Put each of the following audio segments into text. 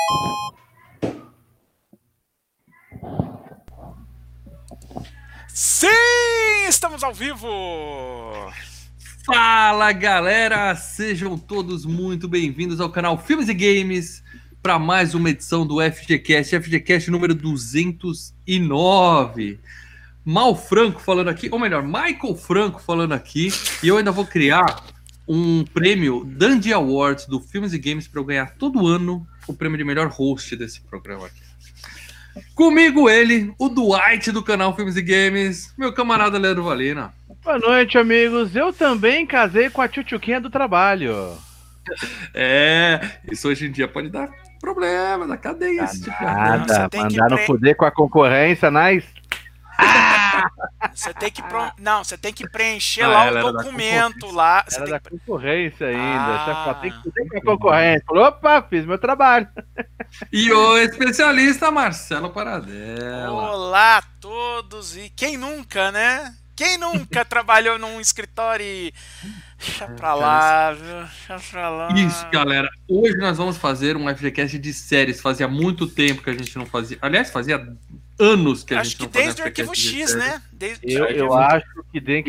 Sim, estamos ao vivo! Fala galera, sejam todos muito bem-vindos ao canal Filmes e Games para mais uma edição do FGCast número 209. Mal Franco falando aqui, ou melhor, Michael Franco falando aqui, e eu ainda vou criar um prêmio Dandy Awards do Filmes e Games para eu ganhar todo ano o prêmio de melhor host desse programa aqui. Comigo ele, o Dwight do canal Filmes e Games, meu camarada Leandro Valina. Boa noite, amigos. Eu também casei com a tchutchuquinha do trabalho. Isso hoje em dia pode dar problema, dar cadeia. Nada, mandar no poder com a concorrência, nice. Você tem que preencher lá o documento lá. Era da concorrência ainda. Tem que poder com a concorrência. Opa, fiz meu trabalho. E o especialista Marcelo Paradela. Olá a todos. E quem nunca, né? Quem nunca trabalhou num escritório e... Deixa pra lá, viu? Deixa pra lá. Isso, galera. Hoje nós vamos fazer um FGCast de séries. Fazia muito tempo que a gente não fazia. Aliás, fazia anos que a gente não fazia. Acho que desde o Arquivo X, né? Eu acho que tem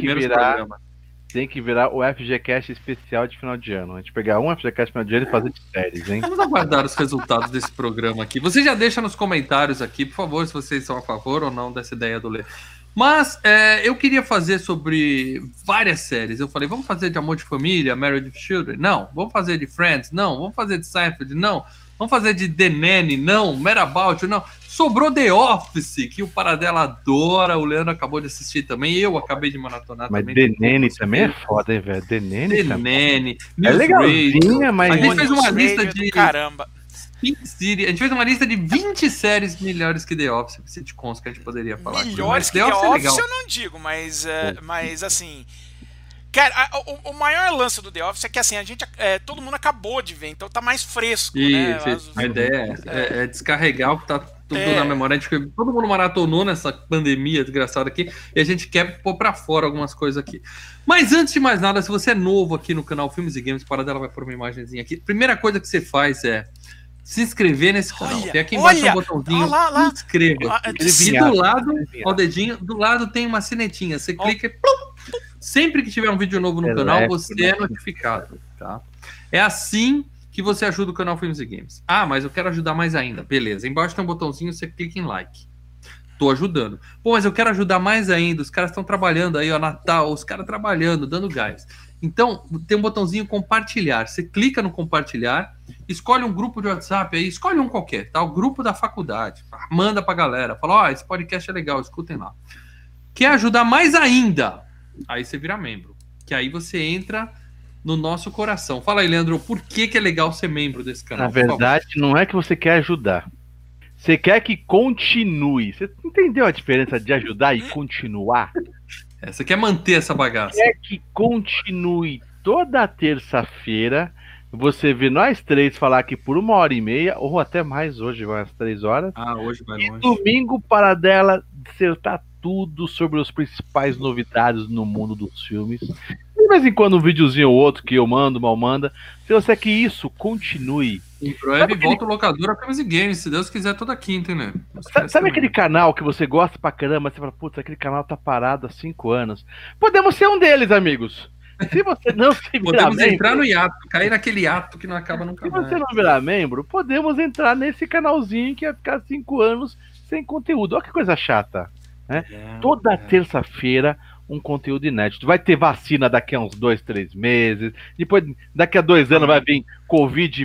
que virar o FGCast especial de final de ano. A gente pegar um FGCast de final de ano e fazer de séries, hein? Vamos aguardar os resultados desse programa aqui. Você já deixa nos comentários aqui, por favor, se vocês são a favor ou não dessa ideia do Lê. Mas eu queria fazer sobre várias séries. Eu falei, vamos fazer de Amor de Família, Married with Children? Não. Vamos fazer de Friends? Não. Vamos fazer de Seinfeld? Não. Vamos fazer de The Nanny? Não. Mad About? Não. Sobrou The Office, que o Paradela adora. O Leandro acabou de assistir também. Eu acabei de maratonar mas também. Mas The Nanny também é foda, hein, velho? The Nanny é legalzinha, mas... A gente fez uma lista de... Caramba. A gente fez uma lista de 20 séries melhores que The Office, sitcoms que a gente poderia falar. Melhores que The Office eu não digo, mas assim... Cara, o maior lance do The Office é que assim, todo mundo acabou de ver, então tá mais fresco, né? A ideia é descarregar o que tá tudo na memória. Todo mundo maratonou nessa pandemia desgraçada aqui e a gente quer pôr pra fora algumas coisas aqui. Mas antes de mais nada, se você é novo aqui no canal Filmes e Games, Paradela vai pôr uma imagenzinha aqui. Primeira coisa que você faz é se inscrever nesse canal. Tem aqui embaixo um botãozinho, lá. inscreva. E do lado, ao dedinho, do lado tem uma sinetinha. Você clica e plum, sempre que tiver um vídeo novo no canal, você é notificado, tá? É assim que você ajuda o canal Filmes e Games. Ah, mas eu quero ajudar mais ainda. Beleza, embaixo tem um botãozinho, você clica em like. Tô ajudando. Pô, mas eu quero ajudar mais ainda. Os caras estão trabalhando aí, ó, Natal, os caras trabalhando, dando gás. Então, tem um botãozinho compartilhar. Você clica no compartilhar, escolhe um grupo de WhatsApp aí, escolhe um qualquer, tá? O grupo da faculdade. Manda pra galera. Fala, ó, esse podcast é legal, escutem lá. Quer ajudar mais ainda? Aí você vira membro. Que aí você entra no nosso coração. Fala aí, Leandro, por que é legal ser membro desse canal? Na verdade, não é que você quer ajudar. Você quer que continue. Você entendeu a diferença de ajudar e continuar? Você quer manter essa bagaça. Quer que continue toda terça-feira. Você vê nós três falar aqui por 1h30, ou até mais hoje, vai umas 3 horas. Hoje vai longe. E domingo, Paradela dissertar tudo sobre as principais novidades no mundo dos filmes. De vez em quando um videozinho ou outro que eu mando, mal manda. Se você quer que isso continue. Em breve volta o locador a Filmes e Games, se Deus quiser, toda quinta, né? Sabe aquele canal que você gosta pra caramba? Você fala, putz, aquele canal tá parado há 5 anos. Podemos ser um deles, amigos. Se você não se virar podemos membro, entrar no hiato, cair naquele hiato que não acaba nunca mais. Se você não virar membro, podemos entrar nesse canalzinho que vai ficar 5 anos sem conteúdo. Olha que coisa chata, né? Toda terça-feira um conteúdo inédito. Vai ter vacina daqui a uns 2, 3 meses. Depois, daqui a 2 anos vai vir Covid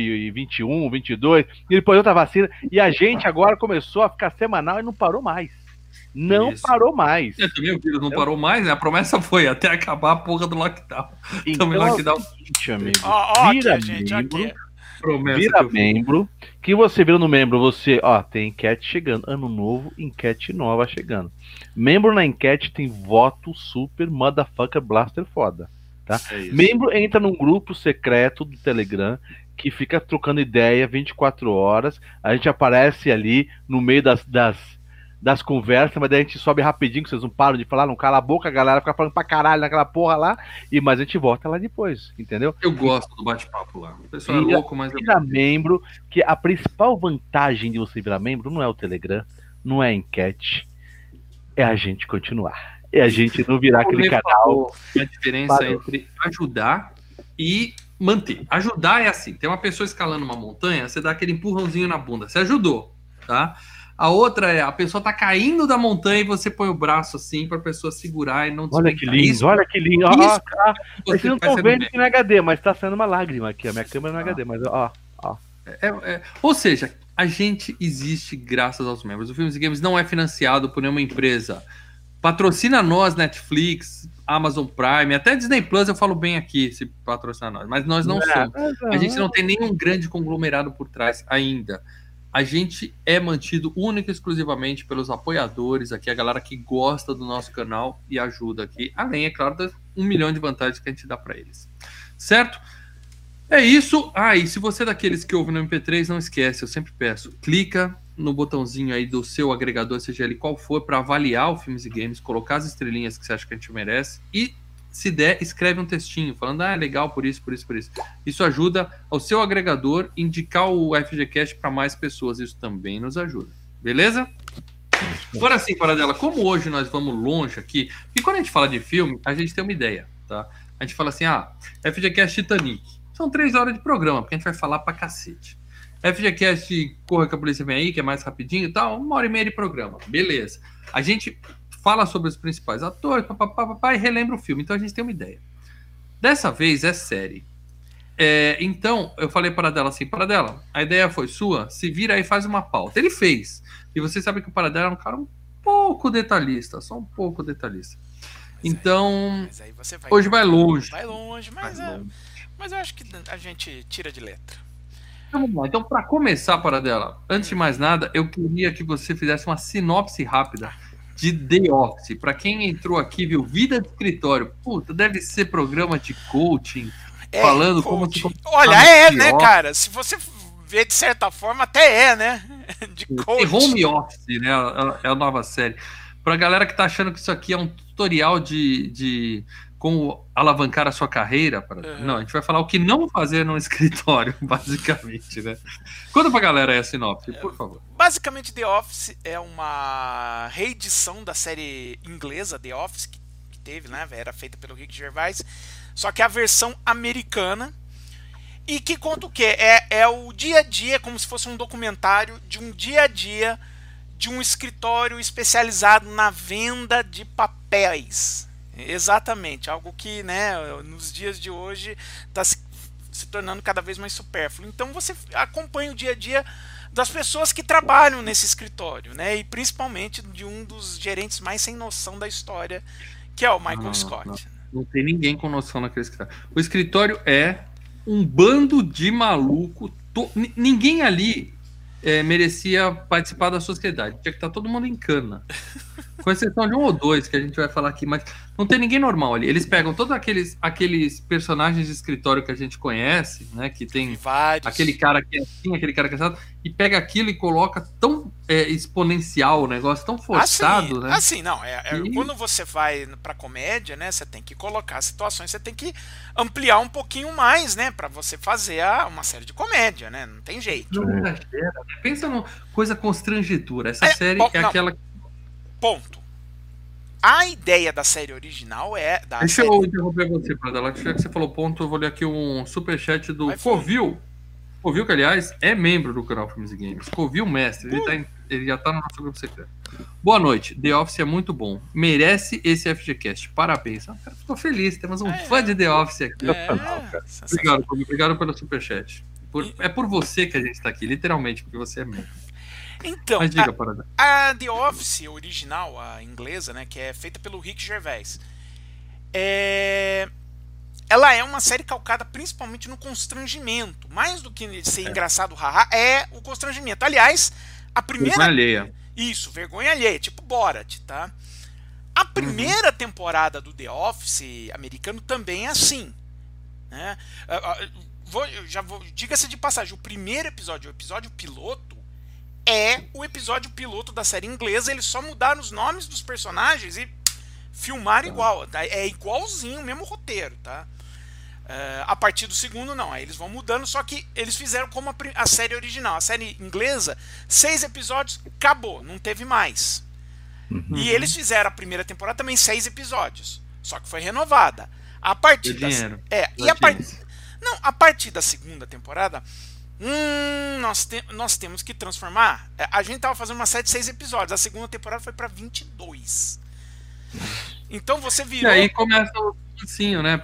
21, 22. E depois outra vacina. E a gente agora começou a ficar semanal e não parou mais. Parou mais. Também o vírus não parou mais, né? A promessa foi até acabar a porra do lockdown. Então, lockdown. Amigo, vira membro. Vira membro. Que você vira no membro, você, tem enquete chegando. Ano novo, enquete nova chegando. Membro na enquete tem voto super motherfucker blaster foda, tá? Membro entra num grupo secreto do Telegram que fica trocando ideia 24 horas. A gente aparece ali no meio das das conversas, mas daí a gente sobe rapidinho, que vocês não param de falar, não cala a boca, a galera fica falando pra caralho naquela porra lá, mas a gente volta lá depois, entendeu? Eu gosto do bate-papo lá. O pessoal é louco, mas... Vira membro, que a principal vantagem de você virar membro não é o Telegram, não é a enquete, é a gente continuar. É a gente não virar aquele canal. A diferença entre ajudar e manter. Ajudar é assim, tem uma pessoa escalando uma montanha, você dá aquele empurrãozinho na bunda, você ajudou, tá? A outra é, a pessoa tá caindo da montanha e você põe o braço assim pra pessoa segurar e não despencar. Olha que lindo, isso, olha que lindo. Vocês não estão vendo aqui no HD, mas tá saindo uma lágrima aqui. A minha câmera no HD, mas ó. Ou seja, a gente existe graças aos membros. O Filmes e Games não é financiado por nenhuma empresa. Patrocina nós, Netflix, Amazon Prime, até Disney Plus eu falo bem aqui, se patrocina nós. Mas nós não somos. A gente não tem nenhum grande conglomerado por trás ainda. A gente é mantido única e exclusivamente pelos apoiadores aqui, a galera que gosta do nosso canal e ajuda aqui. Além, é claro, das 1 milhão de vantagens que a gente dá para eles. Certo? É isso. E se você é daqueles que ouve no MP3, não esquece, eu sempre peço, clica no botãozinho aí do seu agregador, seja ele qual for, para avaliar o Filmes e Games, colocar as estrelinhas que você acha que a gente merece e, se der, escreve um textinho falando, é legal por isso, por isso, por isso. Isso ajuda ao seu agregador indicar o FGCast para mais pessoas. Isso também nos ajuda. Beleza? Agora sim, Paradela, como hoje nós vamos longe aqui, e quando a gente fala de filme, a gente tem uma ideia, tá? A gente fala assim, FGCast Titanic. São 3 horas de programa, porque a gente vai falar pra cacete. FGCast Corra que a Polícia Vem Aí, que é mais rapidinho e tal, 1h30 de programa. Beleza. A gente fala sobre os principais atores, e relembra o filme. Então a gente tem uma ideia. Dessa vez é série. Então, eu falei para Paradela assim, Paradela, a ideia foi sua, se vira aí e faz uma pauta. Ele fez. E você sabe que o Paradela é um cara um pouco detalhista, só um pouco detalhista. Então, mas aí você hoje vai longe. Vai longe, mas eu acho que a gente tira de letra. Então, vamos lá. Então, para começar, Paradela, antes de mais nada, eu queria que você fizesse uma sinopse rápida de The Office. Para quem entrou aqui, viu Vida de Escritório, puta, deve ser programa de coaching, falando coaching. como... Olha, né, cara? Se você ver de certa forma, até né? De coaching. Home Office, né? É a nova série. Pra galera que tá achando que isso aqui é um tutorial de como alavancar a sua carreira. Não, a gente vai falar o que não fazer no escritório, basicamente, né? Conta pra galera essa sinopse, por favor. Basicamente, The Office é uma reedição da série inglesa The Office, que teve, né? Era feita pelo Rick Gervais, só que a versão americana. E que conta o quê? É o dia a dia, como se fosse um documentário de um dia a dia de um escritório especializado na venda de papéis. Exatamente, algo que, né, nos dias de hoje está se tornando cada vez mais supérfluo. Então você acompanha o dia a dia das pessoas que trabalham nesse escritório, né, e principalmente de um dos gerentes mais sem noção da história, que é o Michael Scott. Não tem ninguém com noção naquele escritório. O escritório é um bando de maluco. Ninguém ali merecia participar da sociedade. Tinha que estar todo mundo em cana. Com exceção de 1 ou 2 que a gente vai falar aqui, mas não tem ninguém normal ali. Eles pegam todos aqueles personagens de escritório que a gente conhece, né? Que tem aquele cara que é assim, aquele cara que é assim, e pega aquilo e coloca tão exponencial o negócio, tão forçado, né? Assim, não. Quando você vai pra comédia, né? Você tem que colocar situações, você tem que ampliar um pouquinho mais, né? Pra você fazer uma série de comédia, né? Não tem jeito. Não exagera. Pensa numa coisa constrangedora. Essa série aquela... Ponto. A ideia da série original é... Deixa eu interromper você, Pradela. Já que você falou ponto, eu vou ler aqui um superchat do Covil. Covil, que, aliás, é membro do canal Filmes e Games. Covil Mestre. Ele já tá no nosso grupo secreto. Boa noite. The Office é muito bom. Merece esse FGCast. Parabéns. Cara, ficou feliz. Temos um fã de The Office aqui. Obrigado, Covil. Obrigado pelo superchat. É por você que a gente tá aqui, literalmente, porque você é membro. Então, mas diga, a The Office original, a inglesa, né, que é feita pelo Rick Gervais, ela é uma série calcada principalmente no constrangimento. Mais do que ser engraçado, haha, é o constrangimento. Aliás, a primeira... Vergonha alheia. Isso, vergonha alheia, tipo Borat, tá? A primeira temporada do The Office americano também é assim, né? Diga-se de passagem, o primeiro episódio, o episódio piloto, é o episódio piloto da série inglesa, eles só mudaram os nomes dos personagens e filmaram igual, tá? É igualzinho o mesmo roteiro, tá? A partir do segundo não, aí eles vão mudando, só que eles fizeram como a série original. A série inglesa, 6 episódios, acabou, não teve mais. E eles fizeram a primeira temporada também 6 episódios, só que foi renovada. A partir a partir da segunda temporada, nós temos que transformar. A gente tava fazendo uma série de 6 episódios, a segunda temporada foi para 22. Então você virou. E aí começa o pincinho, né?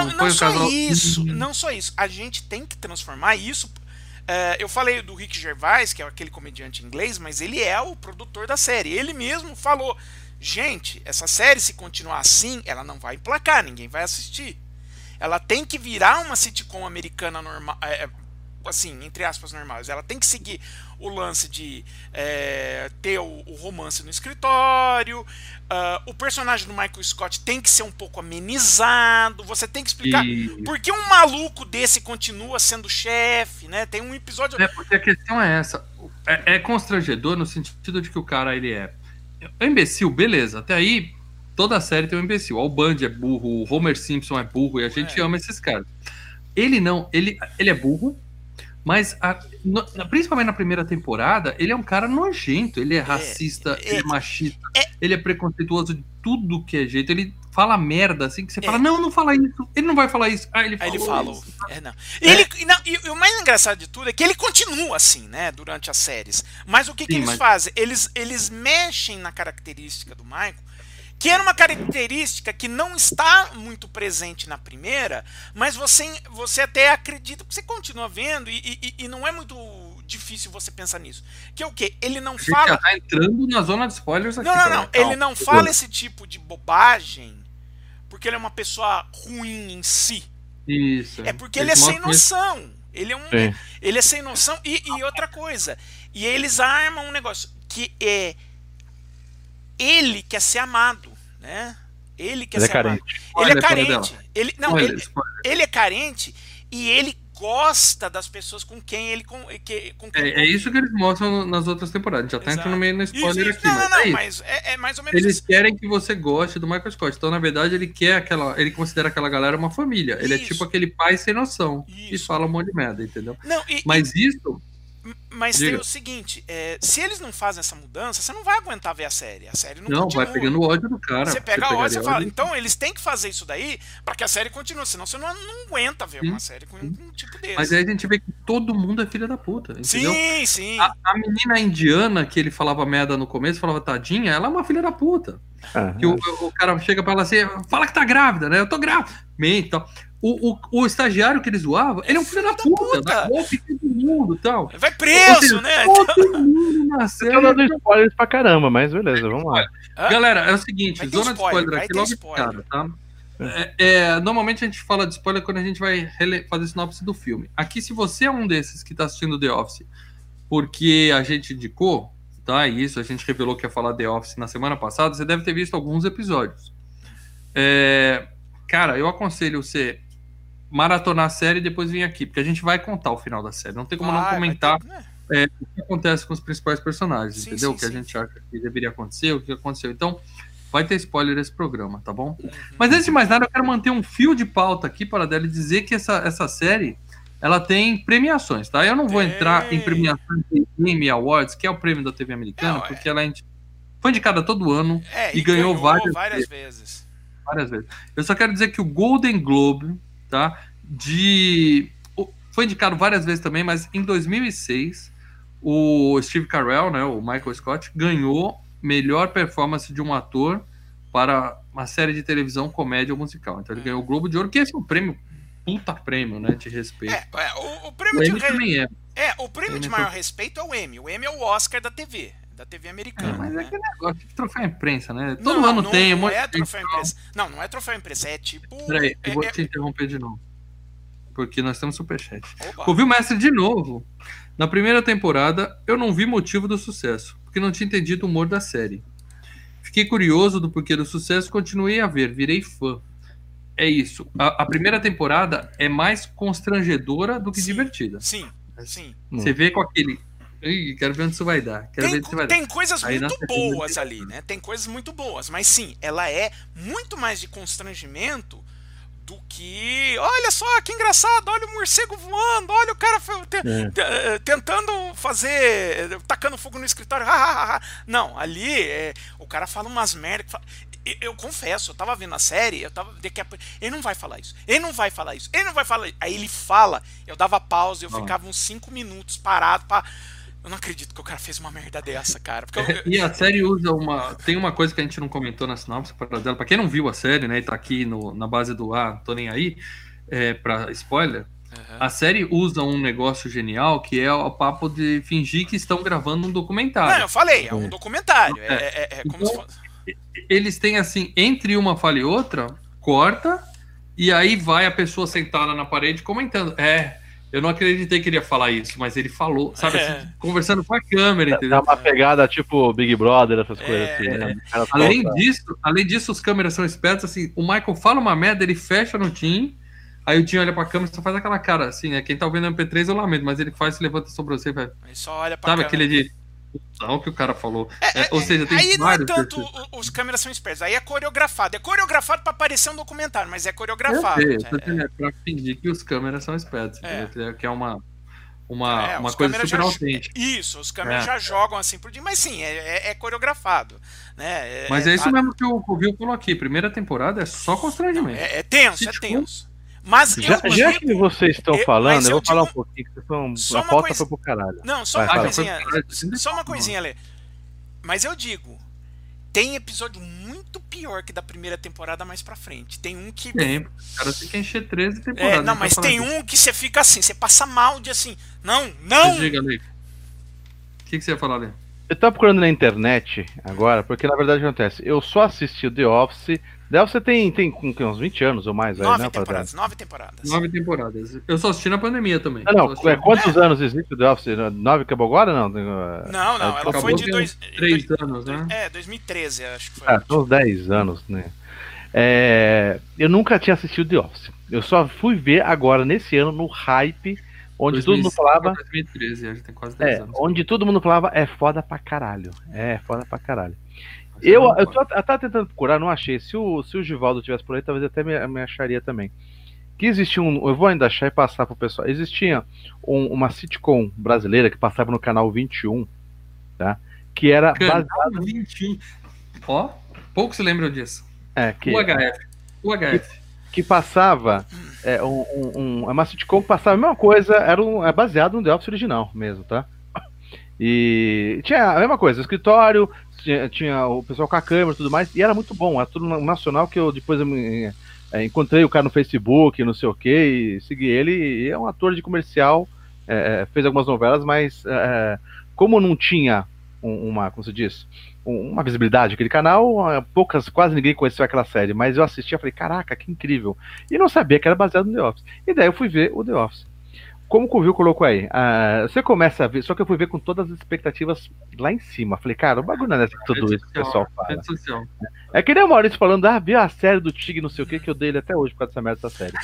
Não só isso. A gente tem que transformar isso. Eu falei do Rick Gervais, que é aquele comediante inglês, mas ele é o produtor da série. Ele mesmo falou: gente, essa série, se continuar assim, ela não vai emplacar, ninguém vai assistir. Ela tem que virar uma sitcom americana normal. Assim, entre aspas, normais. Ela tem que seguir o lance de ter o romance no escritório, o personagem do Michael Scott tem que ser um pouco amenizado, você tem que explicar por que um maluco desse continua sendo chefe, né? Tem um episódio... porque a questão é essa, é constrangedor no sentido de que o cara, ele é imbecil, beleza, até aí toda a série tem um imbecil, o Bundy é burro, o Homer Simpson é burro, e a gente ama esses caras. Ele não, ele é burro, mas principalmente na primeira temporada, ele é um cara nojento, ele é racista, ele é machista, ele é preconceituoso de tudo que é jeito, ele fala merda, assim, que você fala, não fala isso, ele não vai falar isso. Ele falou. E o mais engraçado de tudo é que ele continua assim, né, durante as séries. Mas o que eles fazem? Eles mexem na característica do Michael, que era uma característica que não está muito presente na primeira, mas você até acredita, porque você continua vendo e não é muito difícil você pensar nisso. Que é o quê? Ele não fala... já tá entrando na zona de spoilers aqui. Não. Ele não fala esse tipo de bobagem porque ele é uma pessoa ruim em si. Isso. É porque ele é sem noção. Ele é sem noção. E outra coisa, e eles armam um negócio que é... Ele quer ser amado, né? Ele quer ser amado. Ele é carente. Ele é carente e ele gosta das pessoas com quem ele... É isso que eles mostram nas outras temporadas. Já tá entrando meio no spoiler aqui. Mas é mais ou menos eles querem que você goste do Michael Scott. Então, na verdade, ele considera aquela galera uma família. Ele é tipo aquele pai sem noção. E fala um monte de merda, entendeu? Mas tem o seguinte, se eles não fazem essa mudança, você não vai aguentar ver a série. A série não continua. Vai pegando o ódio do cara. Você pega o ódio e fala, então eles têm que fazer isso daí para que a série continue, senão você não aguenta ver uma série com um tipo desse. Mas aí a gente vê que todo mundo é filha da puta, entendeu? Sim. A menina indiana que ele falava merda no começo, falava tadinha, ela é uma filha da puta. Que o cara chega pra ela assim, fala que tá grávida, né? Eu tô grávida. Então, o estagiário que ele zoava, ele é um filho da puta. Dá golpe em todo mundo e tal. Vai preso, né? Todo mundo na série. Eu tô dando spoilers pra caramba, mas beleza, vamos lá. Galera, é o seguinte, zona de spoiler aqui logo explicada, tá? Normalmente a gente fala de spoiler quando a gente vai fazer sinopse do filme. Aqui, se você é um desses que tá assistindo The Office porque a gente indicou, tá? Isso, a gente revelou que ia falar The Office na semana passada, você deve ter visto alguns episódios. Cara, eu aconselho você maratonar a série e depois vir aqui, porque a gente vai contar o final da série. Não tem como não comentar o que acontece com os principais personagens, entendeu? O que a gente acha que deveria acontecer, o que aconteceu. Então, vai ter spoiler esse programa, tá bom? Mas antes de mais nada, eu quero manter um fio de pauta aqui para dela dizer que essa série, ela tem premiações, tá? Eu não vou entrar em premiações de Emmy Awards, que é o prêmio da TV americana, porque ela foi indicada todo ano e ganhou várias vezes. Várias vezes. Eu só quero dizer que o Golden Globe, tá? Foi indicado várias vezes também, mas em 2006 o Steve Carell, né, o Michael Scott, ganhou melhor performance de um ator para uma série de televisão, comédia ou musical. Então ele ganhou o Globo de Ouro, que esse é um prêmio, puta prêmio, né, de respeito. O prêmio o Emmy também o prêmio de maior respeito é o Emmy. O Emmy é o Oscar da TV americana. Mas é aquele negócio de troféu imprensa, né? Todo ano tem um monte de troféu imprensa. Não é troféu imprensa, é tipo... Peraí, eu vou te interromper de novo, porque nós temos superchat. Ouvi o mestre de novo. Na primeira temporada, eu não vi motivo do sucesso, porque não tinha entendido o humor da série. Fiquei curioso do porquê do sucesso, continuei a ver, virei fã. É isso. A primeira temporada é mais constrangedora do que divertida. Sim. Você vê com aquele Ih, quero ver onde isso vai dar. Tem coisas muito boas ali, né? Tem coisas muito boas, mas sim, ela é muito mais de constrangimento do que, olha só que engraçado, olha o morcego voando, olha o cara tentando fazer, tacando fogo no escritório. Não, ali o cara fala umas merdas. Eu confesso, eu tava vendo a série, ele não vai falar isso, ele não vai falar isso, ele não vai falar isso. Aí ele fala, eu dava pausa, eu ficava uns 5 minutos parado pra... Eu não acredito que o cara fez uma merda dessa, cara. E a série usa tem uma coisa que a gente não comentou na sinopse dela. Pra quem não viu a série, né, e tá aqui na base do tô nem aí, pra spoiler, a série usa um negócio genial que é o papo de fingir que estão gravando um documentário. Não, eu falei, é um documentário. Como então, se fosse... Eles têm assim, entre uma fala e outra, corta, e aí vai a pessoa sentada na parede comentando. Eu não acreditei que ele ia falar isso, mas ele falou, sabe, assim, conversando com a câmera, entendeu? Dá uma pegada tipo Big Brother, essas coisas assim, né? Além disso, os câmeras são espertos, assim, o Michael fala uma merda, ele fecha no Tim, aí o Tim olha pra câmera e só faz aquela cara, assim, né? Quem tá ouvindo MP3 eu lamento, mas ele faz, se levanta sobre você e vai... Ele só olha pra sabe câmera. Aquele de... Não, que o cara falou. Ou seja, tem aí vários. Não é tanto os câmeras são espertos, aí é coreografado. É coreografado pra parecer um documentário, mas é coreografado. É pra fingir que os câmeras são espertos. Que é uma coisa super autêntica. Isso, os câmeras já jogam assim por dia, mas sim, é coreografado. Né? Mas é isso mesmo que o Viu falou aqui. Primeira temporada é só constrangimento. É tenso, é tenso. Mas já que vocês estão falando, eu vou falar um pouquinho, que a pauta foi pro caralho. Não, só uma coisinha. Só uma coisinha, Lê. Mas eu digo, tem episódio muito pior que da primeira temporada mais pra frente. Tem um que... Tem, o cara tem que encher 13 temporadas. Não, mas tem um que você fica assim, você passa mal de assim, não! Diga, Lê. O que você ia falar, Lê? Eu tava procurando na internet agora, porque na verdade o que acontece? Eu só assisti o The Office. The Office tem uns 20 anos ou mais aí, 9 né? temporadas, 9 temporadas. 9 temporadas. Eu só assisti na pandemia também. Não, quantos anos existe o The Office? 9 acabou agora não? Não, ela foi de 3 anos, né? 2013, acho que foi. São uns 10 anos, né? Eu nunca tinha assistido The Office. Eu só fui ver agora, nesse ano, no hype, onde todo mundo falava... 2013, já tem quase 10 anos. Onde todo mundo falava, é foda pra caralho. É foda pra caralho. Eu tava tentando procurar, não achei. Se o Givaldo tivesse por aí, talvez até me acharia também. Que existia eu vou ainda achar e passar pro pessoal. Existia uma sitcom brasileira que passava no canal 21, tá? Que era baseado... 21. Ó, poucos se lembram disso. UHF. Que passava... uma sitcom que passava a mesma coisa, é baseado no The Office original mesmo, tá? E tinha a mesma coisa, escritório, tinha o pessoal com a câmera e tudo mais, e era muito bom, era tudo nacional, que eu depois encontrei o cara no Facebook, não sei o que, e segui ele, e é um ator de comercial, fez algumas novelas, mas como não tinha como se diz, uma visibilidade aquele canal, quase ninguém conheceu aquela série, mas eu assisti e falei, caraca, que incrível, e não sabia que era baseado no The Office, e daí eu fui ver o The Office. Como o Viu colocou aí, você começa a ver, só que eu fui ver com todas as expectativas lá em cima. Falei, cara, o bagulho não é tudo isso que o pessoal fala. É que nem o Maurício falando, viu a série do Tig, não sei o que eu dei ele até hoje por causa dessa merda dessa série.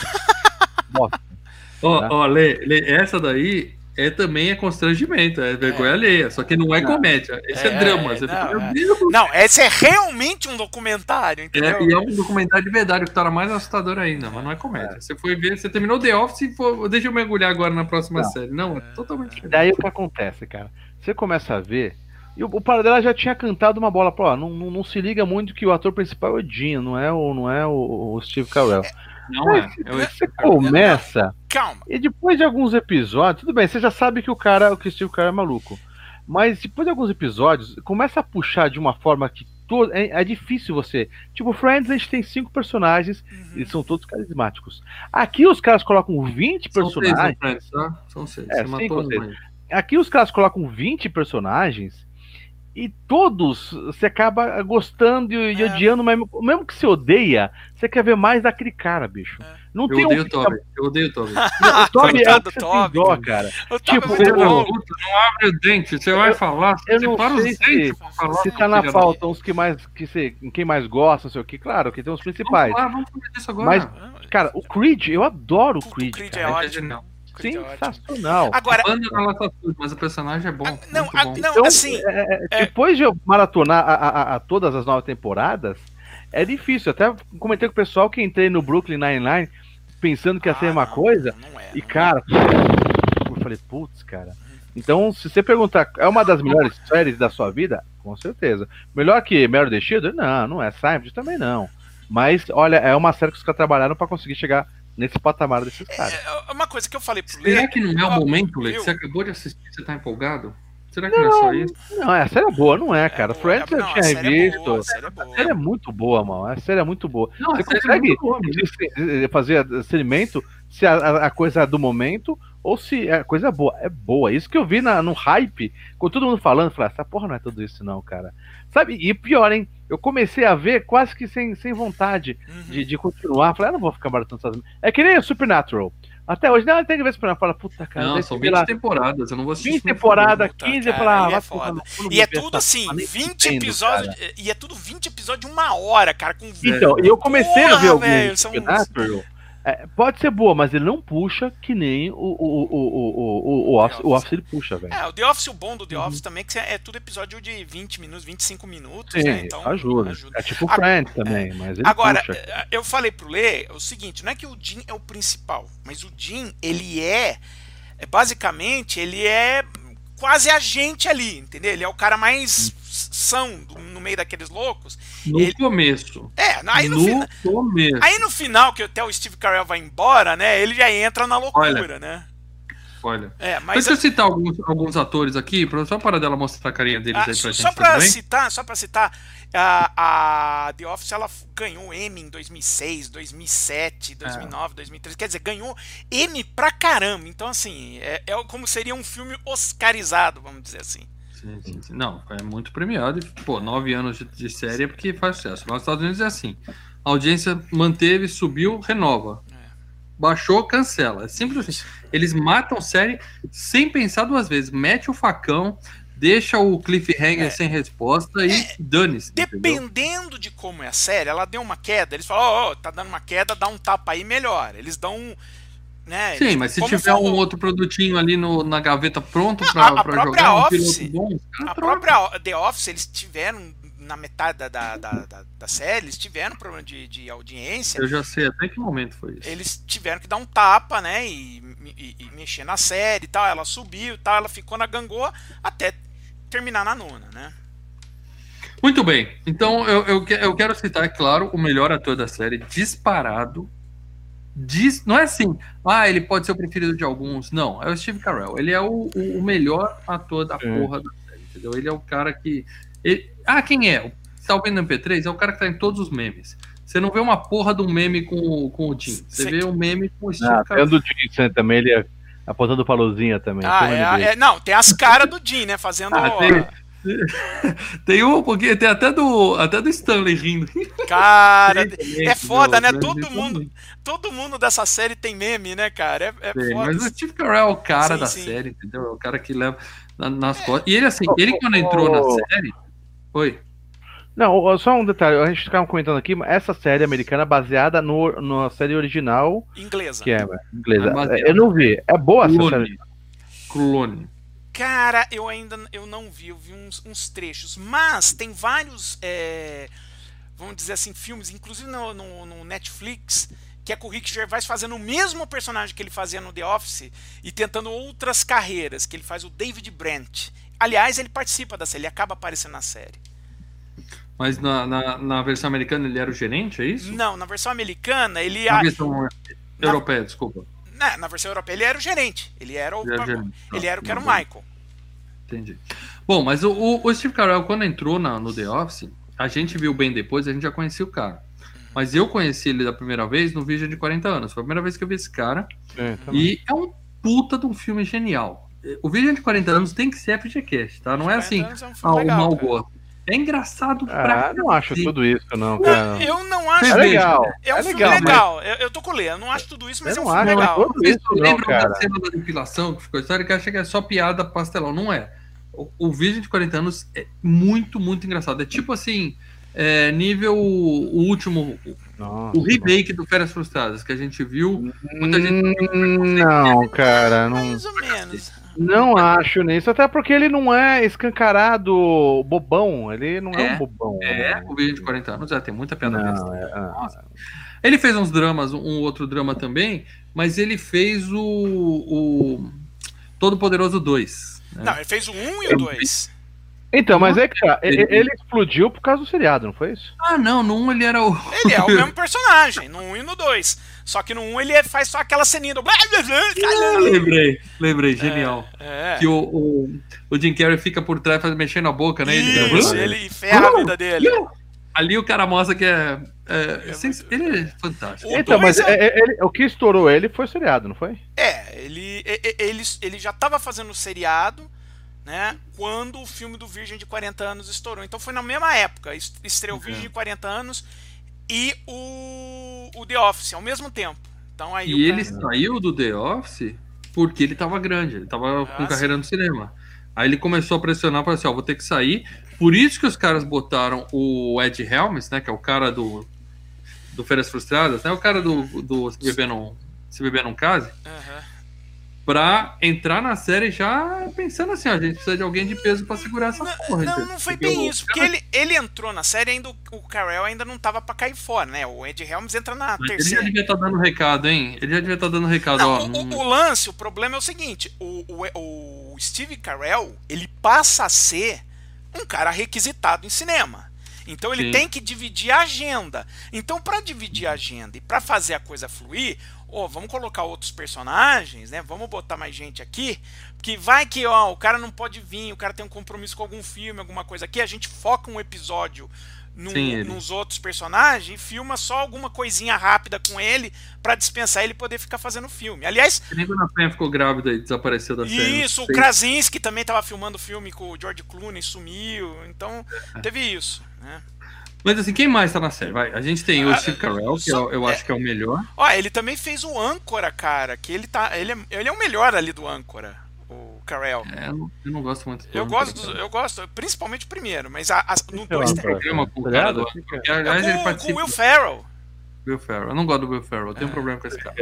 Nossa. Lê, essa daí também é constrangimento, é vergonha alheia, só que não é comédia, esse é drama. Esse é realmente um documentário, entendeu? E é um documentário de verdade, que tá mais assustador ainda, mas não é comédia. Você foi ver, você terminou The Office e deixa eu mergulhar agora na próxima série. Não, é totalmente diferente. Daí o que acontece, cara? Você começa a ver, e o Paradela já tinha cantado uma bola, não se liga muito que o ator principal é o Dean, não é o Steve Carell. Você começa. Calma. E depois de alguns episódios, tudo bem, você já sabe que o Steve Carell é maluco. Mas depois de alguns episódios, começa a puxar de uma forma que é difícil você. Tipo, Friends, a gente tem 5 personagens, e são todos carismáticos. Aqui os caras colocam 20 personagens. São 6. Aqui os caras colocam 20 personagens. E todos você acaba gostando e odiando, mas mesmo que você odeia, você quer ver mais daquele cara, bicho. Não eu odeio o Toby. O Toby é o que você tem dó, cara. Tipo, não abre o dente, você vai falar. Eu não sei se tá na pauta uns quem mais gosta, não sei o que. Claro, que tem os principais. Vamos falar disso agora. Mas, cara, o Creed, eu adoro o Creed. O Creed é ótimo. sensacional. Agora, mas o personagem é bom. Não, então, assim... depois de eu maratonar a todas as 9 temporadas, é difícil. Até comentei com o pessoal que entrei no Brooklyn Nine-Nine pensando que ia ser uma coisa. E, cara, eu falei, putz, cara. Então, se você perguntar, é uma das melhores séries da sua vida? Com certeza. Melhor que Mary the Shield? Não é. Seinfeld também não. Mas, olha, é uma série que os caras trabalharam pra conseguir chegar nesse patamar desses caras. Uma coisa que eu falei pro Lê... Será que não é o momento, Lê? Você acabou de assistir, você tá empolgado? Será que não é só isso? Não, a série é boa, não é, cara. Friends eu tinha revisto. A série é muito boa, mano. A série é muito boa. Não, você consegue fazer discernimento se a coisa é do momento ou se a coisa é boa. É boa. Isso que eu vi no hype, com todo mundo falando, eu falei, essa porra não é tudo isso não, cara. Sabe? E pior, hein? Eu comecei a ver quase que sem vontade de continuar. Falei, não vou ficar maratando essas... É que nem o Supernatural. Até hoje, não, tem que ver Supernatural. Fala, puta, cara. Não, são 20 temporadas, eu não vou assistir. 20 temporadas, 15, eu falei, é foda. E é tudo assim, 20 episódios, e é tudo 20 episódios de 1 hora, cara, com 20. Então, e eu comecei a ver alguns Supernatural. Pode ser boa, mas ele não puxa que nem o Office ele puxa, velho. O The Office, o bom do The Office também é que é tudo episódio de 20 minutos, 25 minutos, sim, né? Então ajuda. É tipo Friends também, mas ele agora, puxa. eu falei pro Lê o seguinte, não é que o Jim é o principal, mas o Jim, ele basicamente, ele é quase a gente ali, entendeu? Ele é o cara mais são no meio daqueles loucos. Começo. Aí no final, que até o Steve Carell vai embora, né? Ele já entra na loucura, né? Olha. Mas deixa eu citar alguns atores aqui, só para dela mostrar a carinha deles aí pra gente. Só pra citar, a The Office, ela ganhou o Emmy em 2006, 2007, 2009, 2013. Quer dizer, ganhou Emmy pra caramba. Então, assim, é como seria um filme oscarizado, vamos dizer assim. Sim. Não, é muito premiado. E, 9 anos de série é porque faz sucesso. Nos Estados Unidos é assim. A audiência manteve, subiu, renova. Baixou, cancela. É simples assim. Eles matam série sem pensar 2 vezes. Mete o facão, deixa o cliffhanger sem resposta e dane-se. Dependendo de como é a série, ela deu uma queda. Eles falam, tá dando uma queda, dá um tapa aí, melhor. Eles dão né? Sim, mas se tiver um outro produtinho ali na gaveta pronto pra jogar um piloto bom, a própria The Office, eles tiveram na metade da série, eles tiveram problema de audiência. Eu já sei até que momento foi isso. Eles tiveram que dar um tapa, né, e mexer na série e tal. Ela subiu e tal, ela ficou na gangorra até terminar na 9ª, né? Muito bem, então eu quero citar, é claro, o melhor ator da série, disparado. Não é assim, ele pode ser o preferido de alguns. Não, é o Steve Carell. Ele é o melhor ator da porra da série, entendeu? Ele é o cara que... quem é? Você tá ouvindo no MP3? É o cara que tá em todos os memes. Você não vê uma porra de um meme com o Jim. Você vê um meme com o Steve Carell. Tem o do Jim também, ele apontando pra luzinha também. Não, tem as caras do Jim, né? Fazendo... Tem um pouquinho, tem até do Stanley rindo. Cara, é foda, né? Todo mundo dessa série tem meme, né, cara? É foda. Mas o Steve Carell é o cara da série, entendeu? É o cara que leva nas costas. E ele, assim, quando entrou na série. Oi. Não, só um detalhe, a gente ficava comentando aqui, essa série americana é baseada na série original inglesa. Que é inglesa. Eu não vi. É boa essa série? Clone. Cara, eu não vi, eu vi uns trechos, mas tem vários, vamos dizer assim, filmes, inclusive no Netflix, que é com o Rick Gervais fazendo o mesmo personagem que ele fazia no The Office e tentando outras carreiras, que ele faz o David Brent. Aliás, ele participa da série, ele acaba aparecendo na série. Mas na versão americana ele era o gerente, é isso? Não, na versão americana ele... Na versão europeia, desculpa. Na versão europeia ele era o gerente. Ele era o que era o Michael. Entendi. Bom, mas o Steve Carell, quando entrou no The Office, a gente viu bem depois, a gente já conhecia o cara. Mas eu conheci ele da primeira vez no Virgem de 40 anos. Foi a primeira vez que eu vi esse cara. E é um puta de um filme genial. O Virgem de 40 anos tem que ser FGCast, tá? Não é assim, o mau gosto. É engraçado pra... não acho tudo isso, não, cara. Eu não acho. É legal. É um filme legal. Eu tô com o Lê, eu não acho tudo isso, mas é um filme legal. Vocês lembram da cena da depilação que ficou história que acha que é só piada pastelão? Não é. O Virgem de 40 anos é muito, muito engraçado. É tipo assim, nível o último, o remake do Férias Frustradas, que a gente viu. Muita gente... Não, cara. Não... Mais ou menos. Não acho nisso, até porque ele não é escancarado bobão, ele não é um bobão. O Virgem de 40 anos tem muita piada besta. Ele fez uns dramas, um outro drama também, mas ele fez o Todo Poderoso 2. Né? Não, ele fez o 1 e o 2. Então, mas é que ele explodiu por causa do seriado, não foi isso? Ah, não, no 1 ele era o... Ele é o mesmo personagem, no 1 e no 2. Só que no 1 ele faz só aquela ceninha do... Lembrei, genial. Que o Jim Carrey fica por trás mexendo a boca, né? Isso, ele ferra a vida dele. Ali o cara mostra que ele é fantástico. Então, mas o que estourou ele foi o seriado, não foi? Ele já estava fazendo o seriado, né, quando o filme do Virgem de 40 anos estourou. Então foi na mesma época. Estreou o Virgem de 40 anos e o The Office ao mesmo tempo. Então, aí ele saiu do The Office porque ele estava grande, ele estava com carreira no cinema. Aí ele começou a pressionar para assim, vou ter que sair. Por isso que os caras botaram o Ed Helms, né, que é o cara do Férias Frustradas, né, o cara do Se Beber Não Case, pra entrar na série já pensando assim, a gente precisa de alguém de peso pra segurar essa porra. Não foi bem isso, porque ele entrou na série, ainda o Carell ainda não tava pra cair fora, né? O Ed Helms entra na terceira. Ele já devia estar dando recado, hein? Ele já devia estar dando recado. O problema é o seguinte, o Steve Carell, ele passa a ser um cara requisitado em cinema. Então ele tem que dividir a agenda. Então, para dividir a agenda e para fazer a coisa fluir, vamos colocar outros personagens, né? Vamos botar mais gente aqui, que vai que o cara não pode vir, o cara tem um compromisso com algum filme, alguma coisa aqui, a gente foca um episódio nos outros personagens e filma só alguma coisinha rápida com ele para dispensar ele poder ficar fazendo filme. Aliás, nem quando a Penha ficou grávida e desapareceu da série. Isso, o Krasinski também estava filmando filme com o George Clooney, sumiu, então teve isso, né? Mas assim, quem mais tá na série? A gente tem o Steve Carell, que eu acho que é o melhor. Ele também fez o Âncora, cara, que ele é o melhor ali do Âncora, o Carell. Eu não gosto muito do Eu gosto, principalmente o primeiro, mas no 2 tem problema com o cara do Âncora. Aliás, ele participa. Com o Will Ferrell. Eu não gosto do Will Ferrell, eu tenho um problema com esse cara.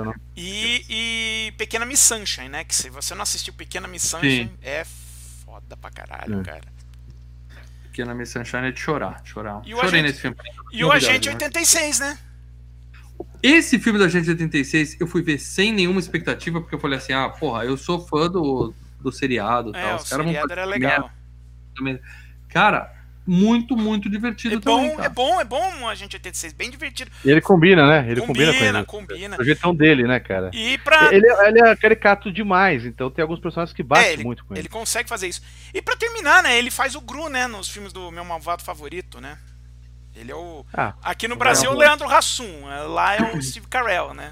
E Pequena Miss Sunshine, né? Que se você não assistiu Pequena Miss Sunshine, é foda pra caralho, cara. Pequena Miss Sunshine é de chorar. Chorei nesse filme. E o Agente 86, né? Esse filme do Agente 86 eu fui ver sem nenhuma expectativa, porque eu falei assim, eu sou fã do seriado. Tal. O seriado era legal. Cara, muito, muito divertido também. É bom o Agente 86, bem divertido. E ele combina, né? Ele combina com ele. Combina. O jeitão dele, né, cara? Ele é caricato demais, então tem alguns personagens que batem muito com ele. Ele consegue fazer isso. E pra terminar, né, ele faz o Gru, né, nos filmes do Meu Malvado Favorito, né? Ele é o... Aqui no Brasil é o Leandro Hassum, lá é o Steve Carell, né?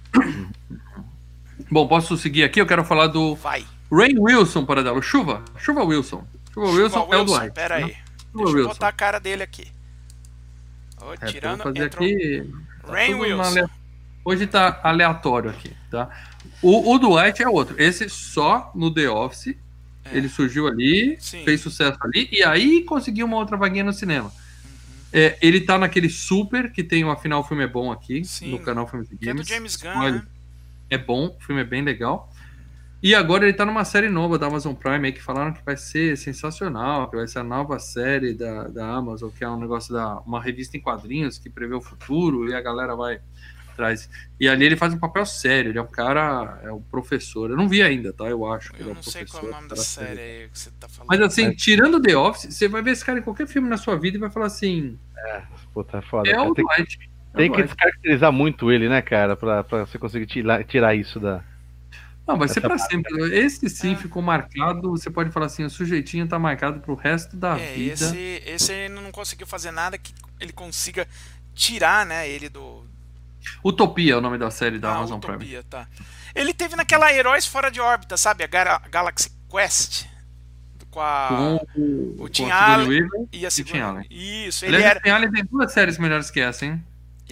Bom, posso seguir aqui? Eu quero falar do Rainn Wilson, para dar o Chuva Wilson. Chuva Wilson é o Dwight. Pera aí. Deixa eu botar a cara dele aqui. Tirando, fazer aqui. Rainn Wilson. Hoje tá aleatório aqui, tá? O Dwight é outro. Esse só no The Office. Ele surgiu ali, fez sucesso ali, e aí conseguiu uma outra vaguinha no cinema. Ele tá naquele Super, que tem o Afinal o Filme é Bom aqui, no canal Filmes e Games. É do James Gunn, né? É bom, o filme é bem legal. E agora ele tá numa série nova da Amazon Prime aí, que falaram que vai ser sensacional, que vai ser a nova série da Amazon, que é um negócio uma revista em quadrinhos que prevê o futuro, e a galera vai atrás. E ali ele faz um papel sério, ele é um cara, é um professor. Eu não vi ainda, tá? Eu acho que ele é um professor. Eu não sei qual é o nome da série aí que você tá falando. Mas assim, tirando The Office, você vai ver esse cara em qualquer filme na sua vida e vai falar assim... Puta, foda. É o Dwight. Tem que descaracterizar muito ele, né, cara? Pra você conseguir tirar isso da... Não, vai ser pra sempre. Esse sim ficou marcado. Você pode falar assim, o sujeitinho tá marcado pro resto da vida. Esse ele não conseguiu fazer nada que ele consiga tirar, né, ele do... Utopia é o nome da série da Amazon Prime. Utopia, tá. Ele teve naquela Heróis Fora de Órbita, sabe? A Galaxy Quest. Com o Tim Allen e a segunda. Isso, ele era... Tim Allen tem 2 séries melhores que essa, hein?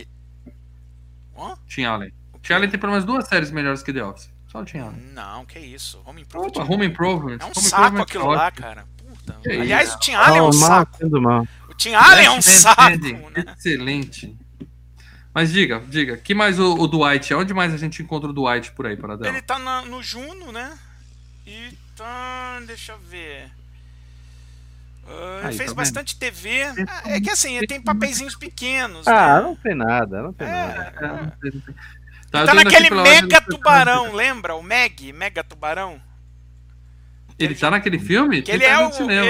Tim Allen. Tim Allen tem pelo menos 2 séries melhores que The Office. Só o Tim Allen. Não, que isso. Home Improvement. É um saco aquilo lá, cara. Puta. Aliás, o Tim Allen é um saco. O Tim Allen é um saco, né? Excelente. Mas diga, que mais o Dwight? Onde mais a gente encontra o Dwight por aí, Paradela? Ele tá no Juno, né? E tá... Deixa eu ver... ele fez bastante TV. É que assim, ele tem papeizinhos pequenos. Ah, né? não tem nada, não tem nada. Tá naquele Mega Tubarão, lembra? O Mega Tubarão? Ele tá naquele filme? Que ele é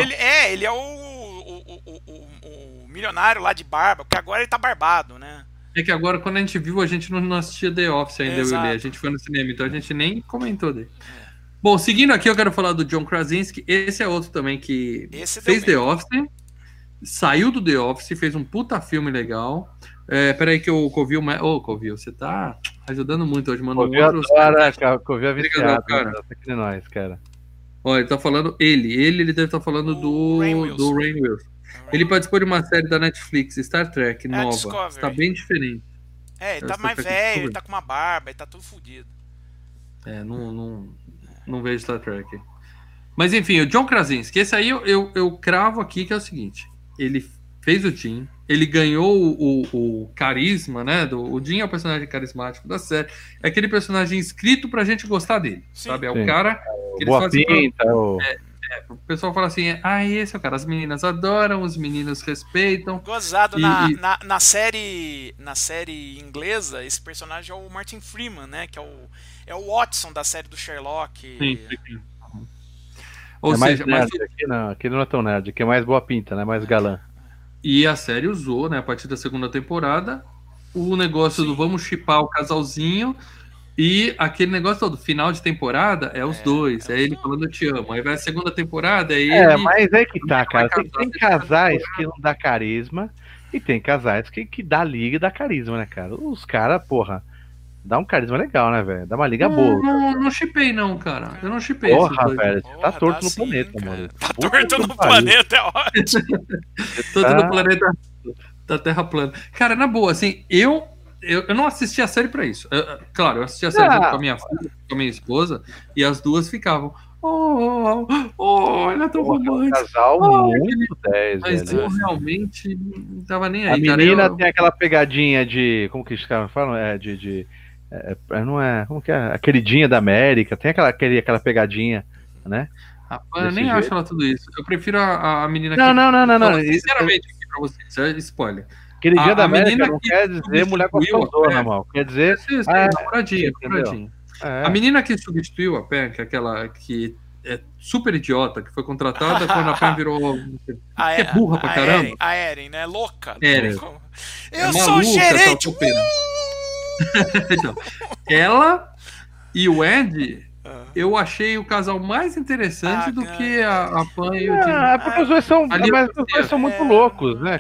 o milionário lá de barba, porque agora ele tá barbado, né? É que agora, quando a gente viu, a gente não assistia The Office ainda, a gente foi no cinema, então a gente nem comentou dele. Bom, seguindo aqui, eu quero falar do John Krasinski. Esse é outro também que fez The Office, saiu do The Office, fez um puta filme legal. Peraí que o Covil... Covil, você tá ajudando muito hoje, mandando outros... Covil é viciado, cara. Tá aqui de nós, cara. Olha, ele tá falando... Ele deve estar falando do Rainn Wilson. Ele participou de uma série da Netflix, Star Trek, nova. Está bem diferente. Ele tá mais velho, ele tá com uma barba, ele tá tudo fodido. Não vejo Star Trek. Mas enfim, o John Krasinski, esse aí eu cravo aqui que é o seguinte: ele fez o Jim, ele ganhou o carisma, né? O Jim é o personagem carismático da série, é aquele personagem escrito pra gente gostar dele, sabe? É o cara que eles fazem o pessoal fala assim, esse é o cara, as meninas adoram, os meninos respeitam. Gozado na série inglesa, esse personagem é o Martin Freeman, né? Que é o Watson da série do Sherlock. Sim. Ou seja, aqui não é tão nerd, aqui é mais boa pinta, né? Mais galã. E a série usou, né, a partir da segunda temporada, o negócio do vamos shippar o casalzinho. E aquele negócio todo, final de temporada é os dois, ele falando eu te amo. Aí vai a segunda temporada, aí mas é que tá, cara. Tem casais que não dá carisma e tem casais que dá liga e dá carisma, né, cara? Os caras, porra, dá um carisma legal, né, velho? Dá uma liga boa. Não shippei, não, cara. Eu não shippei. Porra, velho, você tá torto no planeta, mano. Tá torto no planeta, é ótimo. Torto no planeta da Terra plana. Cara, na boa, assim, eu não assisti a série pra isso. Claro, eu assisti a série junto com a minha filha, com a minha esposa, e as duas ficavam. Ela é tão romântica. Um casal muito 10, mas velho. eu realmente não tava nem aí. A menina tem aquela pegadinha de. Como que os caras falam? Não é. Como que é? A queridinha da América. Tem aquela pegadinha, né? Eu nem acho ela tudo isso. Eu prefiro a menina Não. Sinceramente, aqui pra vocês, é spoiler. Queridinha da América não quer dizer mulher gostosona, mal. Quer dizer. Namoradinha. A menina que substituiu a Pen, que é aquela que é super idiota, que foi contratada quando a Pen virou. Que é burra pra caramba. A Eren, né? Louca. Eren. Eu sou gerente! Então, ela e o Ed, eu achei o casal mais interessante do que a Pan e o Jim. Porque os dois são muito loucos, né?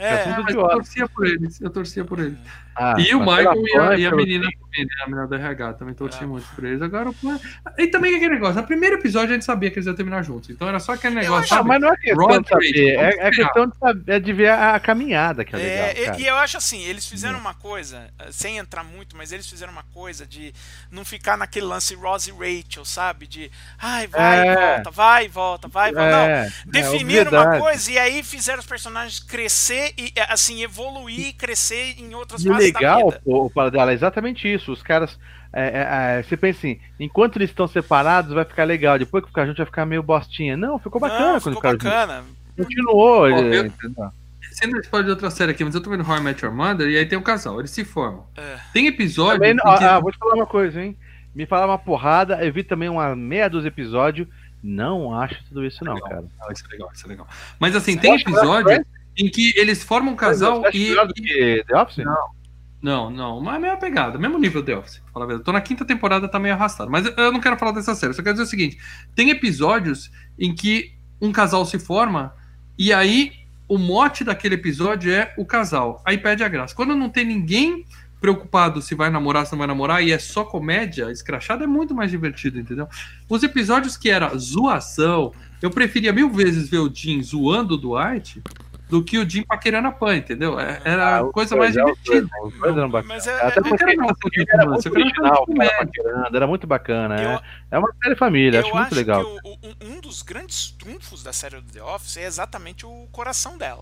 Eu torcia por eles. E o Michael e a menina também, né? A menina do RH, também torcia muito por eles. Agora o Pan... E também aquele negócio, no primeiro episódio a gente sabia que eles iam terminar juntos. Então era só aquele negócio, sabe? Mas não é questão de saber, é questão de ver a caminhada que é legal, cara. E eu acho assim, eles fizeram uma coisa, sem entrar muito, mas eles fizeram uma coisa de não ficar naquele lance Ross e Rachel, sabe? De, vai e volta. Não, definiram uma coisa e aí fizeram os personagens crescer e, assim, evoluir e crescer em outras fases legal, da vida. O Paradela, é exatamente isso. Os caras, você pensa assim, enquanto eles estão separados vai ficar legal, depois que ficar junto vai ficar meio bostinha. Não, ficou bacana. Ficou bacana. Continuou. Você não pode de outra série aqui, mas eu tô vendo How I Met Your Mother e aí tem um casal, eles se formam. Tem episódio... Vou te falar uma coisa, hein? Me falar uma porrada, eu vi também uma meia dúzia de episódios, não acho tudo isso não, cara. Isso é legal. Mas assim, tem episódio em que eles formam um casal e... The Office? Não, mas é a mesma pegada, mesmo nível The Office. Fala a verdade. Tô na 5ª temporada, tá meio arrastado. Mas eu não quero falar dessa série, só quero dizer o seguinte: tem episódios em que um casal se forma e aí o mote daquele episódio é o casal. Aí perde a graça. Quando não tem ninguém preocupado se vai namorar, se não vai namorar, e é só comédia, escrachada, é muito mais divertido, entendeu? Os episódios que era zoação, eu preferia 1000 vezes ver o Jim zoando o Dwight do que o Jim paquerando a Pan, entendeu? Era a coisa mais divertida. Mas até porque era muito original, era muito bacana. É uma série família, acho muito legal. Um dos grandes trunfos da série do The Office é exatamente o coração dela.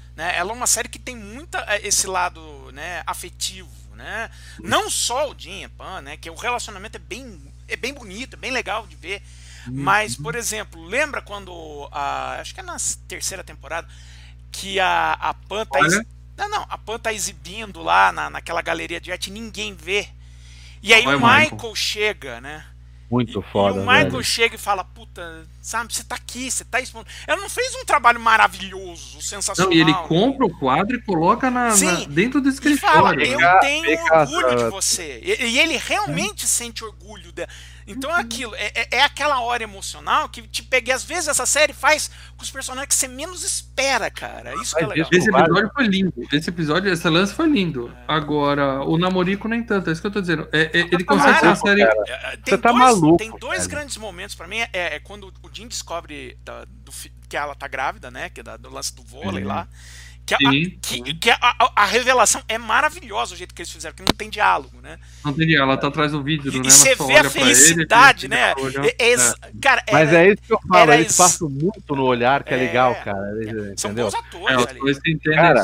né? Ela é uma série que tem muito esse lado, né, afetivo, né? Não só o Jim e a Pam, né? Que o relacionamento é bem bonito, é bem legal de ver. Mas, por exemplo, lembra quando acho que é na terceira temporada que a Pam tá a Pam tá exibindo lá naquela galeria de arte e ninguém vê. E aí o Michael chega, né? Muito foda. E o Michael chega e fala, puta, sabe, você tá aqui, você tá expondo. Ela não fez um trabalho maravilhoso, sensacional. Não, e ele compra o quadro e coloca dentro do escritório. E fala, eu tenho orgulho de você. E ele realmente sente orgulho dela. Então é aquilo, é aquela hora emocional que te pega. E às vezes essa série faz com os personagens que você menos espera, cara. Isso que é legal. Esse episódio foi lindo. Esse lance foi lindo. Agora, o Namorico nem tanto, é isso que eu tô dizendo. Ele consegue ser uma série. Você tá maluco. Tem dois grandes momentos pra mim. É quando o Jim descobre que ela tá grávida, né? Que é do lance do vôlei lá. Que a revelação é maravilhosa o jeito que eles fizeram, que não tem diálogo, né? Não tem diálogo, ela tá atrás do vidro, né? E você vê a felicidade, né? Cara, mas é isso que eu falo, eles passam muito no olhar, que é legal, cara. São entendeu? bons atores ali. Cara,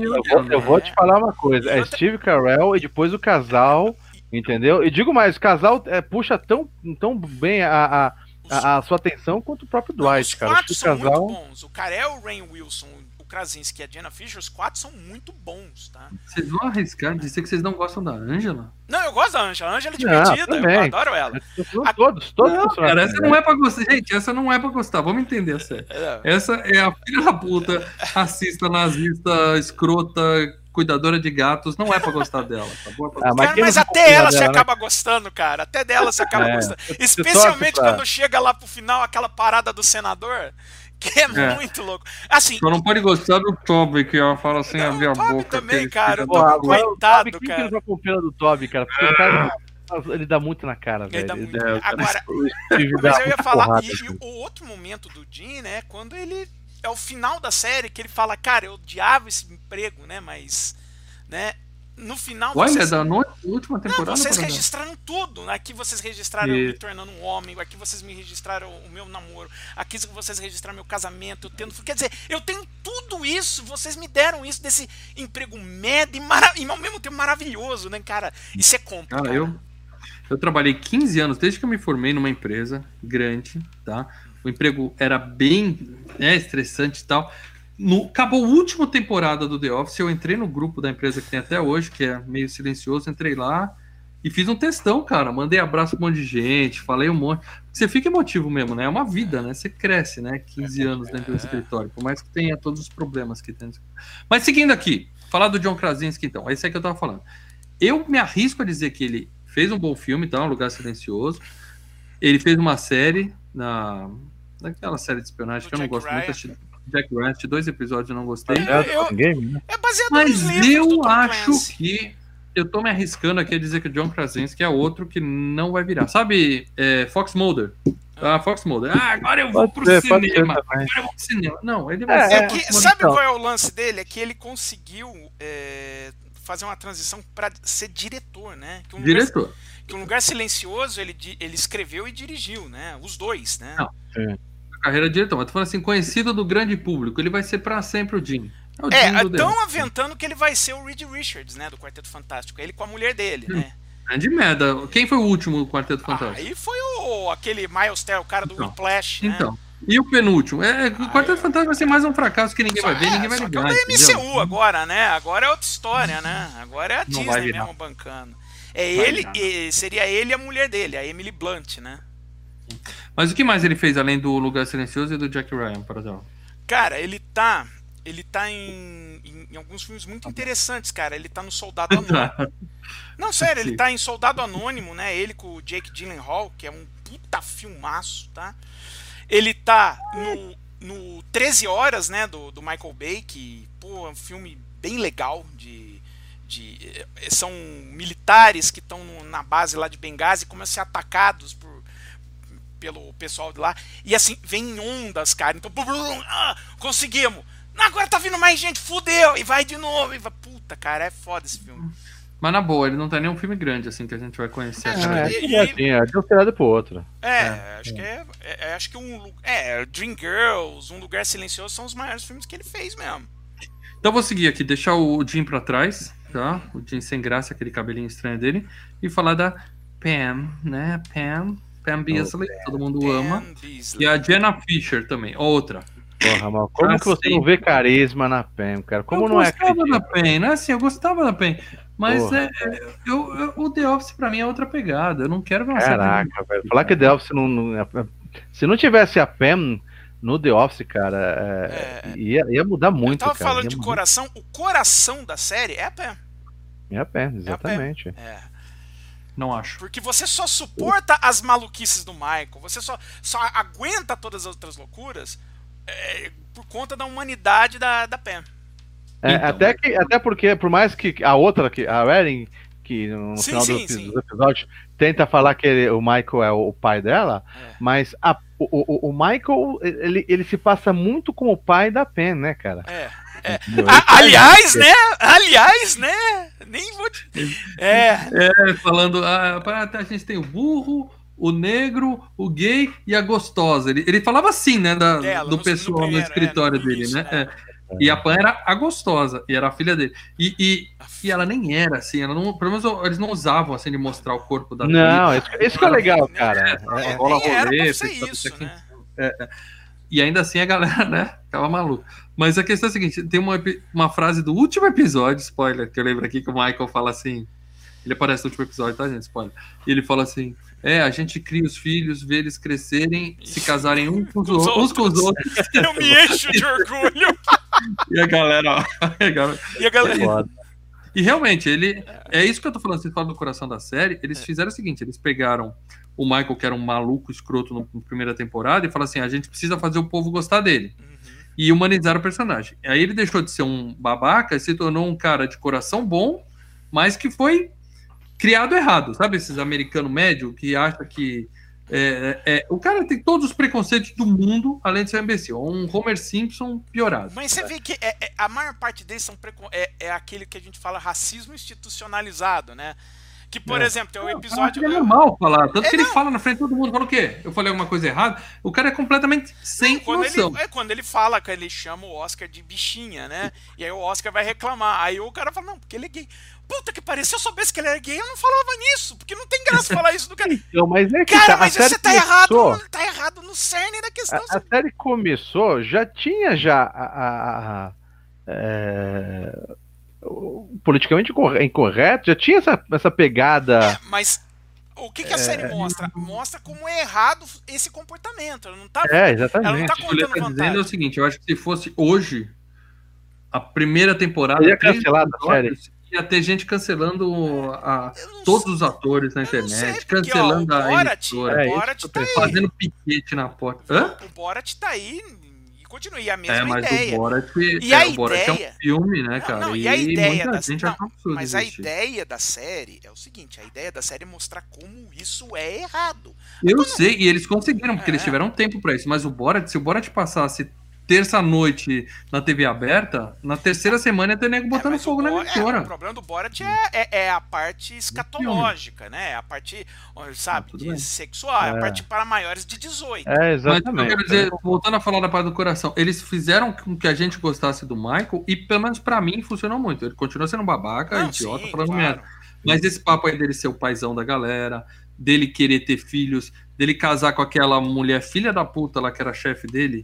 eu vou te falar uma coisa, é Steve Carell e depois o casal, entendeu? E digo mais, o casal puxa tão bem a sua atenção quanto o próprio Dwight, cara. Os quatro são muito bons. O Carell, o Rainn Wilson, Krasinski e a Jenna Fischer, os quatro são muito bons, tá? Vocês vão arriscar de dizer que vocês não gostam da Angela? Não, eu gosto da Angela. A Angela é divertida, eu adoro ela. Todos não, cara, essa não é pra gostar. Gente, essa não é pra gostar. Vamos entender, sério. Essa é a filha da puta, racista, nazista, escrota, cuidadora de gatos. Não é pra gostar dela, tá bom? Mas até ela você acaba gostando, cara. Até dela você acaba gostando. Especialmente quando chega lá pro final, aquela parada do senador. Que é muito louco. Assim, só não pode gostar do Toby, que ela fala assim, abrir a boca. Também, cara. Eu tô coitado, cara. Quem que com pena do Toby, cara? Porque o cara, ele dá muito na cara, velho. Agora, mas eu ia falar, e o outro momento do Jim, né, quando ele é o final da série, que ele fala, cara, eu odiava esse emprego, né, mas, né, no final... Olha, da última temporada... Não, vocês registraram tudo. Aqui vocês registraram eu me tornando um homem. Aqui vocês me registraram o meu namoro. Aqui vocês registraram meu casamento. Quer dizer, eu tenho tudo isso. Vocês me deram isso desse emprego médio e ao mesmo tempo maravilhoso, né, cara? Isso é compra, cara. Eu trabalhei 15 anos, desde que eu me formei numa empresa grande, tá? O emprego era bem estressante e tal. Acabou a última temporada do The Office, eu entrei no grupo da empresa que tem até hoje, que é meio silencioso, entrei lá e fiz um textão, cara. Mandei abraço pra um monte de gente, falei um monte. Você fica emotivo mesmo, né? É uma vida, né? Você cresce, né? 15 anos dentro do escritório, por mais que tenha todos os problemas que tem. Mas seguindo aqui, falar do John Krasinski, então. É isso aí que eu tava falando. Eu me arrisco a dizer que ele fez um bom filme, tá? Um Lugar Silencioso. Ele fez uma série naquela série de espionagem que eu não gosto muito. Jack Ryan, 2 episódios eu não gostei. É baseado mas eu acho que eu tô me arriscando aqui a dizer que o John Krasinski é outro que não vai virar. Sabe, Fox Mulder? Fox Mulder. Agora eu vou pro cinema. Não, ele vai ser. Sabe qual é o lance dele? É que ele conseguiu fazer uma transição para ser diretor, né? Diretor. Que Um Lugar Silencioso ele escreveu e dirigiu, né? Os dois, né? Não. Carreira de diretor, mas tô falando assim, conhecido do grande público, ele vai ser pra sempre o Jim. Estão aventando que ele vai ser o Reed Richards, né, do Quarteto Fantástico, ele com a mulher dele, né? Grande merda. Quem foi o último do Quarteto Fantástico? Aí foi aquele Miles Teller, o cara do Whiplash, né? Então, e o penúltimo? O Quarteto Fantástico vai ser mais um fracasso que ninguém vai ver, ninguém vai ligar. Só que é o da MCU agora, né? Agora é outra história, né? Agora é a Disney mesmo bancando. Seria ele e a mulher dele, a Emily Blunt, né? Mas o que mais ele fez além do Lugar Silencioso e do Jack Ryan, por exemplo? Cara, ele tá em alguns filmes muito interessantes, cara. Ele tá no Soldado Anônimo. Não, sério, ele tá em Soldado Anônimo, né? Ele com o Jake Gyllenhaal, que é um puta filmaço, tá? Ele tá no 13 Horas, né? Do Michael Bay, que, pô, é um filme bem legal são militares que estão na base lá de Benghazi e começam a ser atacados pelo pessoal de lá. E assim, vem ondas, cara. Então, conseguimos. Agora tá vindo mais gente, fudeu. E vai de novo. E vai... Puta, cara, é foda esse filme. Mas na boa, ele não tá nem um filme grande, assim, que a gente vai conhecer. De um tirado pro outro. Acho que Dreamgirls, Um Lugar Silencioso são os maiores filmes que ele fez mesmo. Então vou seguir aqui, deixar o Jim pra trás, tá? O Jim sem graça, aquele cabelinho estranho dele, e falar da Pam, né? Pam Beesly, todo mundo ama. Beesly. E a Jenna Fisher também, outra. Porra, mal, como que você não vê carisma na Pam, cara? Como não é? Eu gostava da Pam, não é assim, eu gostava da Pam. Mas o The Office pra mim é outra pegada. Eu não quero ver uma série. Caraca, velho. Falar que The Office se não tivesse a Pam no The Office, cara, ia mudar muito. Eu tava cara. falando de coração. O coração da série é a Pam. É a Pam, exatamente. Não acho. Porque você só suporta as maluquices do Michael. Você só aguenta todas as outras loucuras por conta da humanidade da Pam. Então, até porque, por mais que a outra, a Erin, que no final dos episódios tenta falar que o Michael é o pai dela, mas o Michael, ele se passa muito como o pai da Pam, né, cara? Aliás, né? Nem vou te... falando, a gente tem o burro, o negro, o gay e a gostosa. Ele falava assim, né, do pessoal no escritório dele, né? E a Pam era a gostosa, e era a filha dele. E ela nem era assim, ela não, pelo menos eles não usavam assim de mostrar o corpo da Não, isso que é legal, cara. Bola rolê, e ainda assim a galera, né, ficava maluca. Mas a questão é a seguinte, tem uma frase do último episódio, spoiler, que eu lembro aqui que o Michael fala assim, ele aparece no último episódio, tá, gente? Spoiler. E ele fala assim, a gente cria os filhos, vê eles crescerem, se casarem uns com os outros. Eu me encho de orgulho. E a galera... E realmente, é isso que eu tô falando, vocês falam do coração da série, eles fizeram o seguinte, eles pegaram o Michael, que era um maluco escroto na primeira temporada, e falaram assim, a gente precisa fazer o povo gostar dele. E humanizaram o personagem. Aí ele deixou de ser um babaca e se tornou um cara de coração bom, mas que foi criado errado, sabe? Esses americanos médios que acham que o cara tem todos os preconceitos do mundo, além de ser um imbecil. Um Homer Simpson piorado. Mas você vê que a maior parte deles são aquele que a gente fala racismo institucionalizado, né? Que, por exemplo, tem um episódio... É normal falar. Tanto que ele fala na frente de todo mundo. Fala o quê? Eu falei alguma coisa errada? O cara é completamente sem noção. Quando ele fala, que ele chama o Oscar de bichinha, né? E aí o Oscar vai reclamar. Aí o cara fala, não, porque ele é gay. Puta que pariu, se eu soubesse que ele era gay, eu não falava nisso. Porque não tem graça falar isso do cara. Então, mas cara, mas você tá errado no cerne da questão. A série começou, já tinha politicamente incorreto, já tinha essa pegada. Mas o que a série mostra? Mostra como é errado esse comportamento. Ela não tá, exatamente. Ela não tá contando vantagem. Dizendo é o seguinte, eu acho que se fosse hoje, a primeira temporada, ia cancelar a série. Ia ter gente cancelando todos os atores na internet, cancelando a emissora, fazendo piquete na porta. O Borat tá aí. Continua, e a mesma mas ideia. O Borat, o Borat é um filme, né, cara? E a ideia mas a ideia da série é o seguinte, a ideia da série é mostrar como isso é errado. Eu sei, e eles conseguiram, porque eles tiveram tempo pra isso, mas se o Borat passasse terça-noite na TV aberta, na terceira semana ia ter nego botando fogo na emissora. O problema do Borat é a parte escatológica, né? A parte, sabe, sexual, a parte para maiores de 18. Exatamente. Mas, eu quero dizer, voltando a falar da parte do coração, eles fizeram com que a gente gostasse do Michael, e pelo menos pra mim funcionou muito. Ele continua sendo um babaca, idiota, falando merda. Mas esse papo aí dele ser o paizão da galera, dele querer ter filhos, dele casar com aquela mulher filha da puta lá que era chefe dele,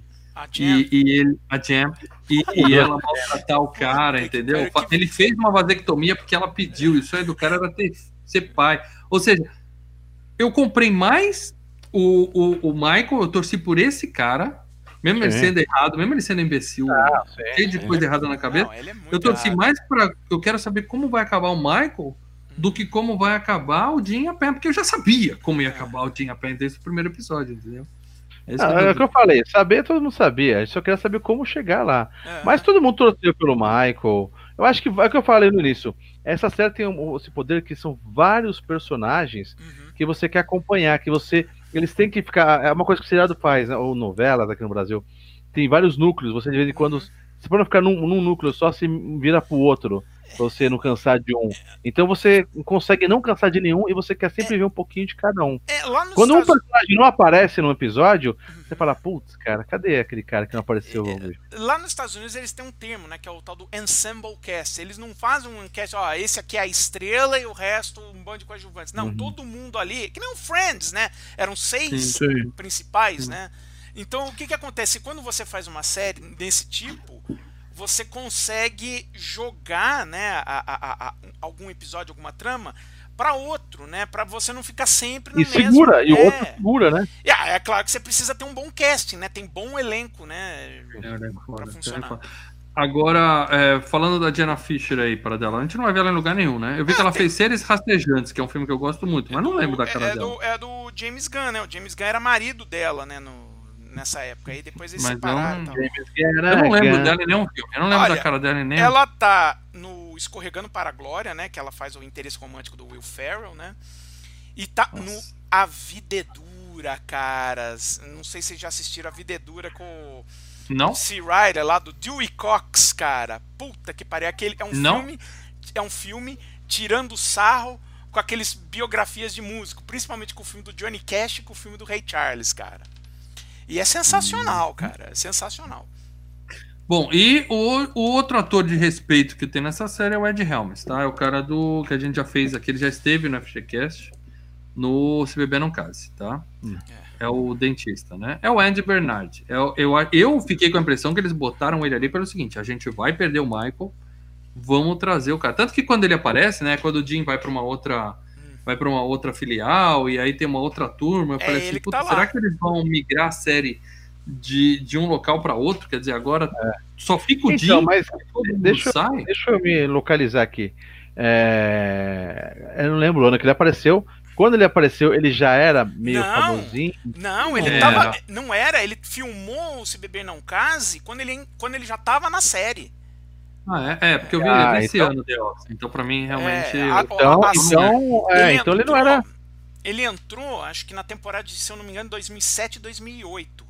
a Jam, e ela maltratar o cara, entendeu? Ele fez uma vasectomia porque ela pediu. Isso aí do cara era ser pai. Ou seja, eu comprei mais o Michael, eu torci por esse cara, mesmo ele sendo errado, mesmo ele sendo imbecil, cheio de coisa errada na cabeça. Eu torci mais pra. Eu quero saber como vai acabar o Michael do que como vai acabar o Jim e a Pam, porque eu já sabia como ia acabar o Jim e a Pam desde o primeiro episódio, entendeu? É o que eu falei, saber todo mundo sabia, a gente só queria saber como chegar lá. Mas todo mundo torceu pelo Michael. Eu acho que é o que eu falei no início. Essa série tem esse poder que são vários personagens que você quer acompanhar, eles têm que ficar. É uma coisa que o seriado faz, né, ou novelas aqui no Brasil. Tem vários núcleos, você de vez em quando, se for não ficar num núcleo só, se vira pro outro. Pra você não cansar de um. Então você consegue não cansar de nenhum e você quer sempre ver um pouquinho de cada um. Quando um personagem não aparece num episódio, você fala, putz, cara, cadê aquele cara que não apareceu? Lá nos Estados Unidos eles têm um termo, né, que é o tal do ensemble cast. Eles não fazem um cast, ó, esse aqui é a estrela e o resto um bando de coadjuvantes. Não, todo mundo ali, que nem o Friends, né? Eram 6 principais, né? Então o que acontece? Quando você faz uma série desse tipo, você consegue jogar, né, algum episódio, alguma trama para outro, né, para você não ficar sempre no mesmo. Segura, e o outro segura, né? É claro que você precisa ter um bom casting, né, tem bom elenco, né, para funcionar. Agora, falando da Jenna Fischer aí, para dela, a gente não vai ver ela em lugar nenhum, né? Eu vi que ela fez Seres Rastejantes, que é um filme que eu gosto muito, mas não lembro da cara dela. É do James Gunn, né? O James Gunn era marido dela, né, nessa época. Aí depois eles separaram. Eu não lembro dela em nenhum filme. Eu não lembro da cara dela em nenhum. Ela tá no Escorregando para a Glória, né? Que ela faz o interesse romântico do Will Ferrell, né? E tá no A Vida é Dura, caras. Não sei se vocês já assistiram A Vida é Dura com o C. Ryder lá do Dewey Cox, cara. Puta que pariu. É um filme tirando sarro com aqueles biografias de músico, principalmente com o filme do Johnny Cash e com o filme do Ray Charles, cara. E é sensacional, cara. É sensacional. Bom, e o outro ator de respeito que tem nessa série é o Ed Helms, tá? É o cara que a gente já fez aqui, ele já esteve no FGCast, no Se Beber Não Case, tá? É o dentista, né? É o Andy Bernard. Eu fiquei com a impressão que eles botaram ele ali pelo seguinte, a gente vai perder o Michael, vamos trazer o cara. Tanto que quando ele aparece, né? Quando o Jim vai para uma outra filial, e aí tem uma outra turma. Eu falei assim, será que eles vão migrar a série de um local para outro? Quer dizer, agora só fica o Jim, mas deixa eu me localizar aqui. Eu não lembro o ano que ele apareceu. Quando ele apareceu, ele já era meio famosinho? Não, ele tava. Não era, ele filmou o Se Beber Não Case quando ele já tava na série. Porque eu vi ele nesse ano, The Office. Então, pra mim, realmente. Então ele não era. Ele entrou, acho que na temporada de, se eu não me engano, 2007 e 2008.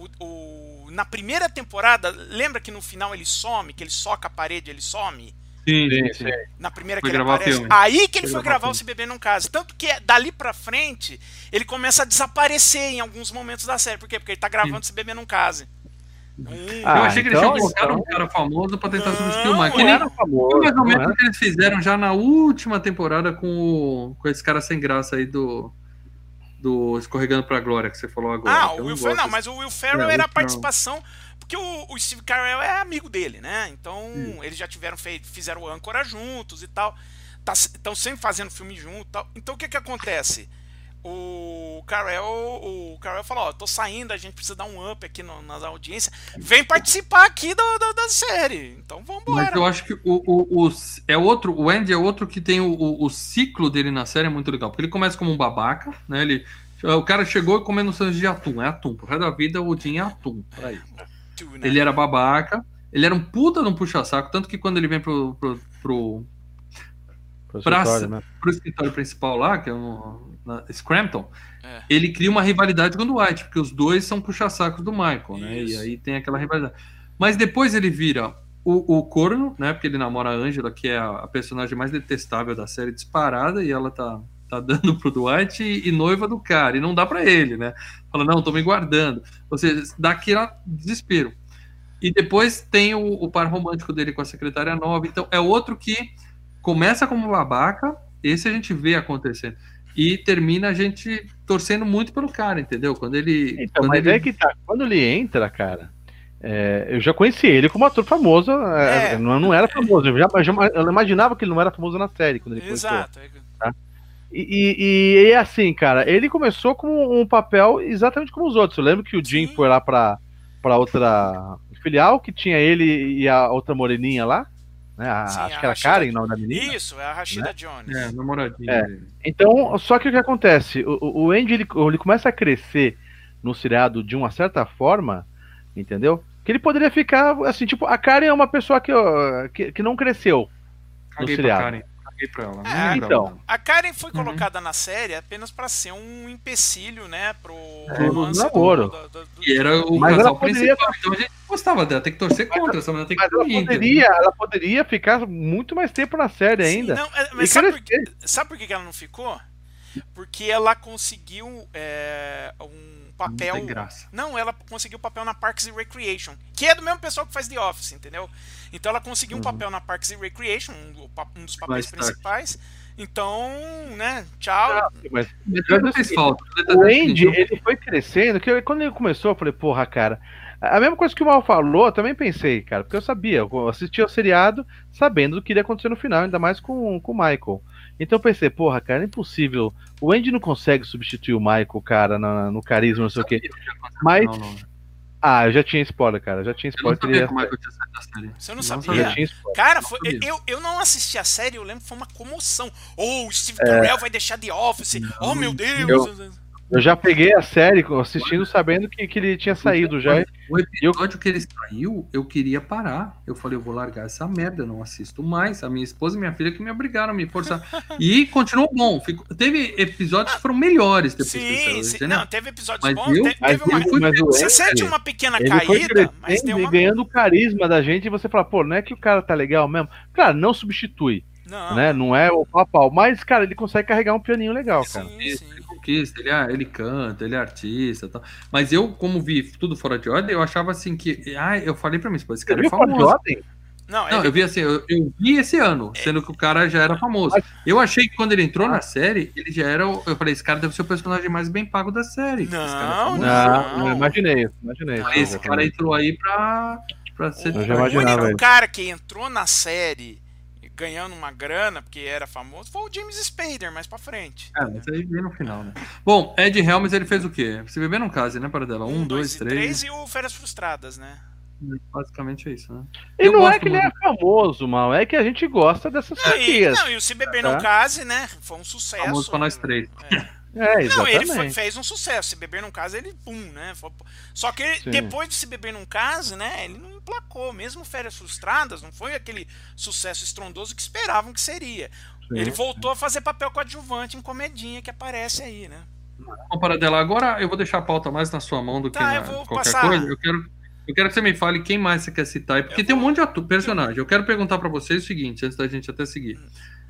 Na primeira temporada, lembra que no final ele some, que ele soca a parede, ele some? Sim. Na primeira que ele aparece. Aí que ele foi gravar o Se Beber Não Case. Tanto que dali pra frente, ele começa a desaparecer em alguns momentos da série. Por quê? Porque ele tá gravando Se Beber Não Case. Eu achei que eles tinham colocado um cara famoso pra tentar substituir o Michael. Que nem era famoso, mais ou menos o que eles fizeram já na última temporada com esse cara sem graça aí do Escorregando pra Glória, que você falou agora. O Will Ferrell, mas o Will Ferrell era a participação, porque o Steve Carell é amigo dele, né? Então eles já fizeram o Âncora juntos e tal. Estão sempre fazendo filme junto e tal. Então o que acontece? O Carell falou, tô saindo, a gente precisa dar um up aqui nas audiências, vem participar aqui da série, então vambora. Mas eu acho que o Andy é outro que tem o ciclo dele na série é muito legal, porque ele começa como um babaca, né, o cara chegou comendo sangue de atum, pro resto da vida o Jim é atum, ele era babaca, ele era um puta de um puxa-saco, tanto que quando ele vem pro escritório principal lá, que é na Scranton, ele cria uma rivalidade com o Dwight, porque os dois são puxa-sacos do Michael, né? E aí tem aquela rivalidade. Mas depois ele vira o corno, né? Porque ele namora a Angela, que é a personagem mais detestável da série, disparada, e ela tá dando pro Dwight e noiva do cara, e não dá pra ele, né? Fala, não, tô me guardando. Ou seja, dá aquele desespero. E depois tem o par romântico dele com a secretária nova, então é outro que começa como babaca, esse a gente vê acontecendo. E termina a gente torcendo muito pelo cara, entendeu? Quando ele. É que tá. Quando ele entra, cara. Eu já conheci ele como ator famoso. Não era famoso. Eu imaginava que ele não era famoso na série quando ele começou. Exato. Tá? E é assim, cara. Ele começou com um papel exatamente como os outros. Eu lembro que o Jim foi lá pra outra filial, que tinha ele e a outra moreninha lá. Né? Acho que era Karen, não da menina. Isso, é a Rashida Jones. Namoradinha. Então, só que o que acontece? O Andy, ele começa a crescer no seriado de uma certa forma, entendeu? Que ele poderia ficar, assim, tipo, a Karen é uma pessoa que não cresceu no seriado. Caguei pra ela. Então, a Karen foi colocada na série apenas pra ser um empecilho, né, pro namoro. E era o casal principal, então a gente gostava dela, tem que torcer contra essa mulher, tem que ela poderia ficar muito mais tempo na série ainda. Não, mas sabe por que ela não ficou? Porque ela conseguiu um papel. Não tem graça. Não, ela conseguiu papel na Parks and Recreation, que é do mesmo pessoal que faz The Office, entendeu? Então ela conseguiu um papel na Parks and Recreation, um dos papéis principais. Então, né, tchau. Mas não fez falta. O Andy, ele foi crescendo, que quando ele começou, eu falei, porra, cara. A mesma coisa que o Mal falou, eu também pensei, cara, porque eu sabia, eu assistia o seriado sabendo do que iria acontecer no final, ainda mais com o Michael. Então eu pensei, porra, cara, é impossível. O Andy não consegue substituir o Michael, cara, no carisma, não sei o quê. Mas. Eu já tinha spoiler, cara. Já tinha spoiler. Eu não sabia como é que eu tinha saído da série. Você não sabia? Cara, eu não assisti a série, eu lembro que foi uma comoção. O Steve Carell vai deixar The Office. Oh, meu Deus! Eu já peguei a série assistindo sabendo que ele tinha saído já. O episódio que ele saiu, eu queria parar. Eu falei, eu vou largar essa merda, eu não assisto mais. A minha esposa e minha filha que me obrigaram a me forçar. E continuou bom. Teve episódios que foram melhores depois que sim. Não, teve episódios bons. Você sente uma pequena caída, mas tem uma... ganhando o carisma da gente e você fala, pô, não é que o cara tá legal mesmo? Claro, não substitui. Não. Né? Não é o pau, mas, cara, ele consegue carregar um pianinho legal, cara. Sim. Ele canta, ele é artista e tal. Mas eu, como vi tudo fora de ordem, eu achava assim que. Eu falei pra mim, esse cara é famoso. Não, eu vi assim, eu vi esse ano, sendo que o cara já era famoso. Eu achei que quando ele entrou na série, ele já era. Eu falei, esse cara deve ser o personagem mais bem pago da série. Não, imaginei. Esse cara entrou aí pra ser. O único cara que entrou na série ganhando uma grana, porque era famoso, foi o James Spader, mais pra frente. Mas aí veio no final, né? Bom, Ed Helms, ele fez o quê? Se beber não case, né, Paradela? 1, 2, 3. E o Férias Frustradas, né? Basicamente é isso, né? E não é que ele é famoso, mal, é que a gente gosta dessas franquias. E o Se Beber Não Case, né? Foi um sucesso. Famoso pra nós três. Exatamente. Não, ele fez um sucesso. Se Beber Num Case, ele né? Só que depois de Se Beber Num Case, né? Ele não emplacou. Mesmo Férias Frustradas, não foi aquele sucesso estrondoso que esperavam que seria. Ele voltou a fazer papel coadjuvante em comedinha que aparece aí, né? Bom, Paradela, agora eu vou deixar a pauta mais na sua mão do que qualquer coisa. Eu quero que você me fale quem mais você quer citar, porque tem um monte de personagem. Eu quero perguntar pra vocês o seguinte, antes da gente até seguir.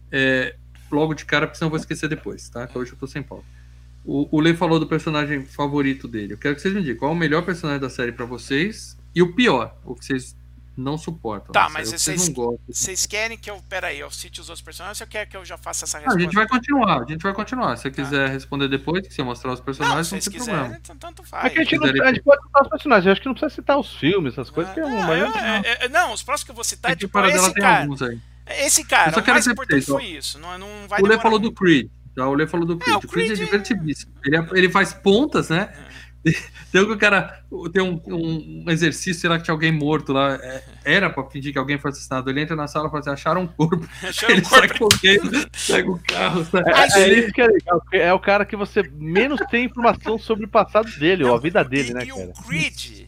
Logo de cara, porque senão eu vou esquecer depois, tá? Que hoje eu tô sem pauta. O Lê falou do personagem favorito dele. Eu quero que vocês me digam qual é o melhor personagem da série pra vocês e o pior, o que vocês não suportam. Tá, mas vocês não gostam. Vocês querem que eu... Peraí, eu cite os outros personagens ou você quer que eu já faça essa resposta? A gente vai continuar. Se você quiser responder depois, que você mostrar os personagens, não tem problema. Então, tanto faz. A gente pode citar os personagens, eu acho que não precisa citar os filmes, essas coisas. Não, os próximos que eu vou citar é tipo esse cara. Esse cara, o mais importante foi isso. Não vai o Lê falou do Creed. O Lê falou do Creed. O Creed é divertidíssimo. Ele faz pontas, né? Tem um cara. Tem um exercício lá que tinha alguém morto lá. Era pra fingir que alguém foi assassinado. Ele entra na sala e fala assim: acharam um corpo. Ele sai correndo, pega o carro. Isso que é legal. É o cara que você menos tem informação sobre o passado dele, ou a vida dele, né, cara? E o Creed,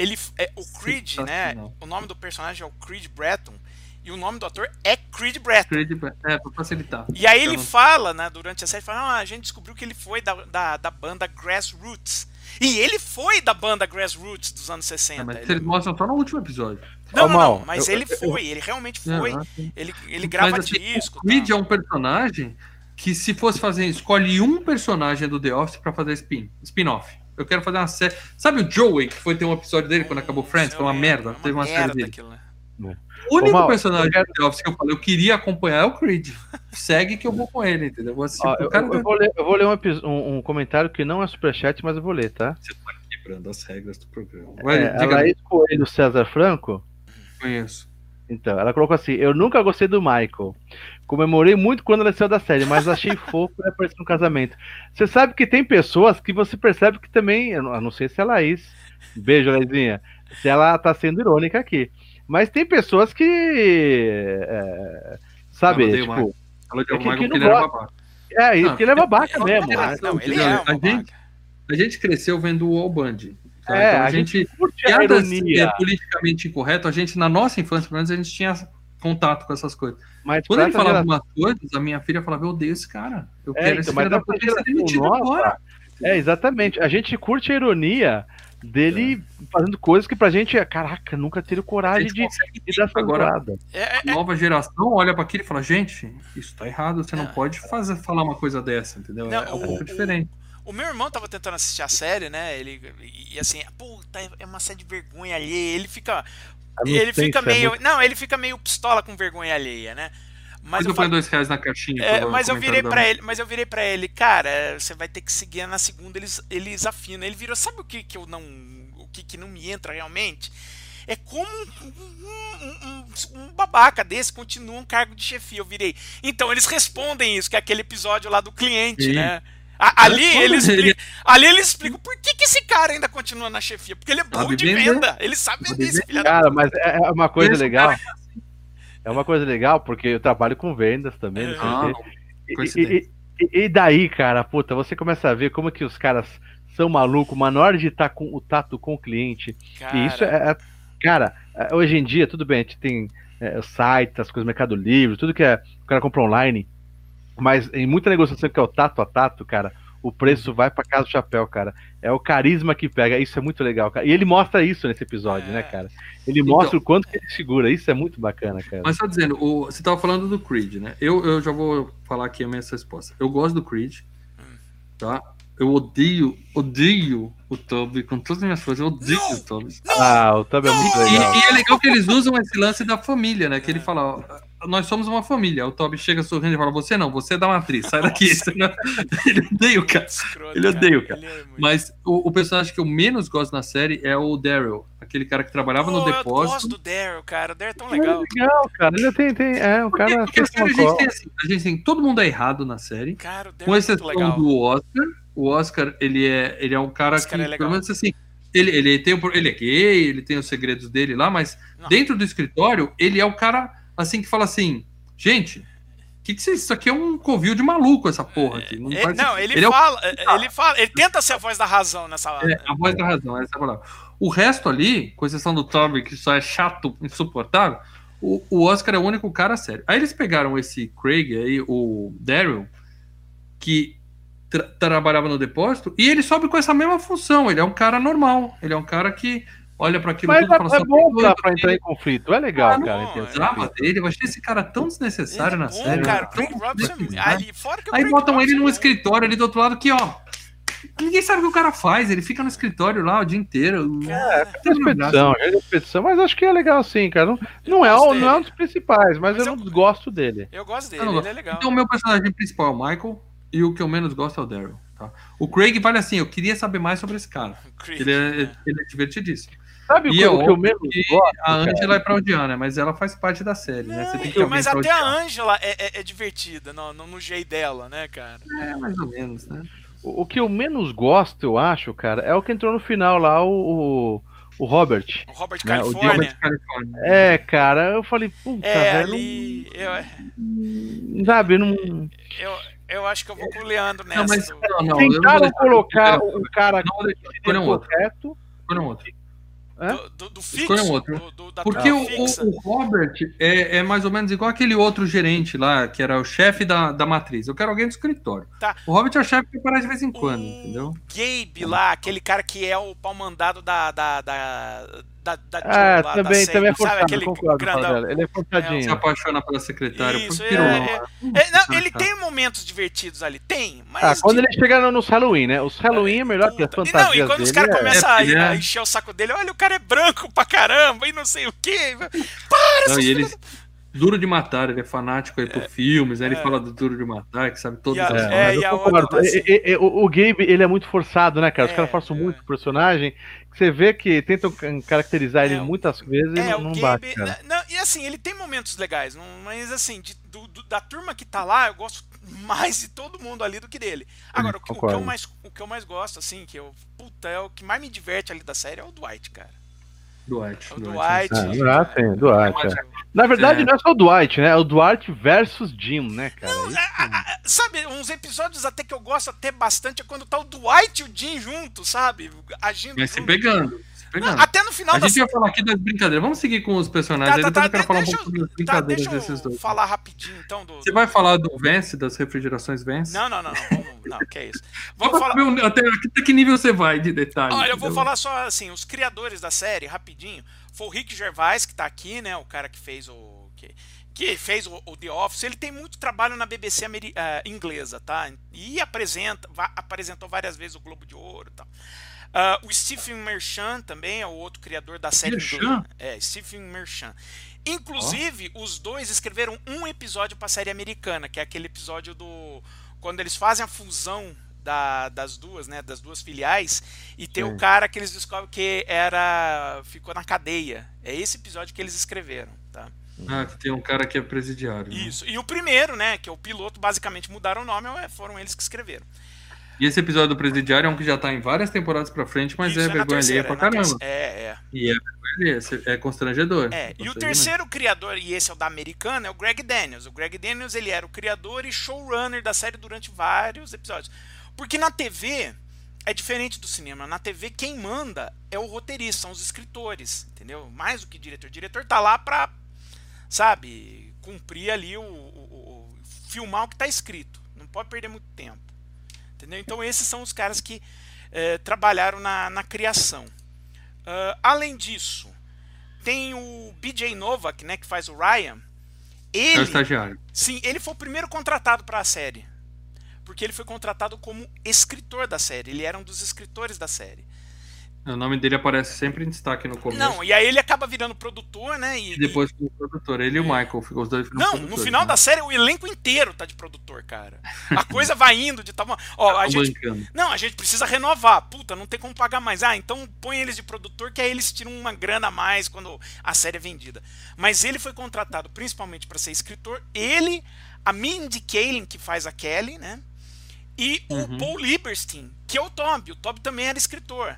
o Creed, né? O nome do personagem é o Creed Bratton. E o nome do ator é Creed Bratton. Pra facilitar. E aí ele fala, né, durante a série, a gente descobriu que ele foi da banda Grassroots. E ele foi da banda Grassroots dos anos 60. Mas eles mostram só no último episódio. Não, mas ele realmente foi. Ele grava disco. O Creed é um personagem que, se fosse fazer, escolhe um personagem do The Office pra fazer spin-off. Eu quero fazer uma série. Sabe o Joey, que foi ter um episódio dele quando acabou Friends? Foi uma merda. Teve uma série dele. O único personagem do The Office que eu falei, eu queria acompanhar é o Creed. Segue que eu vou com ele, entendeu? Eu vou ler um comentário que não é superchat, mas eu vou ler, tá? Você tá quebrando as regras do programa. A Laís Coelho César Franco? Conheço. Então, ela colocou assim: eu nunca gostei do Michael. Comemorei muito quando ela saiu da série, mas achei fofo e apareceu no casamento. Você sabe que tem pessoas que você percebe que também, eu não sei se é a Laís, beijo, Laizinha, se ela tá sendo irônica aqui. Mas tem pessoas que. Sabe? Que ele era babaca. Isso que ele é babaca mesmo. Ele é a gente cresceu vendo o Al Bundy. Então a gente curte a ironia. Politicamente incorreto, a gente, na nossa infância, pelo menos, a gente tinha contato com essas coisas. Mas quando ele falava algumas coisas, a minha filha falava: eu odeio esse cara. Eu quero esse cara da polícia demitido agora. Exatamente. A gente curte a ironia dele fazendo coisas que pra gente é, caraca, nunca teria coragem de dar essa agora. A nova geração olha para aquilo e fala, gente, isso tá errado, você não pode falar uma coisa dessa, entendeu? Não, é um pouco diferente. O meu irmão tava tentando assistir a série, né? E assim, puta, é uma série de vergonha alheia. Ele fica meio. Não, ele fica meio pistola com vergonha alheia, né? Mas eu falei R$2 na caixinha. Mas eu virei pra ele, cara, você vai ter que seguir na segunda, eles afinam. Ele virou, sabe o que não me entra realmente? É como um babaca desse continua um cargo de chefia. Eu virei. Então, eles respondem isso, que é aquele episódio lá do cliente, né? Ali eles explicam por que esse cara ainda continua na chefia. Porque ele é bom de venda. Ele sabe vender esse filho. Cara, mas é uma coisa legal. É uma coisa legal, porque eu trabalho com vendas também. E daí, cara, puta, você começa a ver como que os caras são malucos, mas na hora de estar com o tato com o cliente. Cara. E isso cara, hoje em dia, tudo bem, a gente tem sites, as coisas, Mercado Livre, tudo que o cara compra online. Mas em muita negociação que é o tato a tato, cara, o preço vai pra casa do chapéu, cara. É o carisma que pega. Isso é muito legal, cara. E ele mostra isso nesse episódio, né, cara? Ele mostra o quanto que ele segura. Isso é muito bacana, cara. Mas tá dizendo, você tava falando do Creed, né? Eu já vou falar aqui a minha resposta. Eu gosto do Creed, tá? Eu odeio o Toby com todas as minhas forças. Eu odeio o Toby. O Toby é muito legal. E é legal que eles usam esse lance da família, né? Que ele fala, ó, nós somos uma família. O Toby chega sorrindo e fala, você não, você é da matriz, sai daqui. Ele odeia o cara. Ele odeia o cara. Mas o personagem que eu menos gosto na série é o Daryl. Aquele cara que trabalhava no depósito. Eu gosto do Daryl, cara. O Daryl é tão legal. É legal, cara. Ele tem um cara... Porque a gente tem todo mundo é errado na série. Cara, o Daryl com exceção do Oscar. O Oscar, ele é um cara que, pelo menos assim, ele é gay, ele tem os segredos dele lá, mas dentro do escritório, ele é o cara, assim, que fala assim, gente, isso aqui é um covil de maluco, essa porra aqui. Ele tenta ser a voz da razão nessa hora. A voz da razão, essa é a palavra. O resto ali, com exceção do Toby, que só é chato, insuportável, o Oscar é o único cara sério. Aí eles pegaram esse Craig aí, o Daryl, que trabalhava no depósito, e ele sobe com essa mesma função. Ele é um cara normal, ele é um cara que olha para aquilo tudo e fala, é bom pra entrar em conflito, é legal, cara. Eu achei esse cara tão desnecessário na série. Cara, aí botam ele num escritório ali do outro lado que, ó, ninguém sabe o que o cara faz, ele fica no escritório lá o dia inteiro. É expedição, mas acho que é legal sim, cara. Não é um dos principais, mas eu não gosto dele. Eu gosto dele, ele é legal. Então o meu personagem principal é o Michael, e o que eu menos gosto é o Daryl. Tá? O Craig vale assim, eu queria saber mais sobre esse cara. Ele é divertidíssimo. Sabe o que eu menos gosto? A Angela é fraudiana, mas ela faz parte da série, né? Você tem que mas até a Angela é divertida no jeito dela, né, cara? É, mais ou menos, né? O que eu menos gosto, eu acho, cara, é o que entrou no final lá, o Robert. O Robert California. É, cara, eu falei, puta, velho. Ali. Sabe, não. Eu acho que eu vou com o Leandro nessa. Não, tentaram colocar o cara correto. Escolha um outro. Do fixo? Escolha um outro. Porque o Robert é mais ou menos igual aquele outro gerente lá, que era o chefe da matriz. Eu quero alguém do escritório. Tá. O Robert é o chefe que aparece de vez em quando, entendeu? Gabe lá, aquele cara que é o pau mandado da também série, é forçado, aquele grandão. Ele é forçadinho. Se apaixona pela secretária. Isso, ele tem momentos divertidos ali, mas quando ele chega nos Halloween, né? Os Halloween é melhor que as fantasias dele. E quando os caras começam a encher o saco dele, olha, o cara é branco pra caramba, e não sei o quê. Duro de Matar, ele é fanático aí por filmes, aí ele fala do Duro de Matar, que sabe todas as coisas. O Gabe, ele é muito forçado, né, cara? Os caras forçam muito o personagem. Você vê que tentam caracterizar ele muitas vezes e não bate, cara. E assim, ele tem momentos legais, mas assim, da turma que tá lá, eu gosto mais de todo mundo ali do que dele. Agora, o que eu mais gosto, assim, é o que mais me diverte ali da série é o Dwight, cara. Dwight. Na verdade, não é só o Dwight, né? É o Dwight versus Jim, né, cara? Sabe, uns episódios até que eu gosto até bastante é quando tá o Dwight e o Jim juntos, sabe? Agindo. Mas se pegando. Até no final a gente vai falar aqui das brincadeiras. Vamos seguir com os personagens. Depois eu quero falar um pouco sobre as brincadeiras desses dois. Falar rapidinho, então. Você vai falar do Vence, das refrigerações Vence? Não. Não, que é isso. Vamos falar... até que nível você vai de detalhe? Olha, eu vou falar só assim, os criadores da série, rapidinho. Foi o Rick Gervais, que tá aqui, né? O cara que fez que fez o The Office. Ele tem muito trabalho na BBC inglesa, tá? E apresentou várias vezes o Globo de Ouro e tal. O Stephen Merchant também é o outro criador da série inglesa. Stephen Merchant. Inclusive, os dois escreveram um episódio para a série americana, que é aquele episódio quando eles fazem a fusão das duas filiais, e tem o cara que eles descobrem que ficou na cadeia. É esse episódio que eles escreveram, tá? Que tem um cara que é presidiário. Isso. Né? E o primeiro, né, que é o piloto, basicamente mudaram o nome, foram eles que escreveram. E esse episódio do presidiário é um que já tá em várias temporadas pra frente, mas é vergonha alheia pra caramba. E é vergonha alheia, é constrangedor. E o terceiro criador, e esse é o da americana, é o Greg Daniels. O Greg Daniels, ele era o criador e showrunner da série durante vários episódios. Porque na TV é diferente do cinema. Na TV quem manda é o roteirista, são os escritores, entendeu? Mais do que diretor. O diretor tá lá pra, sabe, cumprir ali filmar o que tá escrito. Não pode perder muito tempo. Entendeu? Então esses são os caras que trabalharam na criação. Além disso, tem o BJ Novak, né, que faz o Ryan. Ele, é o estagiário. Sim, ele foi o primeiro contratado para a série. Porque ele foi contratado como escritor da série. Ele era um dos escritores da série. O nome dele aparece sempre em destaque no começo. Não, e aí ele acaba virando produtor, né? E depois ficou produtor. Ele e o Michael ficou os dois. Não, no final da série o elenco inteiro tá de produtor, cara. A coisa vai indo de tamanho. A gente precisa renovar. Puta, não tem como pagar mais. Então põe eles de produtor, que aí eles tiram uma grana a mais quando a série é vendida. Mas ele foi contratado principalmente para ser escritor. Ele, a Mindy Kaling, que faz a Kelly, né? E o Paul Lieberstein, que é o Toby. O Toby também era escritor.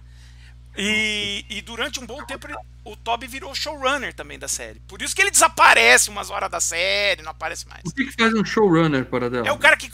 E durante um bom tempo o Toby virou showrunner também da série. Por isso que ele desaparece umas horas da série, não aparece mais. O que faz um showrunner, para dela? É o cara que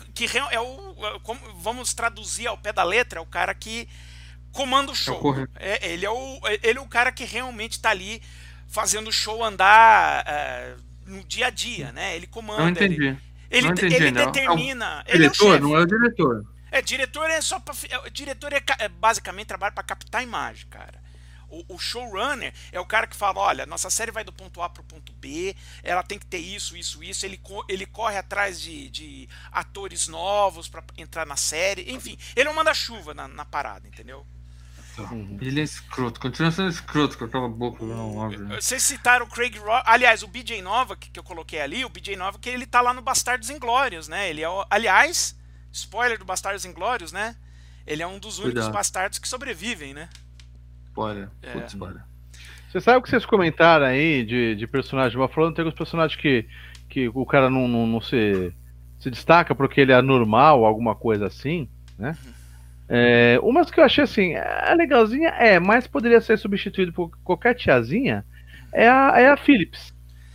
vamos traduzir ao pé da letra, é o cara que comanda o show. Ele é o cara que realmente está ali fazendo o show andar no dia a dia, né? Ele comanda. Não entendi. Ele determina. Diretor, não é o diretor. Diretor é só pra. Diretor basicamente trabalha para captar a imagem, cara. O showrunner é o cara que fala: olha, nossa série vai do ponto A pro ponto B, ela tem que ter isso. Ele corre atrás de atores novos para entrar na série. Enfim, ele é um manda-chuva na parada, entendeu? Ele é escroto, continua sendo escroto com aquela boca, não, óbvio. Vocês citaram o Craig Ross. Aliás, o BJ Novak que eu coloquei ali, o BJ Novak, ele tá lá no Bastardos Inglórios, né? Ele é aliás. Spoiler do Bastardos Inglórios, né? Ele é um dos únicos bastardos que sobrevivem, né? Spoiler. Spoiler. Você sabe o que vocês comentaram aí de personagem? Falando, tem alguns personagens que o cara não se destaca porque ele é normal, alguma coisa assim, né? Umas que eu achei assim, legalzinha, mas poderia ser substituído por qualquer tiazinha, é a Phillips.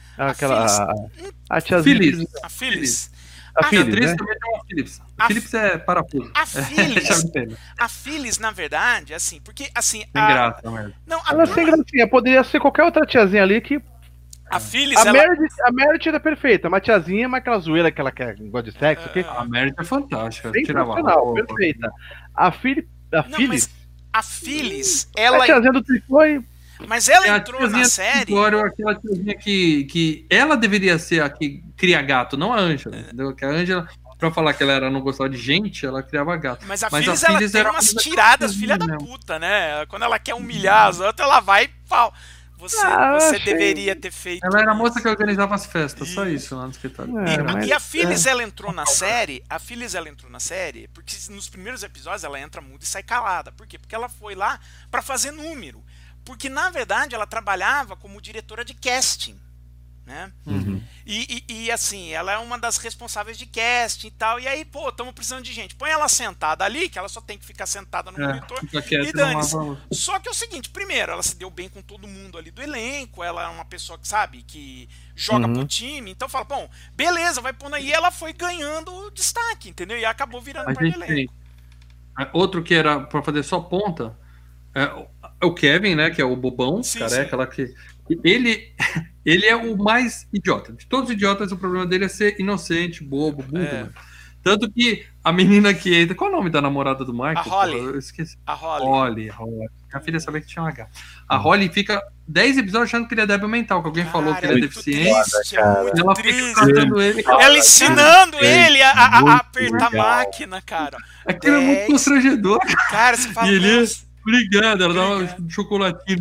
A tiazinha. A Phyllis. A Phyllis, né? Também é uma Phillips. A Phillips é parafuso. A Phyllis, na verdade, assim, porque assim. Tem graça mesmo. Ela sem gracinha, poderia ser qualquer outra tiazinha ali que. A Phyllis, a Meredith é perfeita, uma tiazinha, mas aquela zoeira que ela quer, gosta de sexo. A Meredith é fantástica. Sensacional, perfeita. A Phyllis. A Phyllis, ela. A tiazinha do tricô e. Mas ela entrou na série. Aquela tiazinha que ela deveria ser a que cria gato, não a Angela. Entendeu? Que a Angela, pra falar que ela não gostava de gente, ela criava gato. Mas a Phyllis ela tem umas tiradas, filha da puta, né? Quando ela quer humilhar as outras, ela vai e pau. Você deveria ter feito. Ela era a moça que organizava as festas, só isso lá no escritório. E a Phyllis, ela entrou na série. A Phyllis, ela entrou na série porque nos primeiros episódios ela entra muda e sai calada. Por quê? Porque ela foi lá pra fazer número. Porque, na verdade, ela trabalhava como diretora de casting, né? E assim, ela é uma das responsáveis de casting e tal. E aí, estamos precisando de gente. Põe ela sentada ali, que ela só tem que ficar sentada no monitor e dane-se. Só que é o seguinte, primeiro, ela se deu bem com todo mundo ali do elenco. Ela é uma pessoa que, sabe, que joga pro time. Então fala, bom, beleza, vai pondo aí. E ela foi ganhando destaque, entendeu? E acabou virando parte do elenco. Outro que era pra fazer só ponta... o Kevin, né? Que é o bobão, careca lá que... Ele é o mais idiota. De todos os idiotas, o problema dele é ser inocente, bobo, burro. Né? Tanto que a menina que entra... Qual é o nome da namorada do Michael? A Holly. Eu esqueci. A Holly. A filha sabia que tinha um H. A Holly fica 10 episódios achando que ele é débil mental, que alguém falou que ele é deficiente. Triste, é muito ela triste. fica tratando ele. Ela ensinando ele a apertar a máquina, cara. Aquilo é muito constrangedor. Cara, você fala... E ele... Obrigado, ela dá um chocolatinho.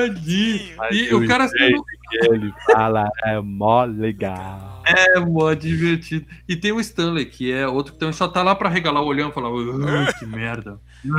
E o cara... que ele fala é mó legal. É mó divertido. E tem o Stanley, que é outro que também só tá lá pra regalar o olhão e falar que merda.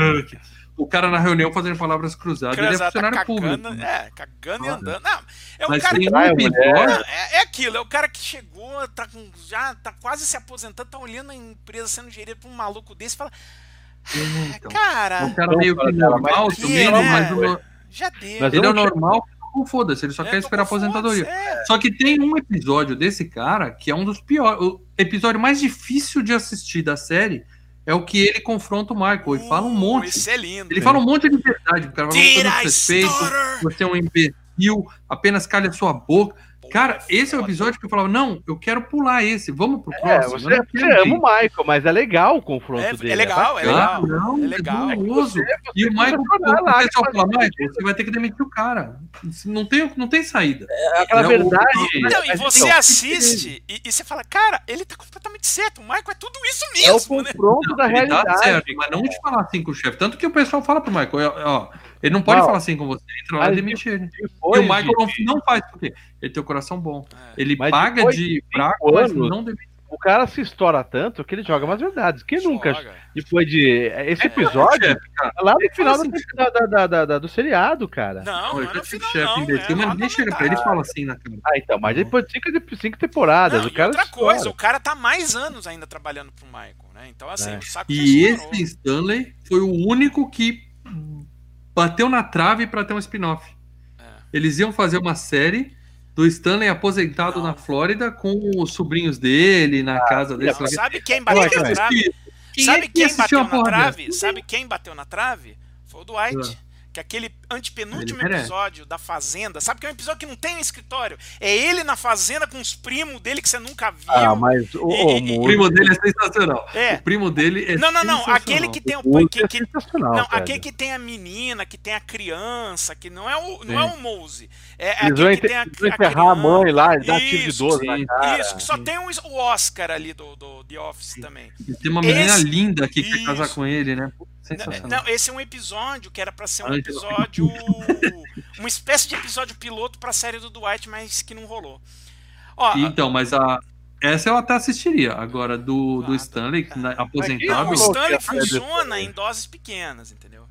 O cara na reunião fazendo palavras cruzadas. Ele é funcionário público. Cagando e andando. Não, é mas um cara tem que... um episódio... É aquilo, é o cara que chegou, já tá quase se aposentando, tá olhando a empresa sendo gerida por um maluco desse e fala... Então, cara... O cara meio que normal também, mas... Já deu. Mas ele é normal, foda-se, ele só quer esperar a aposentadoria. Só que tem um episódio desse cara que é um dos piores. O episódio mais difícil de assistir da série é o que ele confronta o Michael e fala um monte. Esse é lindo. Ele fala um monte de verdade. O cara vai falando respeito, você é um imbecil, apenas calha a sua boca. Cara, esse é o episódio que eu falava, não, eu quero pular esse, vamos pro próximo. Você ama o Michael, mas é legal o confronto dele. É legal, é legal. Não, é legal. E o Michael, o pessoal fala, Michael, você vai ter que demitir o cara. Não tem saída. É aquela verdade. Não, e você assiste e você fala, cara, ele tá completamente certo. O Michael é tudo isso mesmo. É o confronto da realidade. Tá certo, mas não de falar assim com o chefe. Tanto que o pessoal fala pro Michael, ó, ele não pode falar assim com você, entra lá e demitir ele. E o Michael não faz, por quê? Ele tem o coração bom. Ele paga de fraco, mas não demite. O cara se estoura tanto que ele joga umas verdades. Quem nunca, depois de... Esse episódio, lá no final do seriado, cara. Não é no final, mas ninguém chega pra ele e fala assim na câmera. Então, mas depois de 5 temporadas, o cara... Outra coisa, o cara tá mais anos ainda trabalhando pro Michael, né? Então, assim, o saco E esse Stanley foi o único que bateu na trave pra ter um spin-off. Eles iam fazer uma série do Stanley aposentado na Flórida com os sobrinhos dele na casa dele. Sabe quem bateu na trave? Sabe quem bateu na trave? Sabe quem bateu na trave? Foi o Dwight. Que aquele antepenúltimo episódio da Fazenda, sabe que é um episódio que não tem um escritório? É ele na Fazenda com os primos dele que você nunca viu. Mas o primo dele é sensacional. O primo dele é Não, aquele que tem aquele que tem a menina, que tem a criança, que não é o Mose. É aquele que tem a enterrar a mãe lá, dar tiro de 12 na cara. Isso, que só tem o Oscar ali do The Office também. E tem uma menina linda que quer casar com ele, né? Não, esse é um episódio que era pra ser um episódio... uma espécie de episódio piloto pra série do Dwight, mas que não rolou. Então, mas essa eu até assistiria. Agora, do Stanley, aposentado... O Stanley funciona em doses pequenas, entendeu?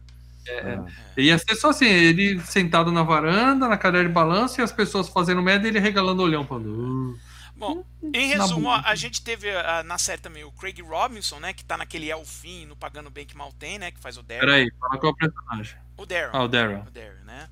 Ia ser só assim, ele sentado na varanda, na cadeira de balanço, e as pessoas fazendo merda e ele regalando o olhão, falando... Bom, em resumo, a gente teve na série também o Craig Robinson, né, que tá naquele Elfim, no Pagando Bem Que Mal Tem, né, que faz o Daryl. Peraí, fala qual é o personagem. O Daryl. O Daryl, né.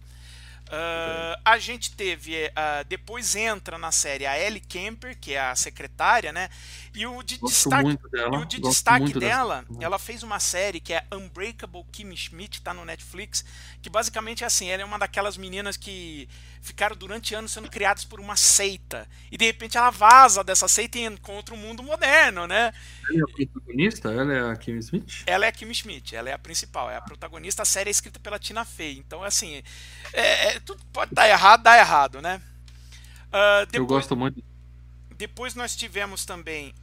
A gente teve, depois entra na série a Ellie Kemper, que é a secretária, né, e o de destaque dela, ela fez uma série que é Unbreakable Kimmy Schmidt, que tá no Netflix, que basicamente é assim, ela é uma daquelas meninas que ficaram durante anos sendo criadas por uma seita, e de repente ela vaza dessa seita e encontra o mundo moderno, né? Ela é a protagonista? Ela é a Kimmy Schmidt? Ela é a Kimmy Schmidt, ela é a principal, é a protagonista. A série é escrita pela Tina Fey, então assim, tudo pode dar errado, né? Eu gosto muito. Depois nós tivemos também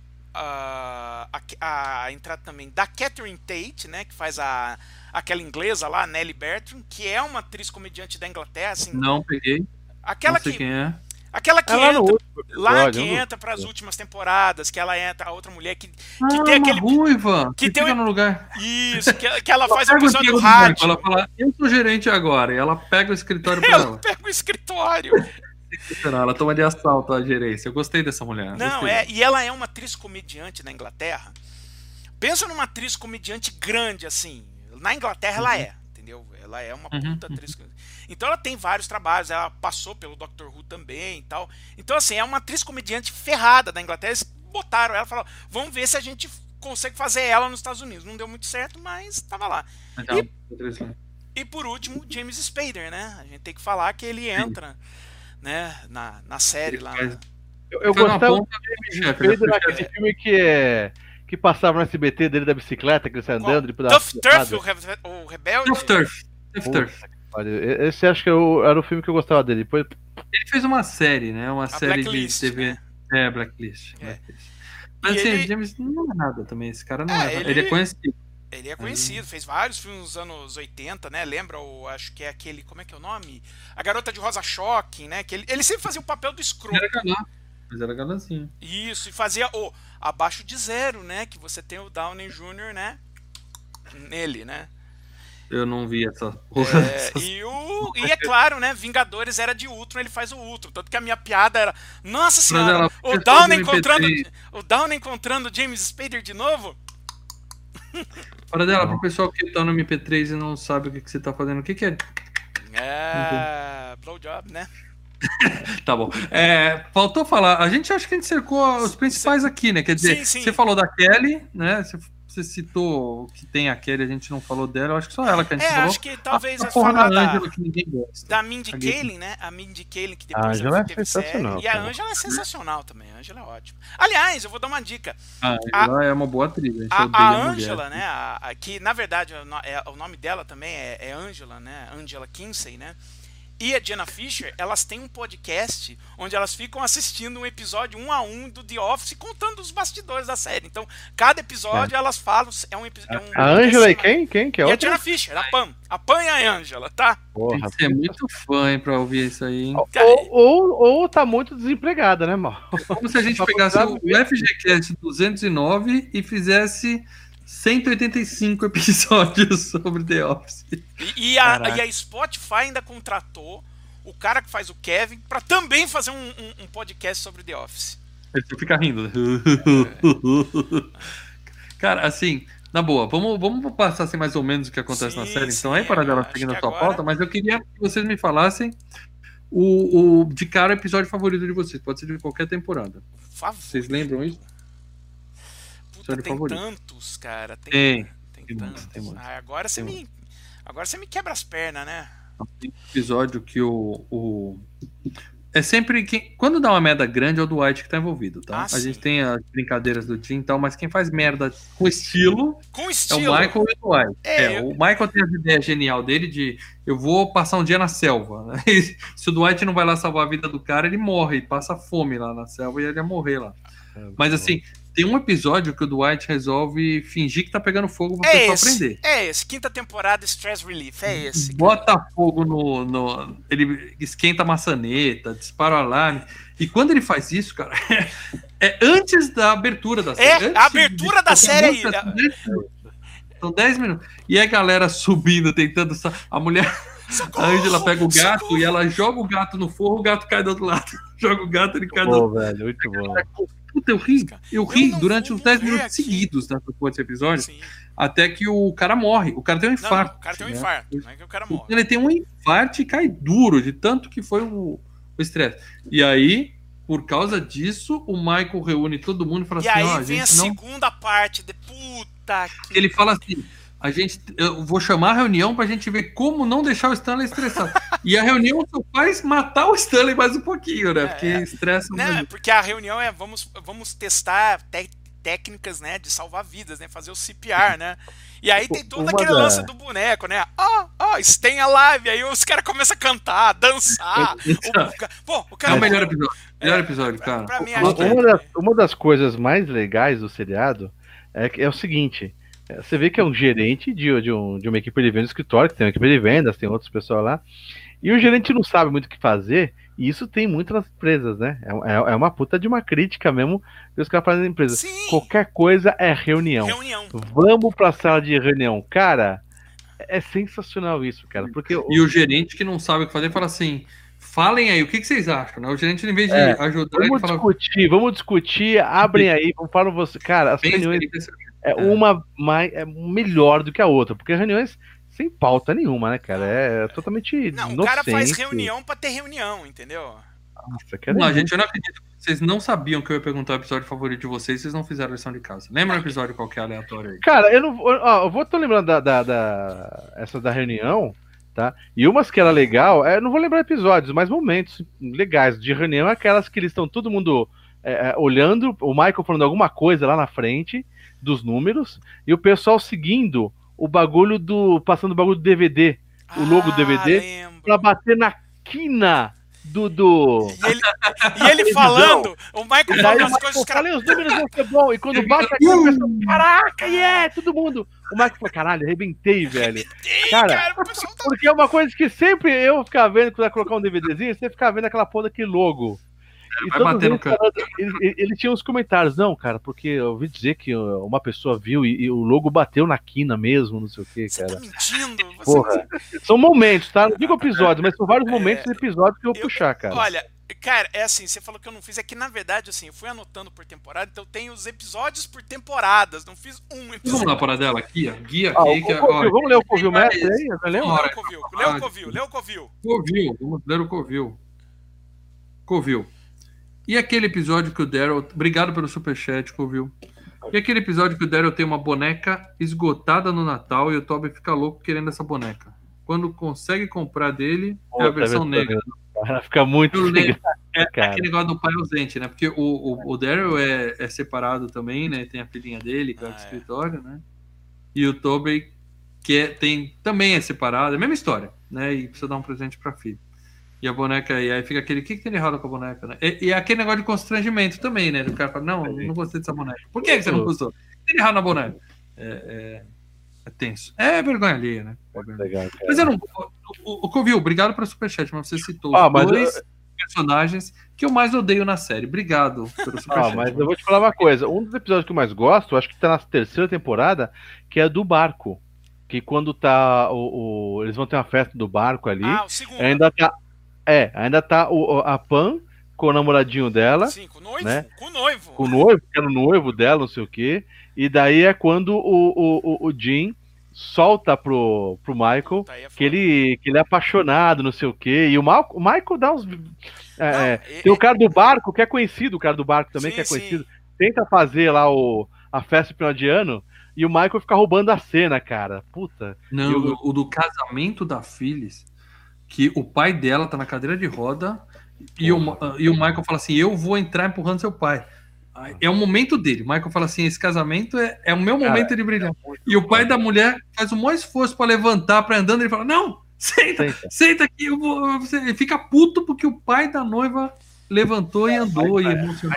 a entrada também da Catherine Tate, né, que faz aquela inglesa lá, Nellie Bertram, que é uma atriz comediante da Inglaterra, assim. Não peguei. Aquela não sei quem é. Aquela que entra para as últimas temporadas, que ela entra, a outra mulher que tem aquele ruiva, que tem fica no lugar. Isso, que ela faz o episódio rádio. Ela fala, eu sou gerente agora, e ela pega o escritório para ela. Ela pega o escritório. Ela toma de assalto a gerência. Eu gostei dessa mulher. E ela é uma atriz comediante na Inglaterra. Pensa numa atriz comediante grande, assim. Na Inglaterra ela é, entendeu? Ela é uma puta atriz. Então ela tem vários trabalhos, ela passou pelo Doctor Who também e tal. Então, assim, é uma atriz comediante ferrada da Inglaterra. Eles botaram ela e falaram, vamos ver se a gente consegue fazer ela nos Estados Unidos. Não deu muito certo, mas tava lá. E por último, James Spader, né? A gente tem que falar que ele entra, né, na série lá. Eu gostava do James Spader naquele filme que passava no SBT dele da bicicleta, que ele sai andando. Tough Turf, o Rebelde? Tough Turf. Esse acho que era o filme que eu gostava dele. Depois... Ele fez uma série, né? Uma série Blacklist, de TV. né? Blacklist. Mas assim, ele... James não é nada também. Esse cara não é. Ele é conhecido. Ele é conhecido, fez vários filmes nos anos 80, né? Lembra, acho que é aquele, como é que é o nome? A Garota de Rosa Shocking, né? Que ele sempre fazia o papel do escroto. Mas era galãzinho. Isso, e fazia o Abaixo de Zero, né? Que você tem o Downey Jr., né? Nele, né? Eu não vi essa porra. E é claro, né? Vingadores era de Ultron, ele faz o Ultron. Tanto que a minha piada era, nossa senhora, o Downey encontrando James Spader de novo? Para dela, pro pessoal que tá no MP3 e não sabe o que você tá fazendo, o que é? Blowjob, né? Tá bom. Faltou falar, a gente acha que a gente cercou os principais aqui, né? Quer dizer, sim. Você falou da Kelly, né? Você citou que tem a Kelly, a gente não falou dela, eu acho que só ela que a gente falou. Acho que talvez a falar da que ninguém gosta. Da Mindy Kaling, né? A Mindy Kaling, que depois a Angela é sensacional. Série. E a Angela é sensacional também. A Angela é ótima. Aliás, eu vou dar uma dica. Ela é uma boa atriz. A Angela, né? Que na verdade o nome dela também é Angela, né? Angela Kinsey, né? E a Jenna Fischer, elas têm um podcast onde elas ficam assistindo um episódio 1 a 1 do The Office, contando os bastidores da série. Então, cada episódio elas falam... A Angela e quem? Quem que é outra? E a Jenna Fischer, a Pam. A Pam e a Angela, tá? Porra, você é muito fã, hein, pra ouvir isso aí, hein? Ou tá muito desempregada, né, mal? Como se a gente pegasse o FGCast 209 e fizesse 185 episódios sobre The Office. E a Spotify ainda contratou o cara que faz o Kevin pra também fazer um podcast sobre The Office. Ele fica rindo. Cara, assim, na boa, vamos passar assim, mais ou menos o que acontece na série. Então, aí para dela seguindo a sua pauta, mas eu queria que vocês me falassem de cara o episódio favorito de vocês. Pode ser de qualquer temporada. Vocês lembram isso? Tem tantos, cara. Tem tantos. Agora você me quebra as pernas, né? Tem um episódio que é sempre quando dá uma merda grande é o Dwight que tá envolvido, tá? A gente tem as brincadeiras do Tim e tal, mas quem faz merda com estilo é o Michael e o Dwight. O Michael tem as ideias genial dele de eu vou passar um dia na selva. Se o Dwight não vai lá salvar a vida do cara, ele morre, passa fome lá na selva e ele ia morrer lá. Mas assim, tem um episódio que o Dwight resolve fingir que tá pegando fogo pra pessoal aprender. É esse, quinta temporada, Stress Relief, é esse. Bota fogo ele esquenta a maçaneta, dispara o alarme. E quando ele faz isso, cara, é antes da abertura da série. A abertura da série aí. São 10 minutos. E a galera subindo, tentando... A mulher... Socorro, a Angela pega o gato e ela joga o gato no forro, o gato cai do outro lado. Joga o gato, ele cai do outro lado. Velho, muito bom. Puta, eu ri durante uns 10 minutos seguidos nesse episódio, até que o cara morre. O cara tem um infarto. O cara tem um infarto, não é que o cara morre. Ele tem um infarto e cai duro, de tanto que foi o estresse. E aí, por causa disso, o Michael reúne todo mundo e fala assim... E aí vem a segunda parte de puta que... Ele fala assim... Eu vou chamar a reunião pra gente ver como não deixar o Stanley estressado. E a reunião só faz matar o Stanley mais um pouquinho, né? Porque estressa muito. Porque a reunião é vamos testar técnicas, né, de salvar vidas, né? Fazer o CPR, né? E aí tem todo aquele lance do boneco, né? Stay alive. Aí os caras começam a cantar, dançar. O cara é o melhor episódio. Melhor episódio, cara. Pra mim, uma das coisas mais legais do seriado é o seguinte... Você vê que é um gerente de uma equipe de vendas, um escritório, que tem uma equipe de vendas, tem outros pessoal lá, e o gerente não sabe muito o que fazer, e isso tem muito nas empresas, né? É uma puta de uma crítica mesmo que os caras fazem na empresa. Sim. Qualquer coisa é reunião. Vamos pra sala de reunião. Cara, é sensacional isso, cara. Porque o gerente que não sabe o que fazer fala assim... Falem aí, o que vocês acham, né? O gerente, em vez de ajudar... Vamos discutir, abrem aí, vamos falar você. Cara, as reuniões uma melhor do que a outra, porque reuniões sem pauta nenhuma, né, cara? É totalmente o cara faz reunião pra ter reunião, entendeu? Nossa, vamos lá, gente, eu não acredito. Vocês não sabiam que eu ia perguntar o episódio favorito de vocês não fizeram a lição de casa. Lembra um episódio qualquer aleatório aí? Cara, eu tô lembrando essa da reunião, tá? E umas que era legal, eu não vou lembrar episódios, mas momentos legais de reunião é aquelas que eles estão todo mundo olhando, o Michael falando alguma coisa lá na frente dos números, e o pessoal seguindo o bagulho passando o bagulho do DVD, o logo do DVD, lembro. pra bater na quina do... E ele falando, o Michael falando as coisas... Falei, os números vão ser bons, e quando bate aqui, o pessoal, caraca, todo mundo... O Michael fala, caralho, arrebentei, velho. Cara, porque é uma coisa que sempre eu ficava vendo, quando ia colocar um DVDzinho, você ficava vendo aquela porra daquele logo. E vai bater no canto. Ele tinha uns comentários, não, cara, porque eu ouvi dizer que uma pessoa viu e o logo bateu na quina mesmo, não sei o que, cara. Você tá mentindo? Porra. São momentos, tá? Não digo episódios, mas são vários momentos e episódios que eu vou puxar, cara. Olha, cara, é assim, você falou que eu não fiz, é que na verdade, assim, eu fui anotando por temporada, então eu tenho os episódios por temporadas, não fiz um episódio. Vamos lá, para dela aqui, ó. Guia aqui. Vamos ler o Covil Mestre aí? Lê o Covil. Vamos ler o Covil. Covil. E aquele episódio que o Daryl... Obrigado pelo superchat, Covil. E aquele episódio que o Daryl tem uma boneca esgotada no Natal e o Toby fica louco querendo essa boneca. Quando consegue comprar dele, é a versão negra. Ela fica muito legal. É aquele negócio do pai ausente, né? Porque o Daryl é separado também, né? Tem a filhinha dele, que é do escritório, né? E o Toby, também é separado. É a mesma história, né? E precisa dar um presente pra filha. E a boneca, e aí fica aquele, o que tem de errado com a boneca, né? E aquele negócio de constrangimento também, né? O cara fala, não gostei dessa boneca. Por que você não gostou? O que tem de errado na boneca? É tenso. É vergonha alheia, né? Legal, mas eu não... O Covil, obrigado pelo superchat, mas você citou os dois personagens que eu mais odeio na série. Obrigado pelo superchat. Mas eu vou te falar uma coisa. Um dos episódios que eu mais gosto, acho que tá na terceira temporada, que é do barco. Que quando tá eles vão ter uma festa do barco ali. O segundo. Ainda tá a Pam com o namoradinho dela. Sim, com o noivo. Né? Com o noivo. Com o noivo, que era o noivo dela, não sei o quê. E daí é quando o Jim solta pro Michael que ele é apaixonado, não sei o quê. E o Michael dá uns... tem o cara do barco, que é conhecido, o cara do barco também, que é conhecido. Sim. Tenta fazer lá a festa final de ano e o Michael fica roubando a cena, cara. Puta. Não, o do casamento da Phyllis, que o pai dela tá na cadeira de roda e o Michael fala assim, eu vou entrar empurrando seu pai. É o momento dele. O Michael fala assim, esse casamento é o meu momento de brilhar. E o pai da mulher faz o maior esforço pra levantar, pra andando, ele fala, não, senta aqui, ele fica puto porque o pai da noiva levantou e andou e emocionou.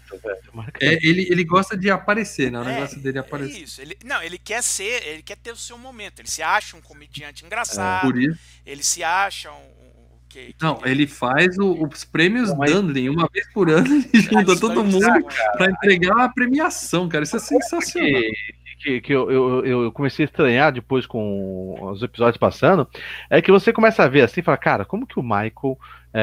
Ele gosta de aparecer, né? O negócio dele é aparecer. Isso. Ele quer ter o seu momento. Ele se acha um comediante engraçado. Por isso. Ele se acha ele faz os prêmios Dudley uma vez por ano e junta todo mundo para entregar a premiação, cara. Isso é sensacional. Que eu comecei a estranhar depois com os episódios passando, é que você começa a ver assim, fala, cara, como que o Michael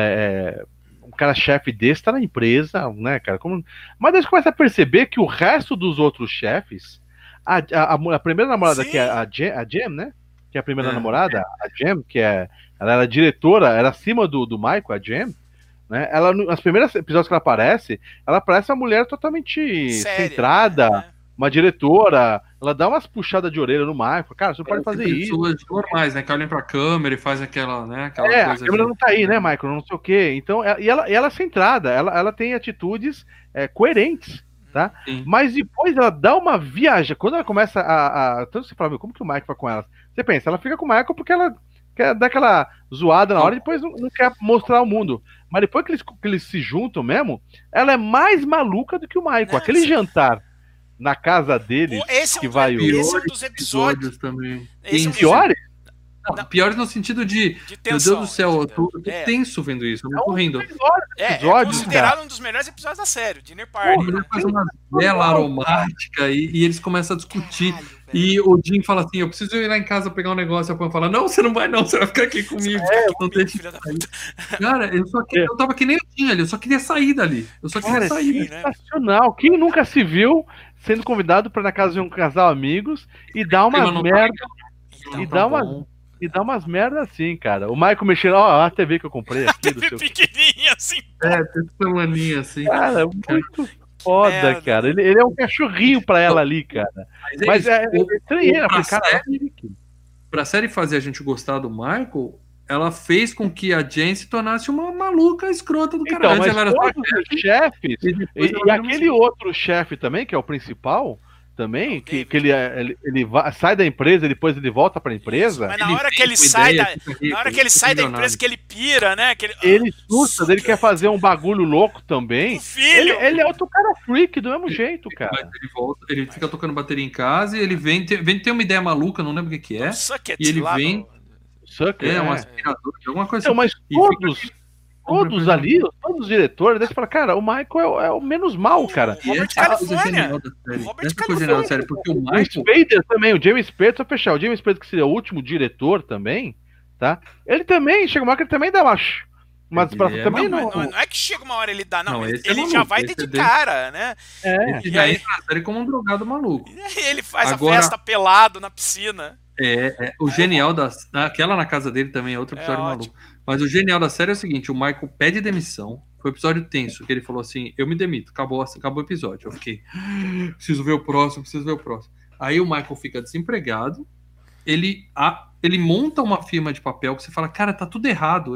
um cara chefe desse tá na empresa, né, cara? Mas daí você começa a perceber que o resto dos outros chefes, a primeira namorada, que é a Jem, né? Que é a primeira namorada, a Jem, ela era diretora, era acima do Michael, a Jem, né? Ela, nos primeiros episódios que ela aparece uma mulher totalmente séria, centrada, né? Uma diretora, ela dá umas puxadas de orelha no Michael, cara, você não pode fazer isso. Pessoas normais, né, que olham pra câmera e faz aquela, né, aquela coisa. A câmera não tá aí, né, Michael, não sei o quê. Então, ela é centrada, ela tem atitudes coerentes, tá? Sim. Mas depois ela dá uma viagem, quando ela começa tanto você fala, como que o Michael vai com ela? Você pensa, ela fica com o Michael porque ela quer dar aquela zoada na hora e depois não quer mostrar ao mundo. Mas depois que eles se juntam mesmo, ela é mais maluca do que o Michael. Aquele jantar na casa dele, esse que vai esse é um dos episódios também. Piores? Não, piores no sentido de tensão, meu Deus do céu, eu tô tenso vendo isso, eu tô rindo. É considerado um dos melhores episódios da série, o Dinner Party. Ele faz uma vela aromática e eles começam a discutir. Caralho, e o Jim fala assim, eu preciso ir lá em casa pegar um negócio. E a Pam fala, não, você não vai não, você vai ficar aqui comigo. Não tem filha da puta. Cara, eu tava que nem o Jim ali, eu só queria sair dali. Eu só queria sair. Sensacional. Quem nunca se viu sendo convidado para na casa de um casal amigos e dar uma merda. E dar uma... E dá umas merda assim, cara. O Michael mexendo, ó, a TV que eu comprei aqui. A TV pequenininha assim. Tem tamanhinho assim. Cara, muito foda, cara. Ele é um cachorrinho pra ela ali, cara. Mas estranhei, cara. Pra série fazer a gente gostar do Michael, ela fez com que a Jen se tornasse uma maluca escrota do caralho. Mas ela era os chefes, e aquele outro chefe também, que é o principal, também, que ele sai da empresa e depois ele volta pra empresa. Mas na hora que ele sai da empresa, que ele pira, né? Ele assusta, ele quer fazer um bagulho louco também. O filho! Ele é outro cara freak do mesmo jeito, cara. Mas ele volta, ele fica tocando bateria em casa e ele vem ter uma ideia maluca, não lembro o que é. E ele vem... um aspirador, alguma coisa assim. Mas todos ali, todos os diretores, daí você fala, cara, o Michael é o menos mal, cara. Robert California. Porque o Michael... Spader também, o James Spader, só fechar, o James Spader, que seria o último diretor também, tá? Ele também, chega uma hora que ele também dá mas também não é que chega uma hora ele dá, não ele já vai de cara, né? E aí entra na série como um drogado maluco. Ele faz a festa pelado na piscina. O genial aquela na casa dele também é outro episódio maluco. Mas o genial da série é o seguinte, o Michael pede demissão, foi um episódio tenso, que ele falou assim, eu me demito, acabou o episódio. Eu fiquei, preciso ver o próximo. Aí o Michael fica desempregado, ele monta uma firma de papel que você fala, cara, tá tudo errado,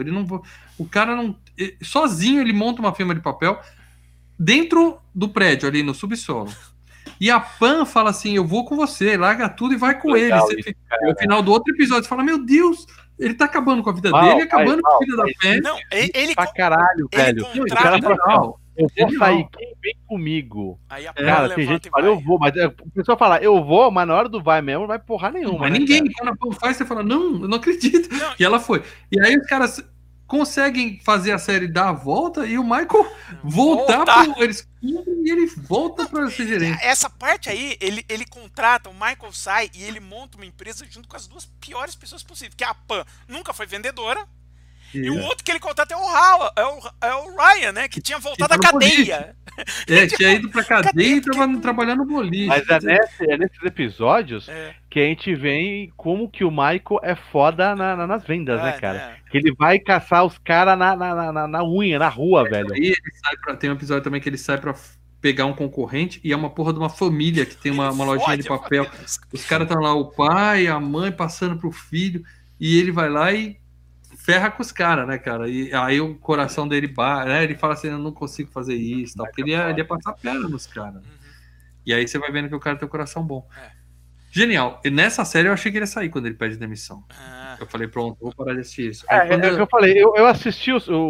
sozinho ele monta uma firma de papel dentro do prédio, ali no subsolo. E a Pam fala assim, eu vou com você, larga tudo e vai com ele. No final do outro episódio, você fala, meu Deus, ele tá acabando com a vida dele, acabando com a vida da Pam. Não, ele pra caralho, velho. O cara fala, eu vou sair, quem vem comigo? Aí a cara, tem gente que fala, eu vou, mas o pessoal fala, eu vou, mas na hora do vai mesmo, não vai porra nenhuma. Mas ninguém, quando a Pam faz, você fala, não, eu não acredito. E ela foi. E aí os caras conseguem fazer a série dar a volta e o Michael voltar. E ele volta para ser gerente. Essa parte aí, ele contrata, o Michael sai e ele monta uma empresa junto com as duas piores pessoas possíveis, que a Pam nunca foi vendedora, e o outro que ele contrata é o Ryan, né, que tinha voltado da cadeia. Tinha ido pra cadeia e tava trabalhando no boliche. Mas é nesses episódios que a gente vê como que o Michael é foda nas vendas, né, cara? Que ele vai caçar os caras na unha, na rua, velho. Aí ele tem um episódio também que ele sai pra pegar um concorrente e é uma porra de uma família que tem uma lojinha de papel. Os caras estão lá, o pai, a mãe passando pro filho, e ele vai lá e ferra com os caras, né, cara? E aí o coração dele bate, né? Ele fala assim, eu não consigo fazer isso, tal, porque ele ia passar perna nos caras. E aí você vai vendo que o cara tem um coração bom. Genial. E nessa série eu achei que ele ia sair quando ele pede demissão. Eu falei, pronto, vou parar de assistir isso. Eu falei, eu assisti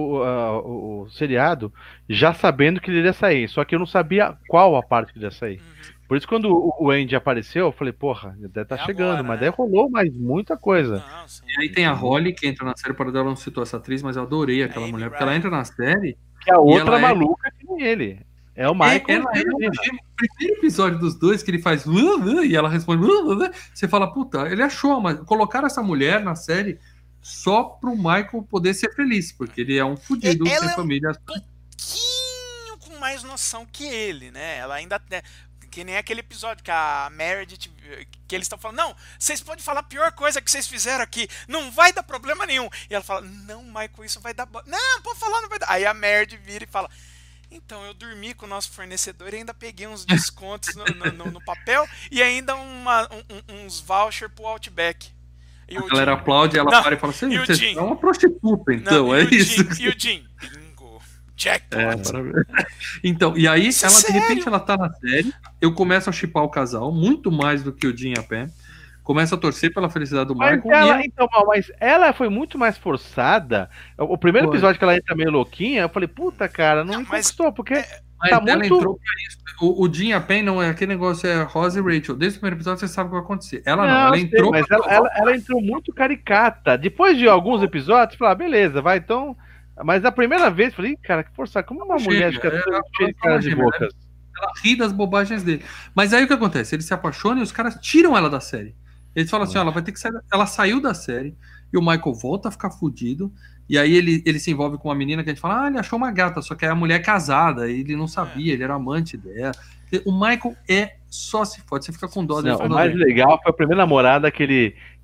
o seriado já sabendo que ele ia sair, só que eu não sabia qual a parte que ele ia sair. Por isso, quando o Andy apareceu, eu falei, porra, deve estar chegando, agora, mas daí rolou mais muita coisa. E aí tem a Holly, que entra na série, para dela não citou essa atriz, mas eu adorei aquela mulher, porque ela entra na série... Que a outra maluca que nem ele. É o Michael. Ela é o primeiro episódio dos dois que ele faz e ela responde você fala, puta, ele achou, mas colocaram essa mulher na série só pro Michael poder ser feliz, porque ele é um fudido sem família. Um pouquinho com mais noção que ele, né? Ela ainda... Que nem aquele episódio que a Meredith, que eles estão falando, não, vocês podem falar a pior coisa que vocês fizeram aqui, não vai dar problema nenhum. E ela fala, não, Michael, isso vai dar... Não, pode falar, não vai dar. Aí a Meredith vira e fala, então, eu dormi com o nosso fornecedor e ainda peguei uns descontos no papel e ainda uns vouchers pro Outback. E a galera aplaude e ela para e fala assim, você é uma prostituta, então, é isso. E o Jim, jackpot. Então, e aí, ela de repente, ela tá na série, eu começo a shippar o casal, muito mais do que o Jim e a Pam, começo a torcer pela felicidade do Michael. Mas ela foi muito mais forçada. O primeiro episódio que ela entra meio louquinha, eu falei, puta, cara, não me conquistou, porque mas tá ela muito... entrou pra isso. O Jim e a Pam não é aquele negócio, é Rosa e Rachel. Desde o primeiro episódio você sabe o que vai acontecer. Ela entrou. Mas ela entrou muito caricata. Depois de alguns episódios, você fala, beleza, vai, então. Mas a primeira vez, eu falei, cara, que forçar, como uma mulher fica cheia de cara de bocas. Ela ri das bobagens dele. Mas aí o que acontece? Ele se apaixona e os caras tiram ela da série. Eles falam assim, ela vai ter que sair. Ela saiu da série e o Michael volta a ficar fudido. E aí ele se envolve com uma menina que a gente fala, ele achou uma gata, só que é a mulher casada, ele não sabia, ele era amante dela. O Michael só se fode, você fica com dó dele. O mais legal foi a primeira namorada que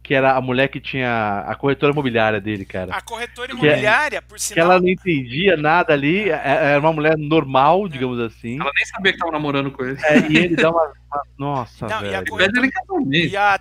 que era a mulher que tinha a corretora imobiliária dele, cara. A corretora imobiliária, por sinal... Que ela não entendia nada ali, era uma mulher normal, digamos assim. Ela nem sabia que tava namorando com ele. E ele dá uma... Nossa, não, velho. E a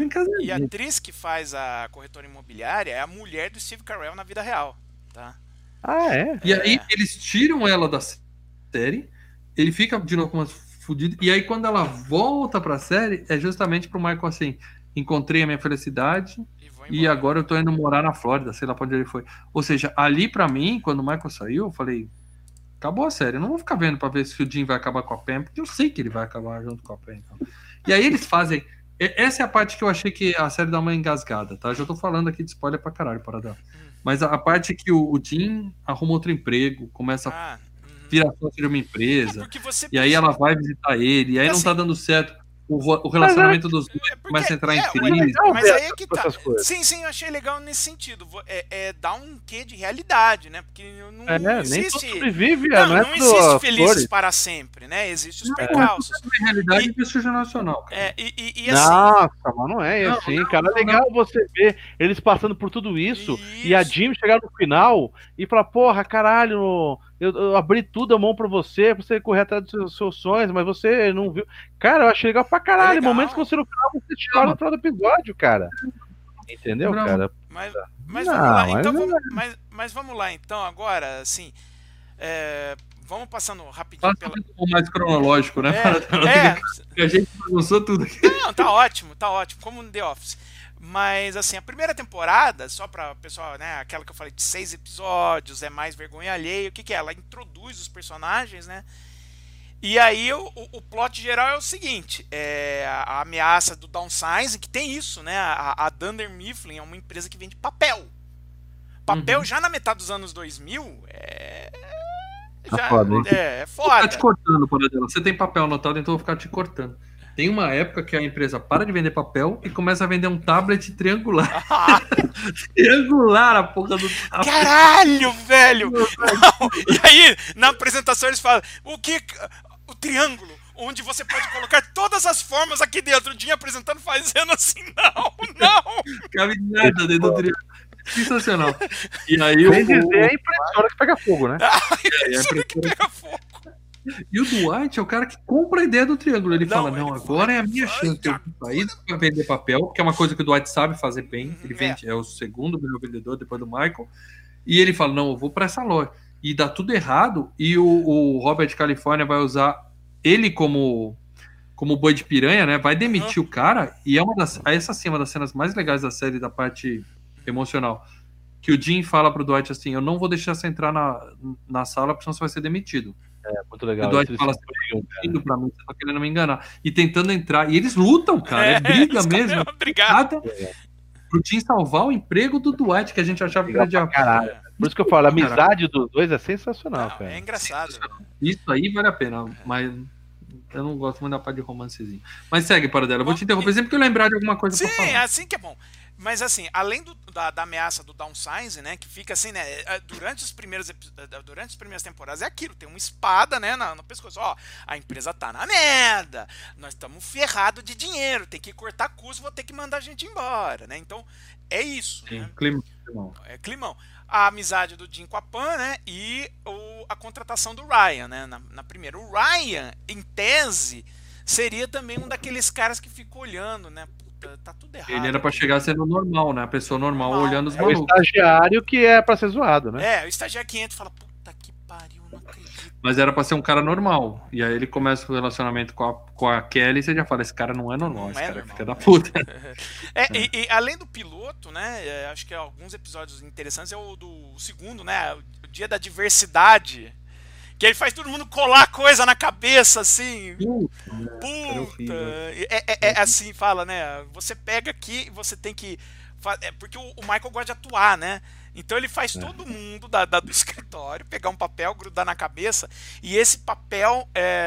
atriz que faz a corretora imobiliária é a mulher do Steve Carell na vida real, tá? Ah, é? E aí eles tiram ela da série, ele fica de novo com umas fudidas, e aí quando ela volta pra série, é justamente pro Michael assim... Encontrei a minha felicidade e agora eu tô indo morar na Flórida, sei lá pra onde ele foi. Ou seja, ali pra mim, quando o Michael saiu, eu falei, acabou a série. Eu não vou ficar vendo pra ver se o Jim vai acabar com a Pam, porque eu sei que ele vai acabar junto com a Pam. Então. E aí eles fazem... Essa é a parte que eu achei que a série dá uma engasgada, tá? Já tô falando aqui de spoiler pra caralho, Paradão. Mas a parte que o Jim arruma outro emprego, começa a virar sócio de uma empresa, e aí ela vai visitar ele, e aí não tá dando certo. O relacionamento dos dois começa a entrar em crise. Mas aí é que tá. Sim, eu achei legal nesse sentido. Dar um quê de realidade, né? Porque não existe. Não existe felizes para sempre, né? Existe os percalços. É realidade e prestígio nacional. Assim, nossa, mas não é assim, cara. É legal você ver eles passando por tudo isso. E a Jim chegar no final e falar, porra, caralho, eu abri tudo a mão pra você correr atrás dos seus sonhos, mas você não viu. Cara, eu achei legal pra caralho. Momentos que você no final você chora no final do episódio, cara. Entendeu, cara? Mas vamos lá, então mas vamos lá, então, agora, assim. Vamos passando rapidinho pela... um mais cronológico, né? A gente bagunçou tudo aqui. Não, tá ótimo, como no The Office. Mas, assim, a primeira temporada, só pra pessoal, né, aquela que eu falei de 6 episódios, é mais vergonha alheia, o que é? Ela introduz os personagens, né? E aí o plot geral é o seguinte, a ameaça do downsizing, que tem isso, né? A Dunder Mifflin é uma empresa que vende papel. Papel já na metade dos anos 2000 é foda. Vou ficar te cortando, Paradela. Você tem papel anotado, então eu vou ficar te cortando. Tem uma época que a empresa para de vender papel e começa a vender um tablet triangular. Triangular, a porra do tablet. Caralho, velho! Não. E aí, na apresentação eles falam, o triângulo, onde você pode colocar todas as formas aqui dentro. O Jim apresentando, fazendo assim, não. Cabe nada dentro do triângulo. Sensacional. E aí a impressora que pega fogo, né? A impressora que pega fogo. E o Dwight é o cara que compra a ideia do triângulo. Ele fala, agora é a minha chance. Eu sair para vender papel, que é uma coisa que o Dwight sabe fazer bem. Ele vende, é o segundo melhor vendedor depois do Michael. E ele fala, não, eu vou para essa loja. E dá tudo errado. E o Robert California vai usar ele como boi de piranha, né? Vai demitir o cara. E essa sim é uma das cenas mais legais da série, da parte emocional. Que o Jim fala pro Dwight assim, eu não vou deixar você entrar na sala, porque senão você vai ser demitido. Muito legal. O Dwight fala assim, pra mim, você tá querendo me enganar. E tentando entrar. E eles lutam, cara. É briga mesmo. Obrigado. Pro Jim salvar o emprego do Dwight, que a gente achava que era de caralho. Por isso que eu falo, a amizade dos dois é sensacional, cara. É engraçado. Isso aí vale a pena, mas eu não gosto muito da parte de romancezinho. Mas segue, Paradela. Eu vou te interromper sempre que eu lembrar de alguma coisa pra falar. Sim, assim que é bom. Mas assim, além da ameaça do downsizing, né, que fica assim, né, durante as primeiras temporadas é aquilo, tem uma espada, né, no pescoço, ó, a empresa tá na merda, nós estamos ferrados de dinheiro, tem que cortar custo, vou ter que mandar a gente embora, né, então é isso. Sim, né? Climão. É climão. A amizade do Jim com a Pam, né, e a contratação do Ryan, né, na primeira. O Ryan, em tese, seria também um daqueles caras que ficou olhando, né, tá tudo errado. Ele era pra chegar sendo normal, né? A pessoa normal olhando os malucos. O estagiário que é pra ser zoado, né? O estagiário que entra e fala, puta que pariu, não acredito. Mas era pra ser um cara normal. E aí ele começa o relacionamento com a Kelly e você já fala, esse cara não é normal, esse cara é filho da puta. E além do piloto, né? Acho que alguns episódios interessantes é o do segundo, né? O dia da diversidade. Que ele faz todo mundo colar coisa na cabeça, assim. Puta. Assim, fala, né? Você pega aqui e você tem que... porque o Michael gosta de atuar, né? Então ele faz todo mundo do escritório pegar um papel, grudar na cabeça. E esse papel,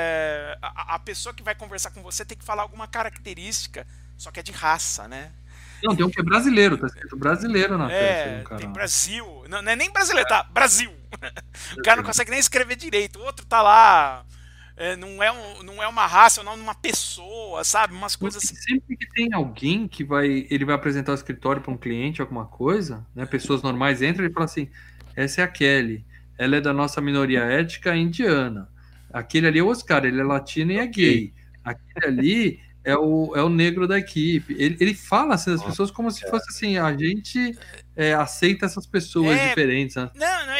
a pessoa que vai conversar com você tem que falar alguma característica, só que é de raça, né? Não, tem um que é brasileiro, tá escrito brasileiro na testa. Tem Brasil. Não é nem brasileiro, tá? Brasil. O cara não consegue nem escrever direito. O outro tá lá não é uma raça, é o nome de uma pessoa, sabe? Umas coisas assim. Sempre que tem alguém que ele vai apresentar o escritório para um cliente, alguma coisa, né? Pessoas normais entram e falam assim: essa é a Kelly, ela é da nossa minoria étnica indiana. Aquele ali é o Oscar, ele é latino e é gay. Aquele ali é o negro da equipe. Ele fala assim das pessoas como se fosse assim: a gente aceita essas pessoas diferentes. Né?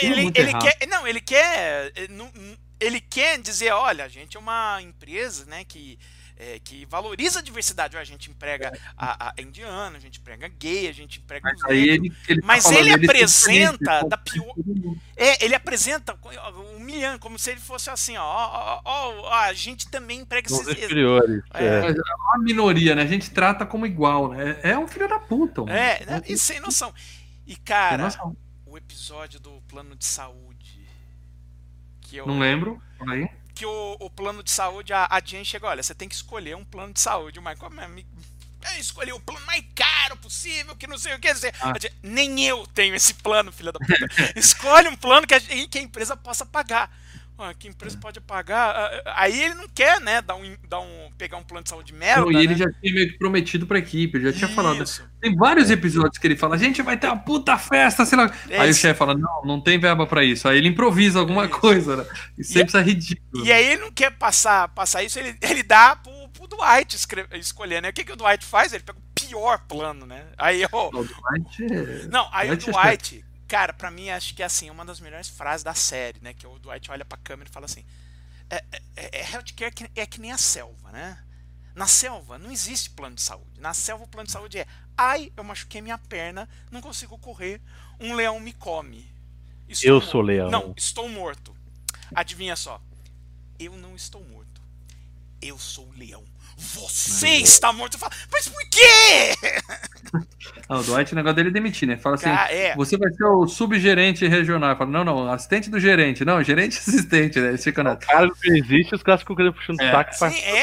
Ele quer dizer, olha, a gente é uma empresa, né, que valoriza a diversidade. A gente emprega a indiano, a gente emprega gay, a gente emprega os negros. Mas ele apresenta da pior. Ele apresenta humilhando, como se ele fosse assim, a gente também emprega esses superiores. É uma minoria, né? A gente trata como igual, né? É um filho da puta, mano. E sem noção. E, cara, o episódio do plano de saúde. Não lembro. Aí. Que o plano de saúde, a Jen chega, olha, você tem que escolher um plano de saúde. O Michael escolheu o plano mais caro possível, que não sei o que dizer. Nem eu tenho esse plano, filha da puta. Escolhe um plano que a empresa possa pagar. Que a empresa pode pagar. Aí ele não quer, né, pegar um plano de saúde merda. E ele já tinha meio que prometido pra equipe, ele já tinha falado. Tem vários episódios que ele fala: a gente vai ter uma puta festa, sei lá. Aí o chefe fala: não tem verba pra isso. Aí ele improvisa alguma coisa, né? E sempre é ridículo. E aí ele não quer passar isso, ele dá pro Dwight escolher, né? O que o Dwight faz? Ele pega o pior plano, né? Aí o Dwight. Cara, pra mim, acho que é assim, uma das melhores frases da série, né? Que o Dwight olha pra câmera e fala assim: healthcare é que nem a selva, né? Na selva não existe plano de saúde. Na selva o plano de saúde eu machuquei minha perna, não consigo correr, um leão me come. Eu sou leão. Não, estou morto. Adivinha só. Eu não estou morto. Eu sou o leão. Você está morto. Eu falo, mas por quê? O Dwight, o negócio dele é demitir, né? Fala assim, você vai ser o subgerente regional. Fala, não, assistente do gerente. Não, gerente assistente, né? Eles ficam o cara não existe, os caras ficam puxando o saco.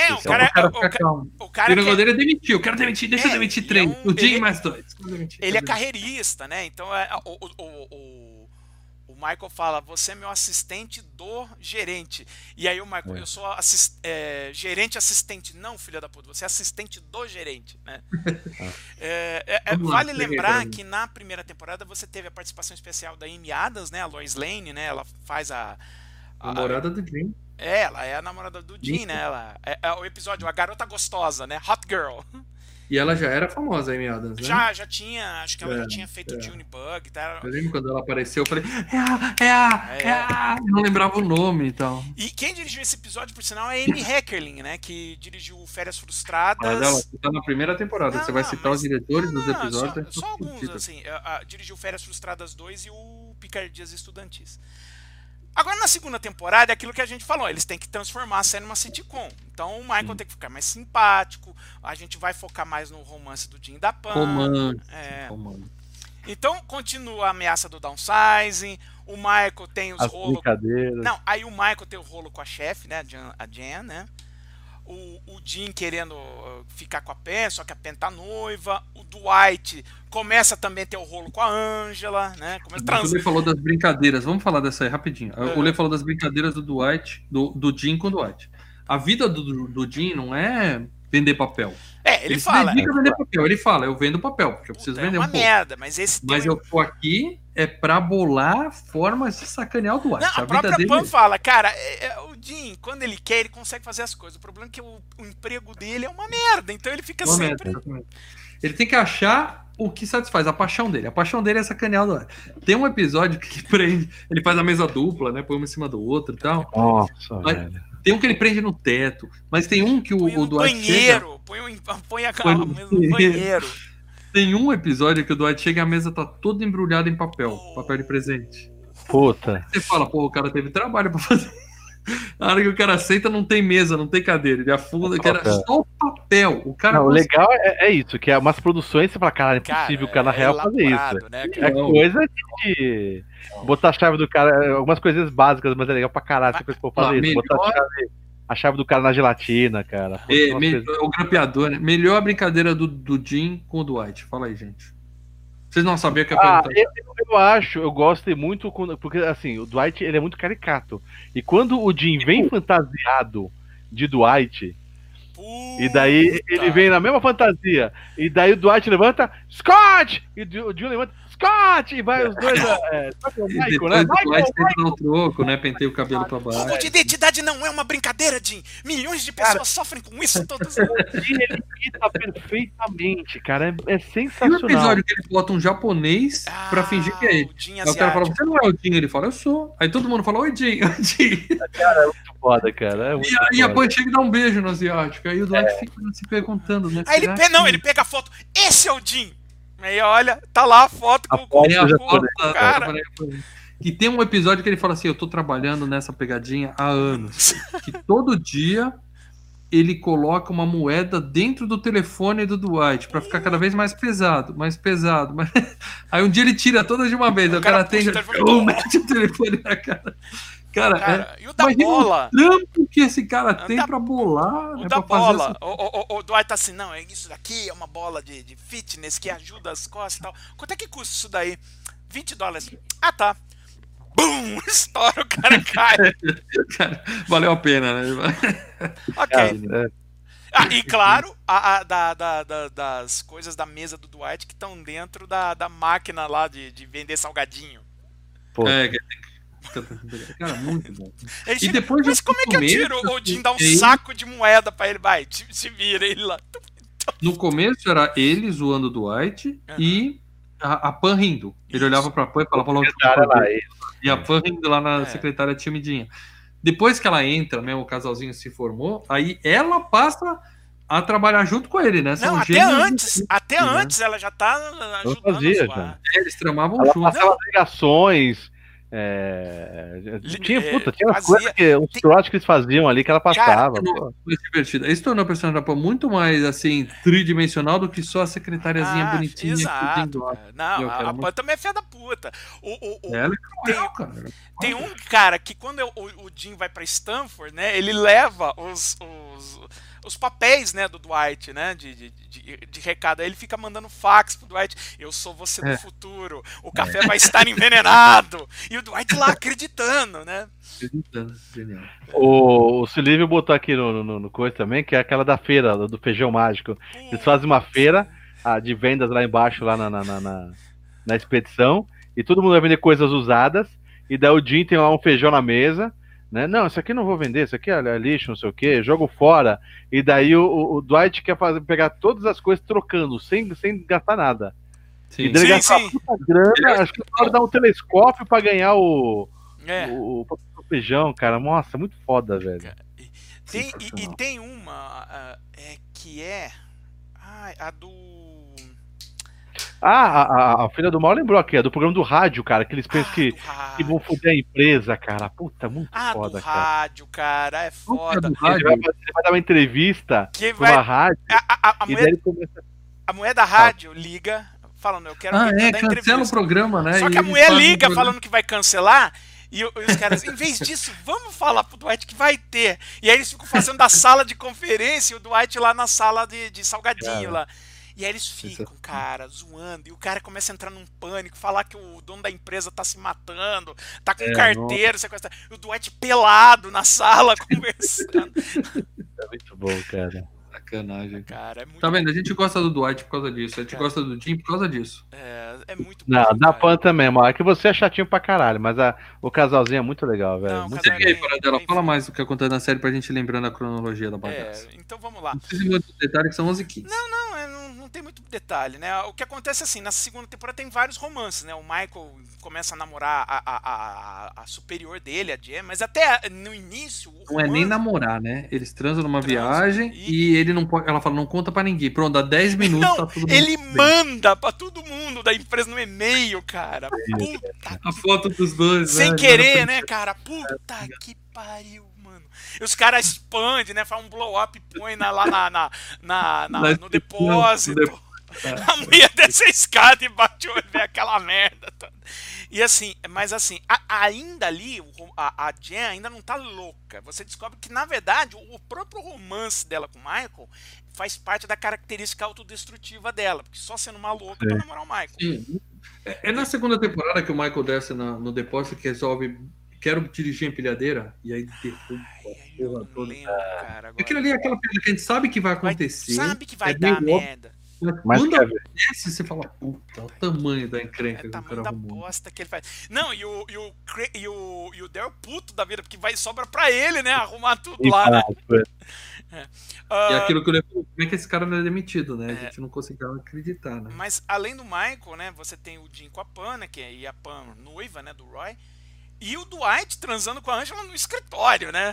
O negócio dele é demitir. Eu quero demitir, deixa eu demitir 3. O dia e mais 2. Ele é carreirista, né? Então, o Michael fala, você é meu assistente do gerente. E aí o Michael, eu sou gerente assistente. Não, filha da puta, você é assistente do gerente, né? Vale lembrar que na primeira temporada você teve a participação especial da Amy Adams, né? A Lois Lane, né? Ela faz a namorada do Jim. Ela é a namorada do Jim, né? Ela o episódio A Garota Gostosa, né? Hot Girl. E ela já era famosa, a Amy Adams, né? Já tinha, acho que ela já tinha feito o Junebug. Tá? Eu lembro quando ela apareceu, eu falei, eu não lembrava o nome e tal. E quem dirigiu esse episódio, por sinal, é Amy Heckerling, né? Que dirigiu Férias Frustradas. Mas ela tá na primeira temporada, você vai citar os diretores dos episódios? Só alguns, assim. Dirigiu Férias Frustradas 2 e o Picardias Estudantis. Agora, na segunda temporada, é aquilo que a gente falou, eles têm que transformar a série numa sitcom. Então, o Michael tem que ficar mais simpático, a gente vai focar mais no romance do Jim e da Pam. Romance. Então, continua a ameaça do downsizing, o Michael tem os rolos... Não, aí o Michael tem o rolo com a chefe, né, a Jen, né? O Jim querendo ficar com a Pen, só que a Pen tá noiva. O Dwight começa também a ter o rolo com a Angela, né? O Lê falou das brincadeiras, vamos falar dessa aí rapidinho. O Lê falou das brincadeiras do Dwight, do Jim com o Dwight. A vida do Jim não é vender papel. Ele fala. Vender papel. Ele fala, eu vendo papel, porque eu preciso vender um pouco. Merda, mas eu tô aqui pra bolar formas de sacanear o Dwight. Não, a própria Pam fala, cara, o Jim, quando ele quer, ele consegue fazer as coisas. O problema é que o emprego dele é uma merda, então ele fica sempre... Ele tem que achar o que satisfaz, a paixão dele. A paixão dele é sacanear o Dwight. Tem um episódio que prende, ele faz a mesa dupla, né, põe um em cima do outro e tal. Nossa, velho. Tem um que ele prende no teto, mas tem um que o Dwight banheiro, põe a mesa no banheiro. Tem um episódio que o Dwight chega e a mesa tá toda embrulhada em papel de presente. Puta. Você fala, o cara teve trabalho pra fazer. Na hora que o cara aceita, não tem mesa, não tem cadeira. Ele afunda, que era só o papel. O cara o legal é isso, que é umas produções, você fala, cara, é impossível o cara na real fazer isso. Né? É coisa de botar a chave do cara, algumas coisas básicas, mas é legal pra caralho essa coisa pra fazer isso. Botar a chave do cara na gelatina, cara. O grampeador, né? Melhor brincadeira do Jim com o Dwight. Fala aí, gente. Vocês não sabiam que ia perguntar? Eu gosto muito, porque assim, o Dwight ele é muito caricato. E quando o Jim vem fantasiado de Dwight, e daí ele vem na mesma fantasia, e daí o Dwight levanta, Scott! E o Jim levanta, Scott! E vai os dois. Michael, né? O Dwight tenta dar um troco, né? Pentei o cabelo pra baixo. Roubo de identidade não é uma brincadeira, Jim. Milhões de pessoas sofrem com isso todos os anos. O Jim ele imita perfeitamente, cara. É sensacional. E o episódio que ele bota um japonês pra fingir que é ele. Aí o cara fala, você não é o Jim? Ele fala, eu sou. Aí todo mundo fala, oi, Jim, oi, Jim. Cara, é muito foda, cara. E a Pan chega e dá um beijo no asiático. Aí o Dwight fica se perguntando, né? Aí ele pega a foto. Esse é o Jim. Aí olha, tá lá a foto com o cara. E tem um episódio que ele fala assim, eu tô trabalhando nessa pegadinha há anos. Que todo dia ele coloca uma moeda dentro do telefone do Dwight pra ficar cada vez mais pesado. Aí um dia ele tira todas de uma vez. O cara atende, mete o telefone na cara. Cara, e o da bola? O trampo que esse cara tem pra bolar. O da bola. O Dwight tá assim, não, isso daqui é uma bola de fitness que ajuda as costas e tal. Quanto é que custa isso daí? $20. Ah, tá. Bum! Estoura, o cara cai. Cara, valeu a pena, né? Ok. E claro, das coisas da mesa do Dwight que estão dentro da máquina lá de vender salgadinho. Pô. Cara, muito bom. E depois mas como é que eu tiro? O Jim dá um saco de moeda pra ele, vai, se vira ele lá. No começo era ele zoando o Dwight e a Pan rindo. Ele olhava pra Pan e falava logo e a Pan rindo lá na secretária timidinha. Depois que ela entra, mesmo o casalzinho se formou, aí ela passa a trabalhar junto com ele, né? Não, até antes ela já tá ajudando já. Eles tramavam ela junto. Passava ligações. Tinha umas coisas que os trotes que eles faziam ali que ela passava. Divertida. Isso tornou a personagem da Pan muito mais assim, tridimensional do que só a secretariazinha bonitinha. Exato. Não, a Pan também é filha da puta. Tem um cara que quando o Jim vai pra Stanford, né? Ele leva os papéis, né, do Dwight, né, de recado. Aí ele fica mandando fax pro Dwight. Eu sou você do futuro. O café vai estar envenenado. E o Dwight lá acreditando, né? Acreditando, genial. O Silvio botou aqui no coisa também, que é aquela da feira, do feijão mágico. Eles fazem uma feira de vendas lá embaixo, lá na expedição, e todo mundo vai vender coisas usadas, e daí o Jim tem lá um feijão na mesa, né? Não, isso aqui não vou vender, isso aqui é lixo, não sei o que, jogo fora. E daí o Dwight quer pegar todas as coisas trocando, sem gastar nada. Sim. E daí ele gasta uma puta grana, acho que pode dar um telescópio pra ganhar o feijão, cara. Nossa, muito foda, velho. Tem uma que é a do... A filha do mal lembrou aqui, é do programa do rádio, cara, que eles pensam que vão foder a empresa, cara. Puta, muito foda, do rádio, cara, é foda. Ele vai dar uma entrevista numa rádio, e daí ele começa... A mulher da rádio liga, falando, eu quero dar entrevista. Cancela o programa, né? Só que a mulher liga falando que vai cancelar, e os caras, em vez disso, vamos falar pro Dwight que vai ter. E aí eles ficam fazendo da sala de conferência, e o Dwight lá na sala de salgadinho lá. E aí eles ficam, cara, zoando. E o cara começa a entrar num pânico, falar que o dono da empresa tá se matando, tá com um carteiro, sequestrado. E o Dwight pelado na sala, conversando. É muito bom, cara. Sacanagem. Cara, é muito tá vendo? A gente gosta do Dwight por causa disso. A gente gosta do Jim por causa disso. É muito bom. Não, da Pan também, mano. É que você é chatinho pra caralho, mas o casalzinho é muito legal, velho. Não, muito legal. Dela, fala mais do que acontece na série pra gente lembrando a cronologia da bagaça. Então vamos lá. Não precisa de muitos detalhes, que são 11 e 15. Não tem muito detalhe, né? O que acontece assim, na segunda temporada tem vários romances, né? O Michael começa a namorar a superior dele, a Jen, mas até no início... Não é nem namorar, né? Eles transam numa viagem e ele não pode... Ela fala, não conta pra ninguém. Pronto, dá 10 minutos, não, tá tudo ele manda pra todo mundo da empresa no e-mail, cara. Puta a foto dos dois, sem querer, né, cara? Puta que pariu, mano. E os caras expandem, né? Faz um blow up e põe lá no depósito. A mulher desce a escada e bate o olho e vê aquela merda toda. E assim, mas assim, ainda ali, a Jen ainda não tá louca. Você descobre que, na verdade, o próprio romance dela com o Michael faz parte da característica autodestrutiva dela. Porque só sendo uma louca pra namorar o Michael. Sim. É na segunda temporada que o Michael desce no depósito que resolve... Quero dirigir a empilhadeira. E aí derruba a porra toda. Aquilo ali é aquela coisa que a gente sabe que vai acontecer. Sabe que vai dar merda. Mas quando acontece, você fala, puta, o tamanho da encrenca. É o tamanho da bosta que ele faz. Não, e o Daryl puto da vida, porque sobra pra ele, né? Arrumar tudo lá, né? E aquilo que eu lembro, como é que esse cara não é demitido, né? A gente não conseguia acreditar, né? Mas além do Michael, né? Você tem o Jim com a Pam, né? Que é a Pam noiva, né? Do Roy. E o Dwight transando com a Angela no escritório, né?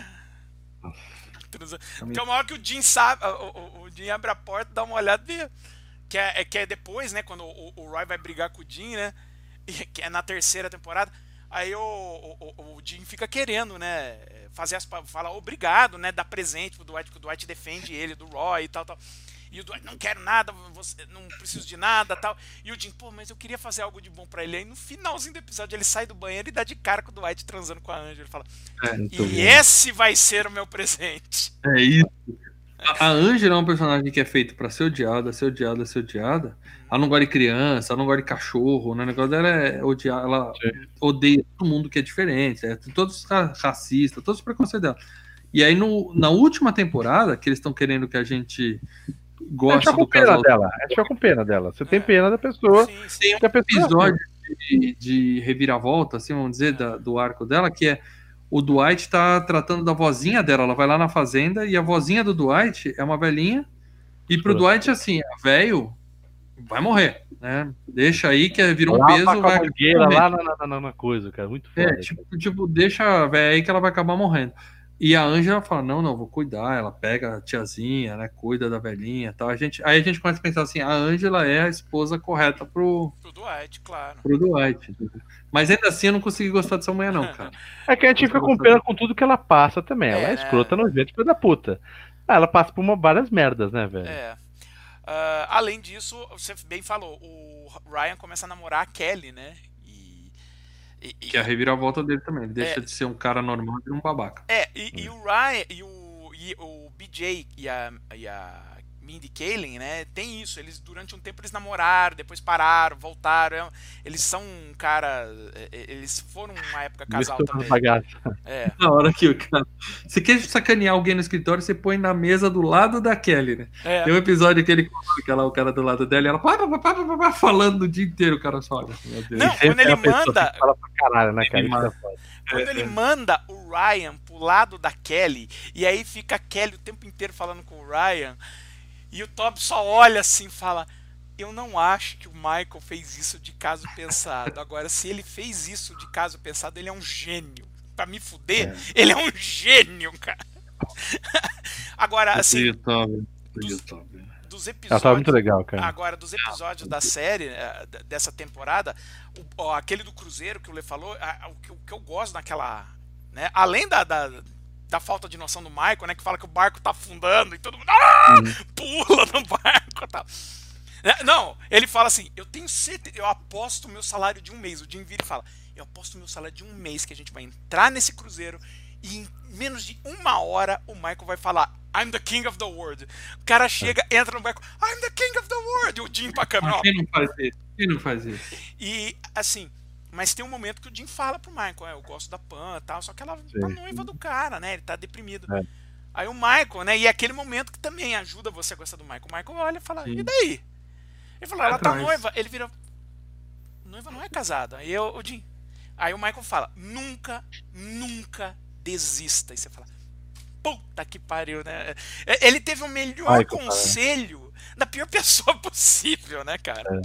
Então, uma hora que o Jim sabe, o Jim abre a porta, dá uma olhada e que é depois, né? Quando o Roy vai brigar com o Jim, né? Que é na terceira temporada. Aí o Jim fica querendo, né? Falar obrigado, né? Dar presente pro Dwight, porque o Dwight defende ele do Roy e tal. E o Dwight, não quero nada, não preciso de nada, tal. E o Jim, pô, mas eu queria fazer algo de bom pra ele. Aí no finalzinho do episódio ele sai do banheiro e dá de cara com o Dwight transando com a Angela. Ele fala, esse vai ser o meu presente. É isso. A Angela é um personagem que é feito pra ser odiada, ser odiada, ser odiada. Ela não gosta de criança, ela não gosta de cachorro, né? O negócio dela é odiar, ela odeia todo mundo que é diferente, todos os racistas, todos os preconceitos dela. E aí na última temporada, que eles estão querendo que a gente goste do casal dela. A gente fica com pena dela. Você tem pena da pessoa. Tem um episódio de reviravolta, assim, vamos dizer, do arco dela, que é o Dwight tá tratando da vozinha dela. Ela vai lá na fazenda e a vozinha do Dwight é uma velhinha. E pro Dwight, assim, velho vai morrer, né? Deixa aí que virou um peso. Vai lá na coisa, cara. Muito foda. Tipo, deixa a velha aí que ela vai acabar morrendo. E a Angela fala, não, vou cuidar. Ela pega a tiazinha, né? Cuida da velhinha e tal. Aí a gente começa a pensar assim, a Angela é a esposa correta pro Dwight, claro. Pro Dwight. Mas ainda assim eu não consegui gostar dessa mulher, não, cara. É que a gente fica com pena com tudo que ela passa também. Ela é escrota, nojenta, filha da puta. Ela passa por várias merdas, né, velho? Além disso, você bem falou, o Ryan começa a namorar a Kelly, né? Que é a reviravolta dele também. Ele deixa de ser um cara normal e vira um babaca. E o Ryan e o BJ e a Mindy Kaling, né? Tem isso. Eles durante um tempo eles namoraram, depois pararam, voltaram. Eles são um cara. Eles foram uma época casal também. Na hora que o cara. Você quer sacanear alguém no escritório, você põe na mesa do lado da Kelly, né? Tem um episódio que ele coloca lá o cara do lado dela e ela falando o dia inteiro, o cara só olha. Não, quando ele manda. Fala pra caralho, né, cara? Quando ele manda o Ryan pro lado da Kelly, e aí fica a Kelly o tempo inteiro falando com o Ryan. E o Toby só olha assim e fala, eu não acho que o Michael fez isso de caso pensado. Agora, se ele fez isso de caso pensado, ele é um gênio. Pra me fuder, ele é um gênio, cara. Agora, assim, dos episódios... Tá muito legal, cara. Agora, dos episódios da série, dessa temporada, aquele do Cruzeiro que o Lê falou, o que eu gosto naquela... Né, além da falta de noção do Michael, né? Que fala que o barco tá afundando e todo mundo pula no barco e tal. Não, ele fala assim, eu tenho certeza, eu aposto o meu salário de um mês. O Jim vira e fala, eu aposto o meu salário de um mês que a gente vai entrar nesse cruzeiro e em menos de 1 hora o Michael vai falar, I'm the king of the world. O cara chega, entra no barco, I'm the king of the world. E o Jim pra câmera. Quem não faz isso? E assim... Mas tem um momento que o Jim fala pro Michael, eu gosto da Pam e tal, só que ela tá noiva do cara, né? Ele tá deprimido. Aí o Michael, né? E é aquele momento que também ajuda você a gostar do Michael. O Michael olha e fala, e daí? Ele falou, ela tá noiva. Ele vira, noiva não é casada. Aí o Jim. Aí o Michael fala, nunca desista. E você fala, puta que pariu, né? Ele teve o melhor conselho da pior pessoa possível, né, cara?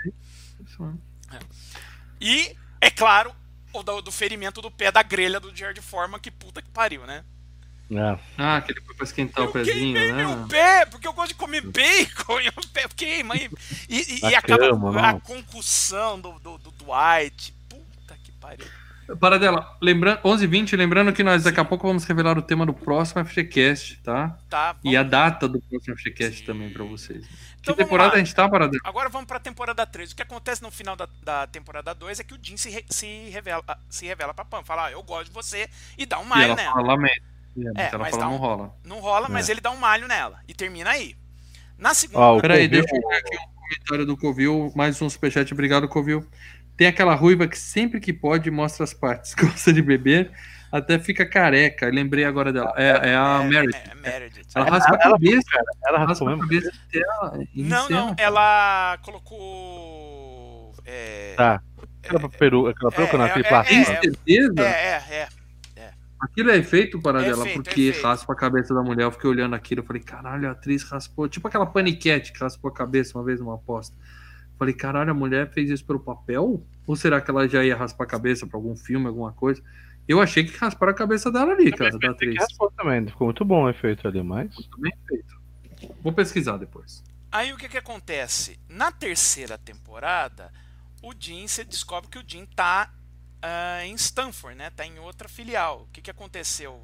E, é claro, o do ferimento do pé da grelha do Jared Foreman, que puta que pariu, né? Que ele foi pra esquentar o pezinho, né? Meu pé, porque eu gosto de comer bacon e o pé queima. E acaba a concussão do Dwight. Puta que pariu. Paradela, 11h20, lembrando que nós daqui a pouco vamos revelar o tema do próximo FGCast, tá? Tá. E a data do próximo FGCast também pra vocês. Que temporada a gente tá, Paradela? Agora vamos pra temporada 3. O que acontece no final da temporada 2 é que o Jim se revela pra Pam. Fala, eu gosto de você, e dá um malho nela. Ela fala, não rola. Não rola, mas ele dá um malho nela. E termina aí. Na segunda... Peraí, deixa eu ver aqui um comentário do Covil. Mais um superchat, obrigado, Covil. Tem aquela ruiva que sempre que pode mostra as partes. Gosta de beber, até fica careca. Eu lembrei agora dela. É a Meredith. Ela raspa a cabeça. Ela raspa a cabeça. Não. Ela colocou... Aquela peruca naquele plástico. Tem certeza? É. Aquilo é feito, Paradela, porque raspa a cabeça da mulher. Eu fiquei olhando aquilo, eu falei, caralho, a atriz raspou. Tipo aquela paniquete que raspou a cabeça uma vez numa aposta. Falei, caralho, a mulher fez isso pelo papel? Ou será que ela já ia raspar a cabeça pra algum filme, alguma coisa? Eu achei que rasparam a cabeça dela ali, cara, da atriz. Raspou também, ficou muito bom o efeito ali, mas... Muito bem feito. Vou pesquisar depois. Aí o que acontece? Na terceira temporada, você descobre que o Jim tá em Stanford, né? Tá em outra filial. O que aconteceu?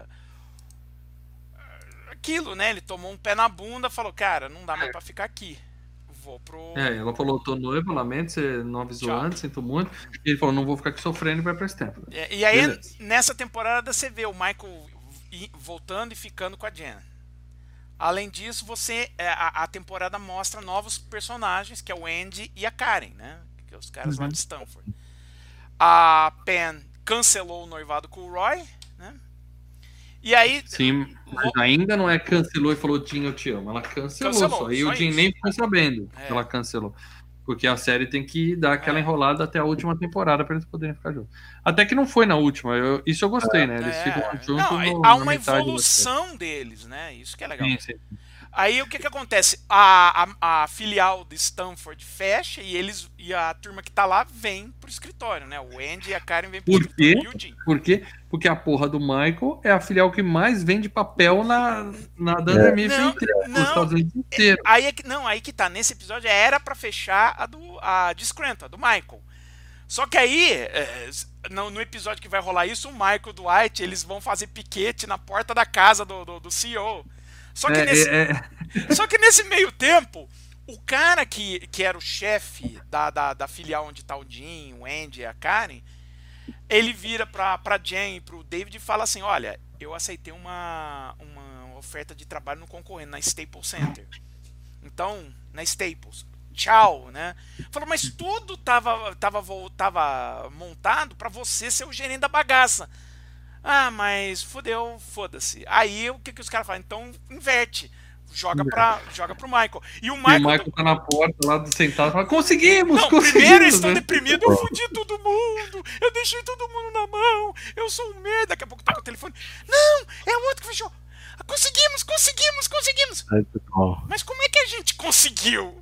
Aquilo, né? Ele tomou um pé na bunda, falou, cara, não dá mais pra ficar aqui. Vou pro... ela falou, tô noiva, lamento, você não avisou antes, sinto muito. E ele falou, não vou ficar aqui sofrendo e vai pra Stanford. E aí, nessa temporada, você vê o Michael voltando e ficando com a Jen. Além disso, a temporada mostra novos personagens, que é o Andy e a Karen, né? Que é os caras lá de Stanford. A Pen cancelou o noivado com o Roy, né? E aí... Sim, mas ainda não é cancelou e falou, Jim, eu te amo. Ela cancelou só. E o Jim nem ficou sabendo que ela cancelou. Porque a série tem que dar aquela enrolada até a última temporada para eles poderem ficar juntos. Até que não foi na última. Isso eu gostei, né? Eles ficam juntos. Há uma evolução deles, né? Isso que é legal. Sim. Aí o que acontece? A filial de Stanford fecha e a turma que tá lá vem pro escritório, né? O Andy e a Karen vêm pro escritório e o Jim. Por quê? Porque a porra do Michael é a filial que mais vende papel na Dunder Mifflin inteira, nos Estados Unidos inteiro. Aí que tá. Nesse episódio era pra fechar a de Scranton, a do Michael. Só que aí, no episódio que vai rolar isso, o Michael e o Dwight, eles vão fazer piquete na porta da casa do CEO. Só que nesse meio tempo, o cara que era o chefe da filial onde tá o Jim, o Andy e a Karen, ele vira pra Jen e pro David e fala assim, olha, eu aceitei uma oferta de trabalho no concorrente, na Staples Center. Então, na Staples, tchau, né? Falou, mas tudo tava montado pra você ser o gerente da bagaça. Ah, mas fodeu, foda-se. Aí o que os caras fazem? Então inverte. Joga pro Michael. E o Michael tá na porta lá sentado e fala, conseguimos! Primeiro eles estão deprimidos, eu fudi todo mundo, eu deixei todo mundo na mão, eu sou um merda. Daqui a pouco toca o telefone. Não, é o outro que fechou. Conseguimos! Mas como é que a gente conseguiu?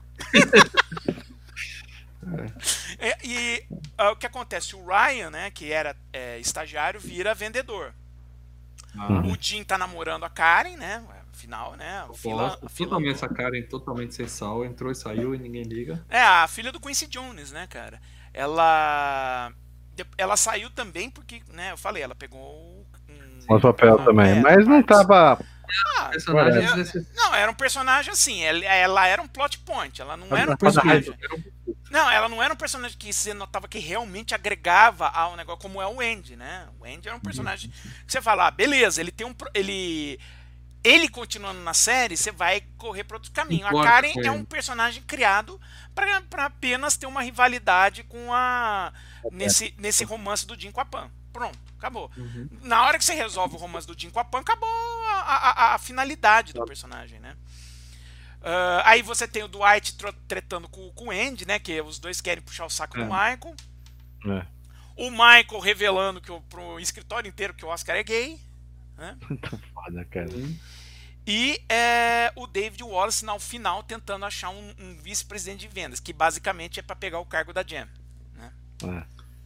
O que acontece? O Ryan, né, que era estagiário, vira vendedor. O Jim tá namorando a Karen, né? Afinal, né? Totalmente essa Karen, totalmente sem sal, entrou e saiu e ninguém liga. A filha do Quincy Jones, né, cara? Ela saiu também porque, né, eu falei, ela pegou um papel também, mas não tava... Não, era um personagem assim, ela era um plot point, ela não era um personagem... Não, ela não era um personagem que você notava que realmente agregava ao negócio, como é o Andy, né? O Andy era um personagem que você fala, beleza, ele tem ele continuando na série, você vai correr para outro caminho. A Karen é um personagem criado para apenas ter uma rivalidade com nesse romance do Jim com a Pam. Pronto, acabou. Na hora que você resolve o romance do Jim com a Pam, acabou a finalidade do personagem, né? Aí você tem o Dwight tretando com o Andy, né? Que os dois querem puxar o saco do Michael. O Michael revelando pro escritório inteiro que o Oscar é gay. Né? Muito foda, cara. E o David Wallace, no final, tentando achar um vice-presidente de vendas, que basicamente é para pegar o cargo da Jen. Né?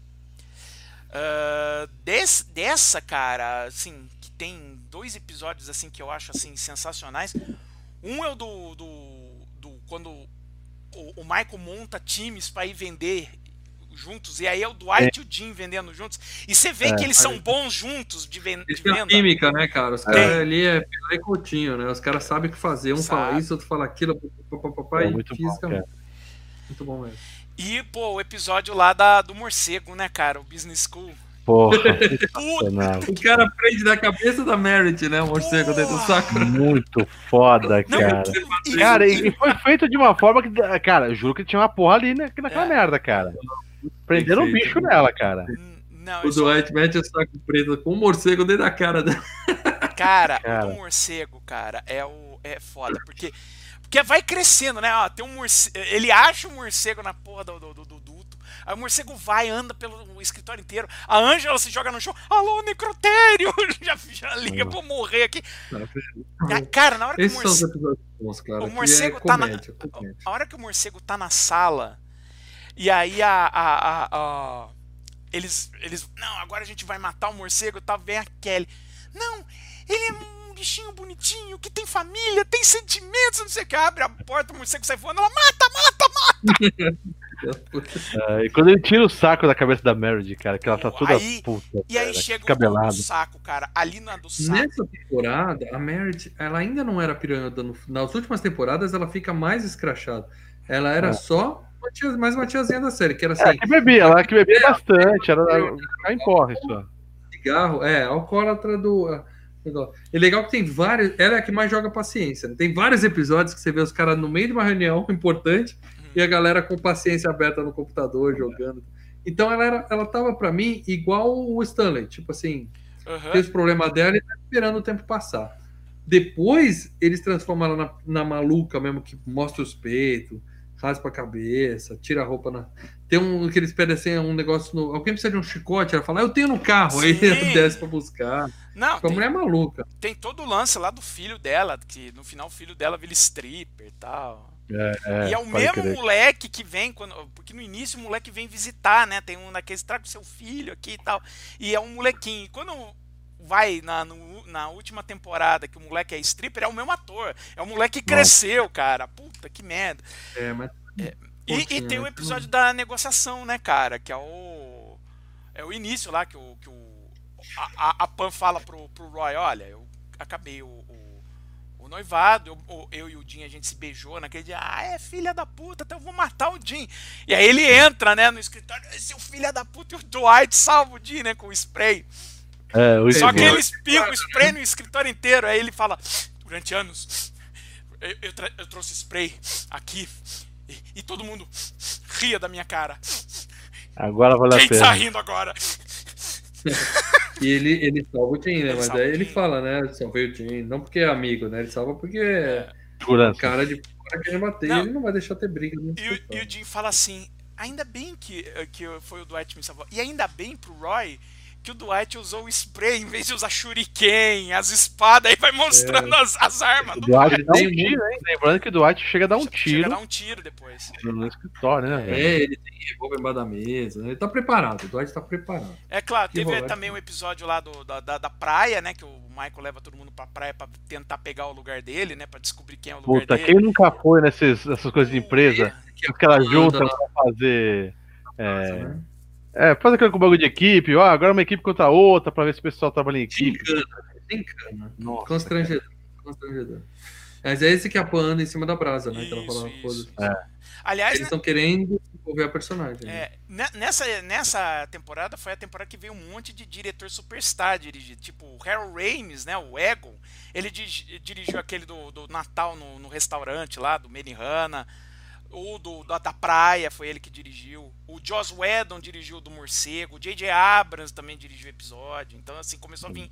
Dessa, cara, assim, que tem 2 episódios assim que eu acho assim sensacionais. Um é o do quando o Michael monta times para ir vender juntos, e aí é o Dwight e o Jim vendendo juntos, e você vê que eles são bons juntos de venda. Eles têm química, né, cara? Os caras ali é Pelé e Coutinho, né? Os caras sabem o que fazer, fala isso, outro fala aquilo, muito física. bom, muito bom mesmo. E, pô, o episódio lá do morcego, né, cara? O Business School. Porra, o cara prende na cabeça da Meredith, né? O morcego dentro do saco. Muito foda, cara. Cara, e foi feito de uma forma que, cara, eu juro que tinha uma porra ali naquela merda, cara. Prenderam um bicho nela, cara. Não, o Dwight mete o saco preto com o morcego dentro da cara dela. Cara, o do morcego, cara, é foda, porque vai crescendo, né? Ó, tem um morcego, ele acha o morcego na porra do duto. Aí o morcego anda pelo escritório inteiro. A Ângela se joga no chão. Alô, necrotério! já liga pra eu morrer aqui. Cara, na hora que o morcego tá a hora que o morcego tá na sala, e aí eles não, agora a gente vai matar o morcego e tal, vem a Kelly. Não, ele é um bichinho bonitinho, que tem família, tem sentimentos, não sei o que. Abre a porta, o morcego sai voando, ela mata! E quando ele tira o saco da cabeça da Meredith, cara, que ela tá toda puta. E aí chega o do saco, cara, ali na do saco. Nessa temporada, a Meredith, ela ainda não era piranha. Nas últimas temporadas, ela fica mais escrachada. Ela era só mais uma tiazinha da série, que era assim. Ela que bebia bastante, era em porra isso. Cigarro, alcoólatra do. É legal que tem vários. Ela é a que mais joga paciência. Né? Tem vários episódios que você vê os caras no meio de uma reunião importante e a galera com paciência aberta no computador jogando. Então ela tava pra mim igual o Stanley, tipo assim, fez o problema dela e tá esperando o tempo passar. Depois eles transformam ela na maluca mesmo, que mostra os peitos, raspa a cabeça, tira a roupa Tem que eles pedem assim, um negócio alguém precisa de um chicote, ela fala, eu tenho no carro. Sim. Aí ela desce pra buscar. Não, a mulher é maluca. Tem todo o lance lá do filho dela, que no final o filho dela vira stripper e tal. E é o mesmo moleque que vem, porque no início o moleque vem visitar, né? Tem um daqueles, traga o seu filho aqui e tal. E é um molequinho. E quando vai na última temporada que o moleque é stripper, é o mesmo ator. É o moleque que cresceu, cara. Puta, que merda. E tem o episódio da negociação, né, cara? Que é o início lá, que a Pam fala pro Roy, olha, eu acabei o noivado, eu e o Jim, a gente se beijou naquele dia, filha da puta, então eu vou matar o Jim. E aí ele entra, né, no escritório, seu filho da puta, e o Dwight salva o Jim, né, com o spray. Só que ele espirra o spray no escritório inteiro, aí ele fala, durante anos, eu trouxe spray aqui, e todo mundo ria da minha cara. Agora vale a pena. Quem tá rindo agora? E ele salva o Jim, né? Mas aí ele fala, né? Salvei o Jim. Não porque é amigo, né? Ele salva porque o cara de fora querendo bater, ele não vai deixar ter briga. E o Jim fala assim, ainda bem que foi o Dwight que me salvou. E ainda bem pro Roy que o Dwight usou o spray em vez de usar shuriken, as espadas, aí vai mostrando as armas. O Dwight dá um tiro, hein? Lembrando que o Dwight chega a dar um tiro. Chega a dar um tiro depois. No escritório, né, velho? Ele tem revólver embaixo da mesa, ele tá preparado, o Dwight tá preparado. É claro, teve também um episódio lá da praia, né, que o Michael leva todo mundo pra praia pra tentar pegar o lugar dele, né, pra descobrir quem é o lugar dele. Quem nunca foi nessas coisas de empresa, que ela junta pra fazer... faz aquilo com o bagulho de equipe, agora uma equipe contra a outra, pra ver se o pessoal trabalha em equipe. Encana. Constrangedor. Mas é esse que a Pan anda em cima da brasa, né? Aliás, eles estão querendo desenvolver a personagem. Nessa temporada foi a temporada que veio um monte de diretor superstar dirigir. Tipo, o Harold Ramis, né? O Egon. Ele dirigiu aquele do Natal no restaurante lá, do Benihana. O da praia foi ele que dirigiu. O Joss Whedon dirigiu o do morcego. O J.J. Abrams também dirigiu o episódio. Então, assim, começou a vir.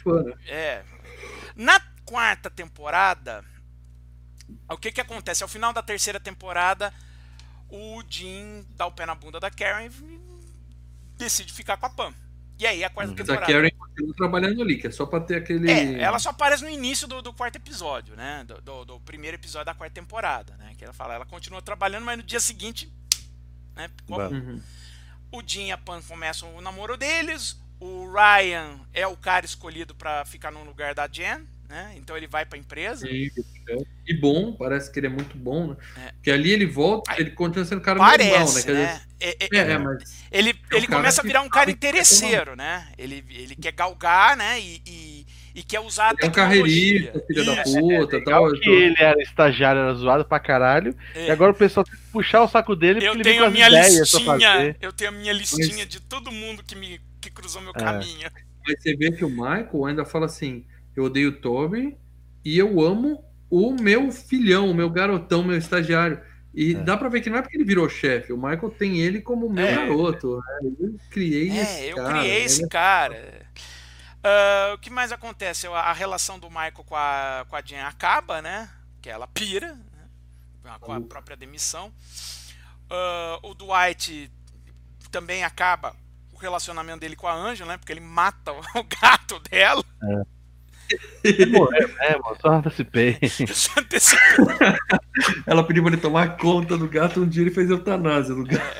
Na quarta temporada, o que acontece? Ao final da terceira temporada, o Jim dá o pé na bunda da Karen e decide ficar com a Pam. E aí, a quarta temporada... A Karen continua trabalhando ali, que é só pra ter aquele... ela só aparece no início do quarto episódio, né? Do primeiro episódio da quarta temporada, né? Que ela continua trabalhando, mas no dia seguinte... Né? O Jim e a Pam começam o namoro deles. O Ryan é o cara escolhido pra ficar no lugar da Jen, né? Então ele vai para a empresa. E bom, parece que ele é muito bom, né? Porque ali ele volta, ele continua sendo um cara normal, né? Mas ele começa a virar um cara interesseiro, né? Ele quer galgar, né? E quer usar a tecnologia. É um carreirista, filho da puta, tal. Que ele era estagiário, era zoado pra caralho. E agora o pessoal tem que puxar o saco dele. Eu tenho a minha listinha. Eu tenho a minha listinha de todo mundo que cruzou meu caminho. Mas você vê que o Michael ainda fala assim: eu odeio o Toby e eu amo o meu filhão, o meu garotão, meu estagiário. E dá pra ver que não é porque ele virou chefe. O Michael tem ele como meu garoto. Né? Eu criei esse cara. O que mais acontece? A relação do Michael com a Jen acaba, né? Que ela pira, né? Com a própria demissão. O Dwight também acaba o relacionamento dele com a Angela, né? Porque ele mata o gato dela. Só antecipei. Ela pediu pra ele tomar conta do gato, um dia ele fez eutanásia do gato.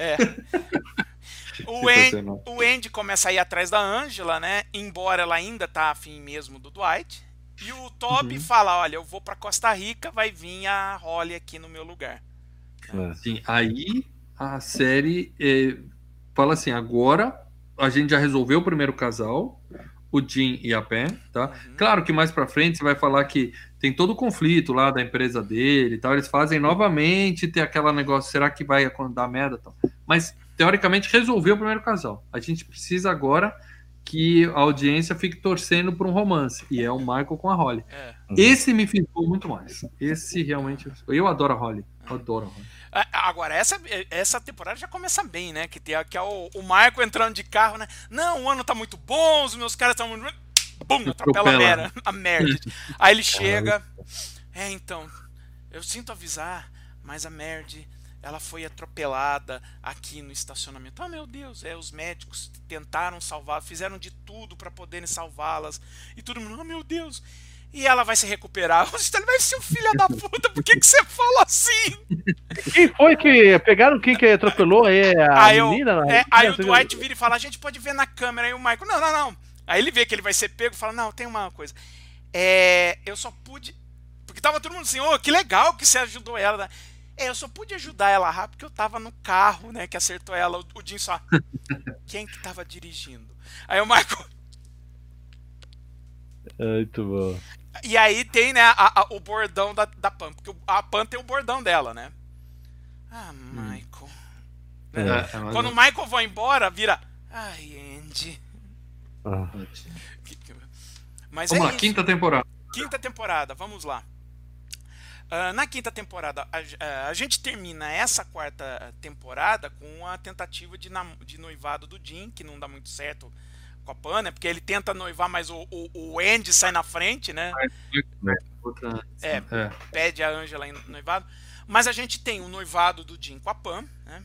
O Andy começa a ir atrás da Angela, né? Embora ela ainda tá afim mesmo do Dwight. E o Toby fala, olha, eu vou pra Costa Rica, vai vir a Holly aqui no meu lugar. Sim, aí a série fala assim, agora a gente já resolveu o primeiro casal, o Jim e a Pen, tá? Claro que mais pra frente você vai falar que tem todo o conflito lá da empresa dele e tal, eles fazem novamente ter aquela negócio, será que vai dar merda e tal? Mas teoricamente resolveu o primeiro casal. A gente precisa agora que a audiência fique torcendo por um romance. E é o Michael com a Holly. Esse me ficou muito mais. Esse realmente... Eu adoro a Holly. Adoro a Holly. Agora, essa temporada já começa bem, né? Que é o Michael entrando de carro, né? Não, o ano tá muito bom, os meus caras estão muito... Bum, atropela a merda. Aí ele chega... então, eu sinto avisar, mas a Merd... ela foi atropelada aqui no estacionamento. Meu Deus, os médicos tentaram salvar, fizeram de tudo para poderem salvá-las. E todo mundo, meu Deus. E ela vai se recuperar. Você vai ser um filho da puta, por que você fala assim? Quem foi que... Pegaram quem que atropelou? Menina? Aí o Dwight vira e fala, a gente pode ver na câmera. Aí o Michael, não. Aí ele vê que ele vai ser pego e fala, não, tem uma coisa. Eu só pude... Porque tava todo mundo assim, que legal que você ajudou ela, né? Eu só pude ajudar ela rápido porque eu tava no carro, né, que acertou ela. O Jim só... Quem que tava dirigindo? Aí o Michael... Muito bom. E aí tem, né, o bordão da Pam. Porque a Pam tem o bordão dela, né? Michael. Quando o Michael vai embora, vira... Ai, Andy. Mas vamos lá, quinta temporada. Quinta temporada, vamos lá. Na quinta temporada, a gente termina essa quarta temporada com a tentativa de noivado do Jim, que não dá muito certo com a Pan, né? Porque ele tenta noivar, mas o Andy sai na frente, né? Pede a Angela em noivado. Mas a gente tem o noivado do Jim com a Pan, né?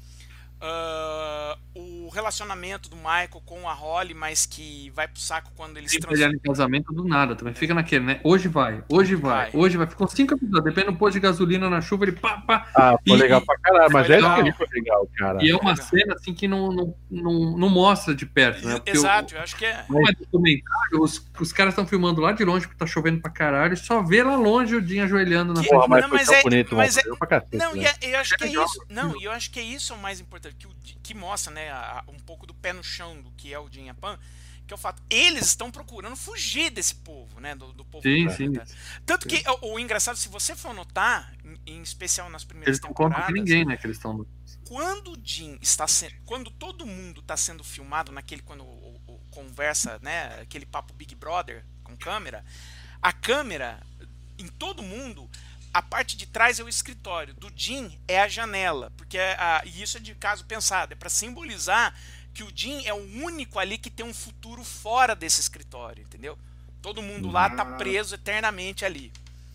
O relacionamento do Michael com a Holly, mas que vai pro saco quando eles se transformam. Em casamento do nada, também fica naquele, né? Hoje vai. Ficou 5 episódios, depende do posto de gasolina na chuva, ele pá. Foi legal pra caralho, mas foi legal, cara. E é uma cena assim que não mostra de perto, né? Porque exato, eu acho que é. Não é documentário, os caras estão filmando lá de longe porque tá chovendo pra caralho, só vê lá longe o Jim ajoelhando na frente. Eu acho que é isso. Não, eu acho que é isso o mais importante. Que mostra, né, um pouco do pé no chão do que é o Jim e a Pan, que é o fato, eles estão procurando fugir desse povo, né, do povo. Sim. Tanto que o engraçado, se você for notar, em especial nas primeiras temporadas, eles não contam com ninguém, né, que eles estão... Quando o Jim quando todo mundo está sendo filmado quando conversa, né, aquele papo Big Brother com câmera, a câmera em todo mundo, a parte de trás é o escritório, do Jim é a janela, porque e isso é de caso pensado, é para simbolizar que o Jim é o único ali que tem um futuro fora desse escritório, entendeu? Todo mundo lá tá preso eternamente ali.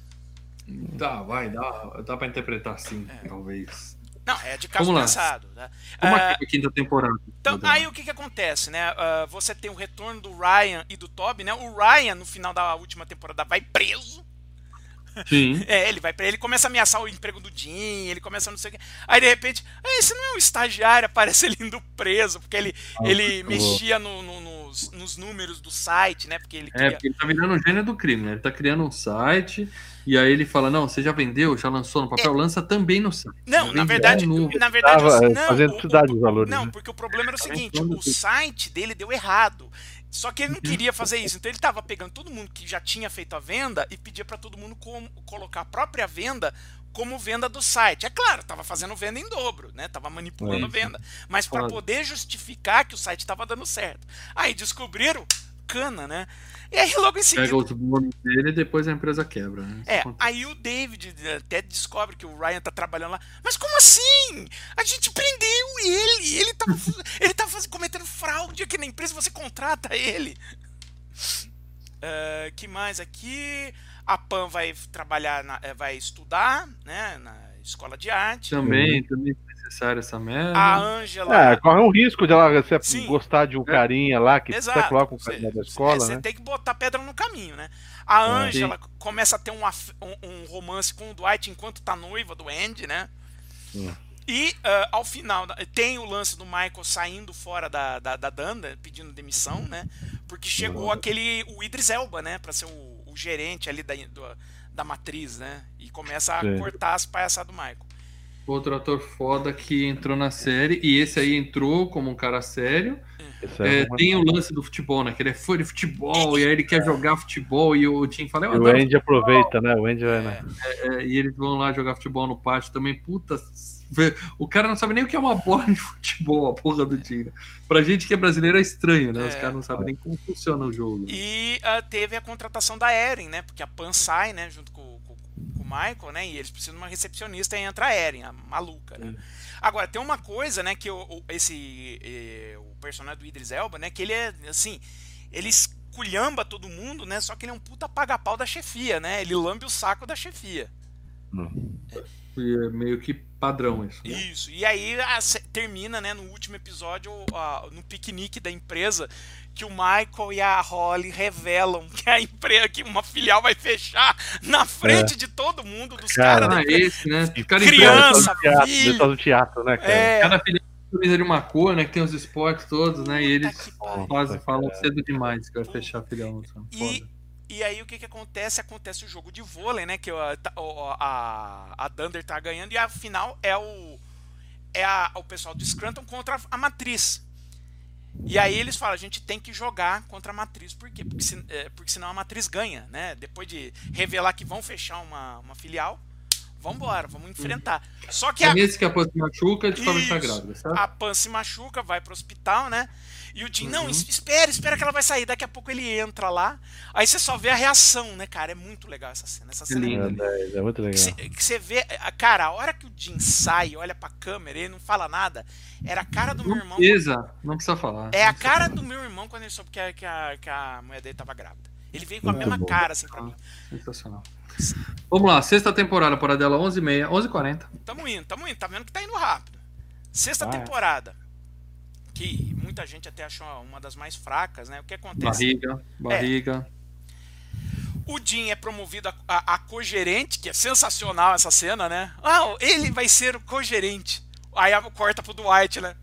Dá para interpretar assim, talvez. Não, é de caso pensado. Né? Como é a quinta temporada? Então, aí o que acontece, né? Você tem o retorno do Ryan e do Toby, né? O Ryan, no final da última temporada, vai preso. Sim. Ele começa a ameaçar o emprego do Jim, ele começa a não sei o que. Aí de repente, esse não é um estagiário, aparece ele indo preso, porque ele mexia nos números do site, né? Porque ele porque ele tá virando um gênio do crime, né? Ele tá criando um site e aí ele fala, não, você já vendeu, já lançou no papel, lança também no site. Não, na verdade, não, porque o problema era o seguinte, o site dele deu errado. Só que ele não queria fazer isso, então ele tava pegando todo mundo que já tinha feito a venda e pedia para todo mundo colocar a própria venda como venda do site. É claro, tava fazendo venda em dobro, né? Tava manipulando a venda. Mas para poder justificar que o site tava dando certo. Aí descobriram, cana, né? E aí logo em seguida... Pega os bônus dele e depois a empresa quebra, né? Aí o David até descobre que o Ryan tá trabalhando lá. Mas como assim? A gente prendeu ele! Ele tava cometendo fraude aqui na empresa, você contrata ele. Que mais aqui? A Pam vai trabalhar, vai estudar, né, na escola de arte. Também é necessário essa merda. A Ângela... corre um risco de ela gostar de um carinha lá, que você coloca um carinha da escola, né? Você tem que botar pedra no caminho, né? A Ângela começa a ter um romance com o Dwight enquanto tá noiva do Andy, né? E ao final tem o lance do Michael saindo fora da Dunder, pedindo demissão, né? Porque chegou o Idris Elba, né? Pra ser o gerente ali da matriz, né? E começa a cortar as palhaçadas do Michael. Outro ator foda que entrou na série, e esse aí entrou como um cara sério. Tem o lance do futebol, né? Que ele é fã de futebol, e aí ele quer jogar futebol, e o Tim fala... o Andy aproveita, né? O Andy e eles vão lá jogar futebol no pátio também. Puta... O cara não sabe nem o que é uma bola de futebol, a porra do Tim. Pra gente que é brasileiro é estranho, né? Os caras não sabem nem como funciona o jogo. E teve a contratação da Erin, né? Porque a Pam sai, né? Junto com o Michael, né? E eles precisam de uma recepcionista e entra a Erin, a maluca, né? Agora, tem uma coisa, né? Que o personagem do Idris Elba, né? Que ele é, assim... Ele esculhamba todo mundo, né? Só que ele é um puta paga-pau da chefia, né? Ele lambe o saco da chefia. E é meio que padrão isso. Né? Isso. E aí termina, né, no último episódio, no piquenique da empresa, que o Michael e a Holly revelam que a empresa, que uma filial vai fechar na frente de todo mundo, dos caras. Esse, né? Criança, filho. Do teatro, né, cara? Cada filial camisa de uma cor, né? Que tem os esportes todos, né? E eles falam cedo demais que vai fechar a filial. E aí o que acontece? Acontece o jogo de vôlei, né? Que a Dunder tá ganhando e a final é o pessoal do Scranton contra a Matriz. E aí eles falam, a gente tem que jogar contra a Matriz. Por quê? Porque senão a Matriz ganha, né? Depois de revelar que vão fechar uma filial, vambora, vamos enfrentar. Só que nesse que a Pam se machuca, de forma tá grávida, sabe? A Pam se machuca, vai pro hospital, né? E o Jim, não, espera que ela vai sair. Daqui a pouco ele entra lá. Aí você só vê a reação, né, cara? É muito legal essa cena. Essa cena é muito legal. Que você vê, cara, a hora que o Jim sai, olha pra câmera, ele não fala nada. Era a cara do meu irmão. Não precisa falar. É a cara do meu irmão quando ele soube que a mulher dele tava grávida. Ele veio com a mesma cara, assim, pra mim. Sensacional. Vamos lá, sexta temporada, Paradela 11h30, 11h40. Tamo indo. Tá vendo que tá indo rápido. Sexta temporada. Que muita gente até achou uma das mais fracas, né? O que acontece? Barriga. O Jim é promovido a co-gerente, que é sensacional essa cena, né? Ele vai ser o co-gerente. Aí corta pro Dwight, né?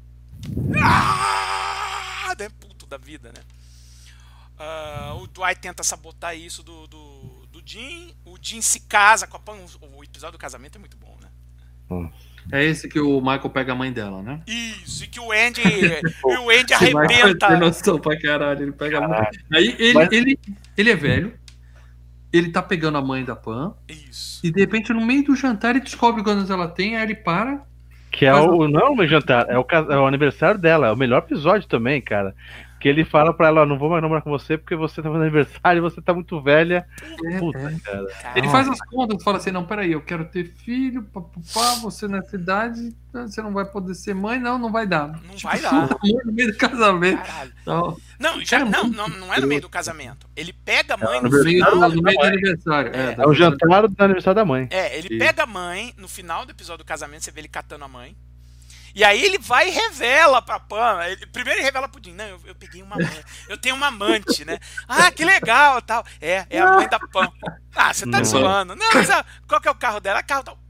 É puto da vida, né? O Dwight tenta sabotar isso do Jim. O Jim se casa com a Pam. O episódio do casamento é muito bom, né? É esse que o Michael pega a mãe dela, né? Isso, e que o Andy arrebenta. Tem noção pra caralho, ele pega a mãe. Aí ele é velho, ele tá pegando a mãe da Pam. Isso. E de repente, no meio do jantar, ele descobre quantos ela tem, aí ele para. Que é não é o jantar, é o aniversário dela, é o melhor episódio também, cara. Que ele fala pra ela, não vou mais namorar com você porque você tá fazendo aniversário e você tá muito velha. Puta, cara. Ele faz as contas e fala assim, não, peraí, eu quero ter filho, papapá, você nessa idade, você não vai poder ser mãe, não vai dar. Não vai dar. No meio do casamento. Então, não é no meio do casamento. Ele pega a mãe no final do aniversário. É o jantar do aniversário da mãe. Ele pega a mãe, no final do episódio do casamento, você vê ele catando a mãe. E aí ele vai e revela pra Pam. Primeiro ele revela pro Jim. Não, eu peguei uma mãe. Eu tenho uma amante, né? Que legal, tal. É a mãe da Pam. Você tá zoando. Não, mas qual que é o carro dela? É carro tal.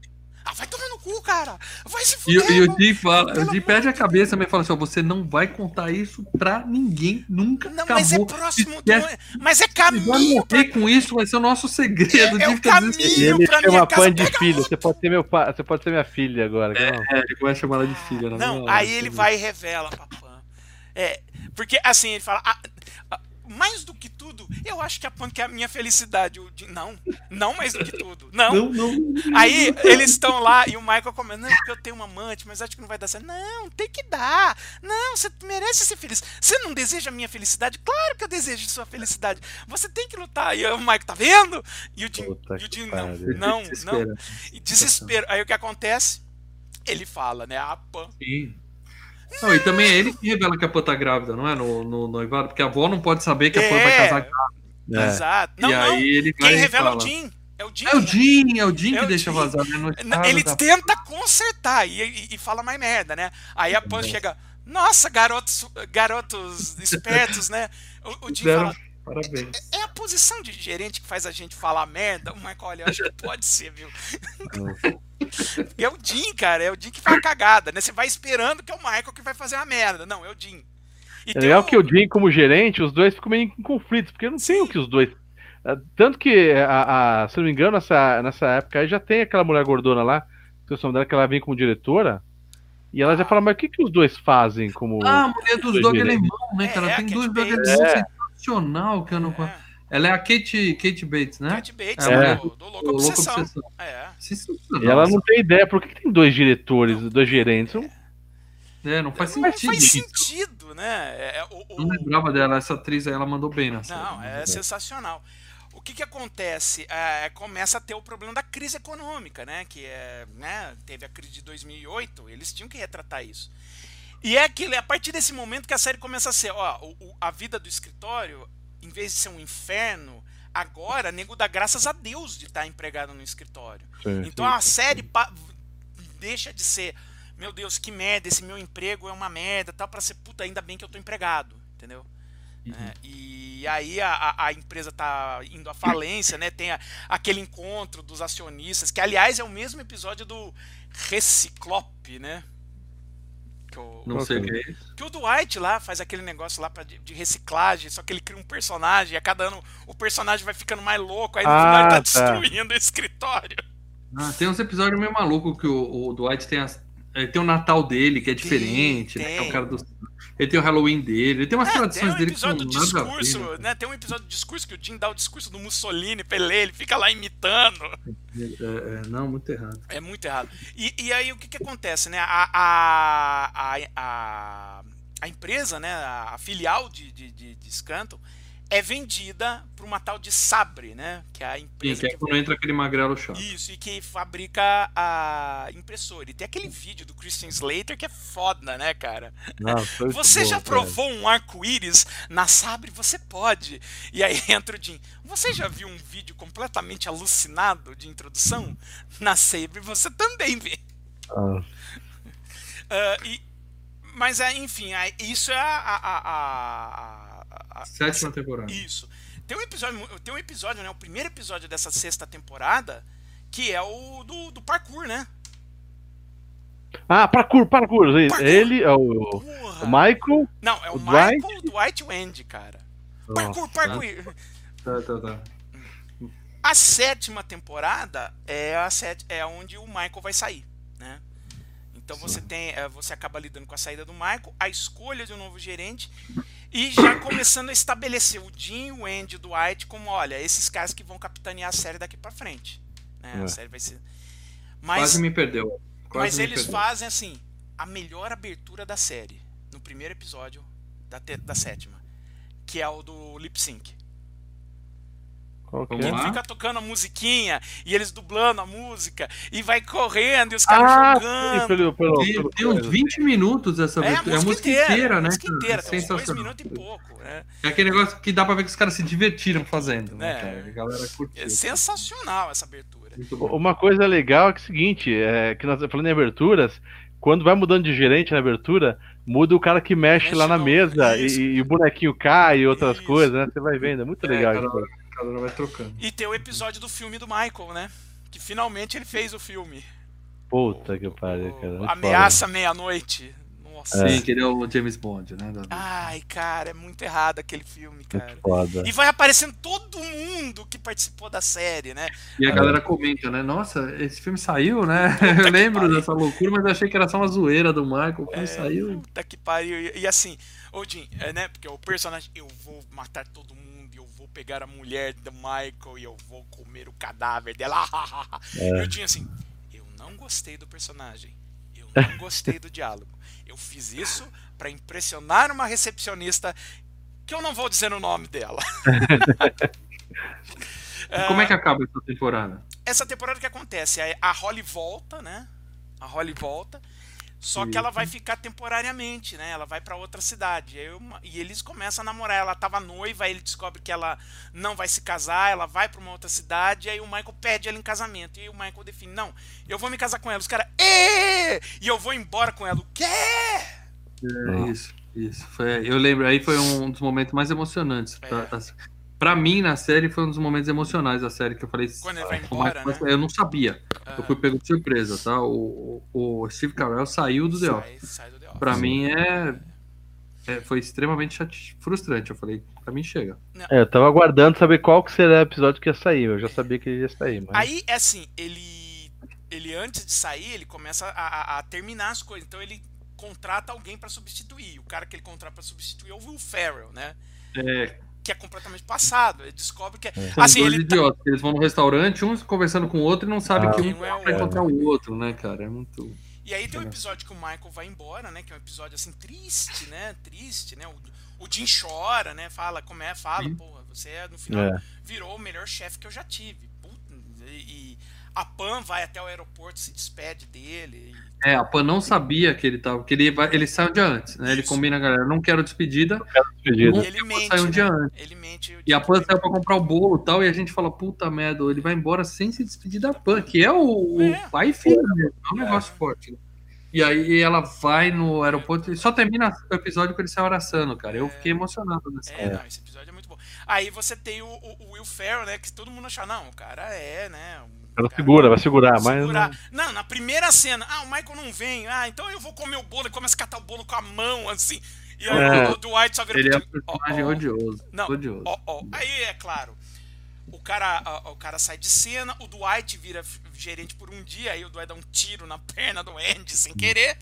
vai tomar no cu, cara. Vai se fuder. E o Jim fala, o Jim perde a cabeça também e fala assim, você não vai contar isso pra ninguém, nunca. Não, acabou. mas é próximo do... Mas é caminho. Vai morrer com isso, vai ser o nosso segredo. É o caminho ele pra chama minha casa. Pan de filho. Você pode ser meu pai, você pode ser minha filha agora. Ele vai chamar ela de filha. Não, aí ele vai e revela pra Pan. Porque assim, ele fala... mais do que tudo, eu acho que a Pan quer a minha felicidade. Não mais do que tudo. Não. Aí eles estão lá e o Michael comenta, não, porque eu tenho uma amante, mas acho que não vai dar certo. Não, tem que dar. Não, você merece ser feliz. Você não deseja a minha felicidade? Claro que eu desejo a sua felicidade. Você tem que lutar. E o Michael, tá vendo? E o Jim não. E desespero. Aí o que acontece? Ele fala, né? A Pan. Sim. Não, e também é ele que revela que a Pan tá grávida, não é? No noivado, porque a avó não pode saber que a Pan vai casar grávida. Exato. Não, aí ele quem revela é o Jim. É o Jim que deixa vazar. Né? Ele tenta consertar e fala mais merda, né? Aí a Pan chega, nossa, garotos espertos, né? O Jim fala, parabéns. É a posição de gerente que faz a gente falar merda? O Michael, olha, eu acho que pode ser, viu? É o Jim, cara, é o Jim que faz a cagada, né? Você vai esperando que é o Michael que vai fazer a merda. Não, é o Jim. É legal que o Jim, como gerente, os dois ficam meio em conflitos, porque não tem o que os dois... Tanto que, se não me engano, nessa época aí já tem aquela mulher gordona lá, que que ela vem como diretora, e ela já fala, mas o que os dois fazem como... a mulher dos dog alemão, né, cara? Tem dois dog alemão sensacional que eu não... Ela é a Kate Bates, né? Kate Bates, do Louco Obsessão. E ela não tem ideia por que tem dois diretores, dois gerentes. Não faz sentido. Não faz sentido, né? Não lembrava dela, essa atriz aí, ela mandou bem nessa. Não, é sensacional. O que acontece? Começa a ter o problema da crise econômica, né? Que teve a crise de 2008, eles tinham que retratar isso. E é a partir desse momento que a série começa a ser, a vida do escritório, em vez de ser um inferno, agora nego dá graças a Deus de estar empregado no escritório. Então a série deixa de ser, meu Deus, que merda, esse meu emprego é uma merda, tal, pra ser, puta, ainda bem que eu tô empregado, entendeu? E aí a empresa tá indo à falência, né? Tem aquele encontro dos acionistas, que aliás é o mesmo episódio do Reciclope, né? Não sei o que é isso. Que o Dwight lá faz aquele negócio lá de reciclagem, só que ele cria um personagem, e a cada ano o personagem vai ficando mais louco, aí no final ele tá destruindo o escritório. Tem uns episódios meio malucos que o Dwight tem o Natal dele, que é diferente, né? Que é o cara ele tem o Halloween dele, ele tem umas tradições dele que são nada discurso, a ver, né? Tem um episódio do discurso que o Jim dá o discurso do Mussolini pra ele fica lá imitando. Não, muito errado. É muito errado. E aí o que acontece, né? A empresa, né? A filial de Scranton é vendida para uma tal de Sabre, né? Que é a empresa que é quando entra aquele magrelo chato. Isso, e que fabrica a impressora. E tem aquele vídeo do Christian Slater que é foda, né, cara? Você já provou um arco-íris na Sabre? Você pode. E aí entra o Jim. Você já viu um vídeo completamente alucinado de introdução? Na Sabre você também vê. Mas, enfim, isso é a sétima temporada. Isso. Tem um episódio, né? O primeiro episódio dessa sexta temporada, que é o do parkour, né? Parkour. Ele é o Michael. Não, é o Michael, o Dwight e o Andy, cara. Parkour. Tá. A sétima temporada é onde o Michael vai sair, né? Então você acaba lidando com a saída do Michael, a escolha de um novo gerente e já começando a estabelecer o Jim, o Andy e o Dwight como, olha, esses caras que vão capitanear a série daqui pra frente, né? A série vai ser... Quase me perdeu. Mas eles fazem, assim, a melhor abertura da série, no primeiro episódio da sétima, que é o do Lip Sync. Okay. Ele fica tocando a musiquinha e eles dublando a música e vai correndo e os caras jogando. Tem uns 20 minutos essa abertura. É a música inteira, né? Tem uns 2 minutos e pouco. Né? É aquele negócio que dá pra ver que os caras se divertiram fazendo. Né, cara? A galera curtiu. É sensacional essa abertura. Uma coisa legal é que é o seguinte, que nós falando em aberturas, quando vai mudando de gerente na abertura, muda o cara que mexe lá na mesa e o bonequinho cai e outras coisas, né? Você vai vendo, é muito legal isso. Vai trocando. E tem o episódio do filme do Michael, né? Que finalmente ele fez o filme. Puta que pariu, cara. Ameaça Meia-Noite. Nossa. Sim, que ele é o James Bond, né? Ai, cara, é muito errado aquele filme, cara. Muito foda. E vai aparecendo todo mundo que participou da série, né? E a galera comenta, né? Nossa, esse filme saiu, né? Eu lembro dessa loucura, mas eu achei que era só uma zoeira do Michael. O filme saiu. Puta que pariu. E assim, ô Jim, né? Porque o personagem, eu vou matar todo mundo, eu vou pegar a mulher do Michael e eu vou comer o cadáver dela. E o Jim, assim, eu não gostei do personagem. Eu não gostei do diálogo. Eu fiz isso pra impressionar uma recepcionista que eu não vou dizer o nome dela. E como é que acaba essa temporada? Essa temporada que acontece, a Holly volta, né? A Holly volta, só que ela vai ficar temporariamente, né? Ela vai pra outra cidade. E eles começam a namorar. Ela tava noiva, aí ele descobre que ela não vai se casar, ela vai pra uma outra cidade, aí o Michael pede ela em casamento. E aí o Michael define, não, eu vou me casar com ela. Os caras, e eu vou embora com ela. O quê? Isso. Eu lembro, aí foi um dos momentos mais emocionantes. Pra mim, na série, foi um dos momentos emocionais da série, que eu falei... Quando ele vai embora, né? Eu não sabia. Eu fui pego de surpresa, tá? O Steve Carell saiu do The Office. Sai do The Office. Pra mim, foi extremamente frustrante. Eu falei, pra mim, chega. Eu tava aguardando saber qual que seria o episódio que ia sair. Eu já sabia que ele ia sair. Mas... Aí, assim, ele antes de sair, ele começa a terminar as coisas. Então, ele contrata alguém pra substituir. O cara que ele contrata pra substituir é o Will Ferrell, né? Que é completamente passado. Ele descobre que assim, dois idiotas. Eles vão no restaurante, um conversando com o outro e não sabe que um vai encontrar o outro, né, cara? É muito... E aí tem um episódio que o Michael vai embora, né? Que é um episódio, assim, triste, né? O Jim chora, né? Fala, porra, você no final virou o melhor chefe que eu já tive. E a Pam vai até o aeroporto, se despede dele. A Pam não sabia que ele tava, porque ele sai um dia antes, né? Isso. Ele combina a galera, não quero despedida. E ele mente, sai um dia antes. Ele mente. E a Pam saiu pra comprar o bolo e tal, e a gente fala, puta merda, ele vai embora sem se despedir da Pam, que é o pai e filho, né? É um negócio forte. Né? E aí ela vai no aeroporto e só termina o episódio com ele se abraçando, cara. Eu fiquei emocionado nessa não, esse episódio é muito bom. Aí você tem o Will Ferrell, né? Que todo mundo acha, não, o cara né? Ela vai segurar, mas... Não, na primeira cena, o Michael não vem, então eu vou comer o bolo, e começa a catar o bolo com a mão, assim. E aí o Dwight só vira... Ele é um personagem odioso. Não, odioso. Aí, é claro, o cara sai de cena, o Dwight vira gerente por um dia, aí o Dwight dá um tiro na perna do Andy sem querer,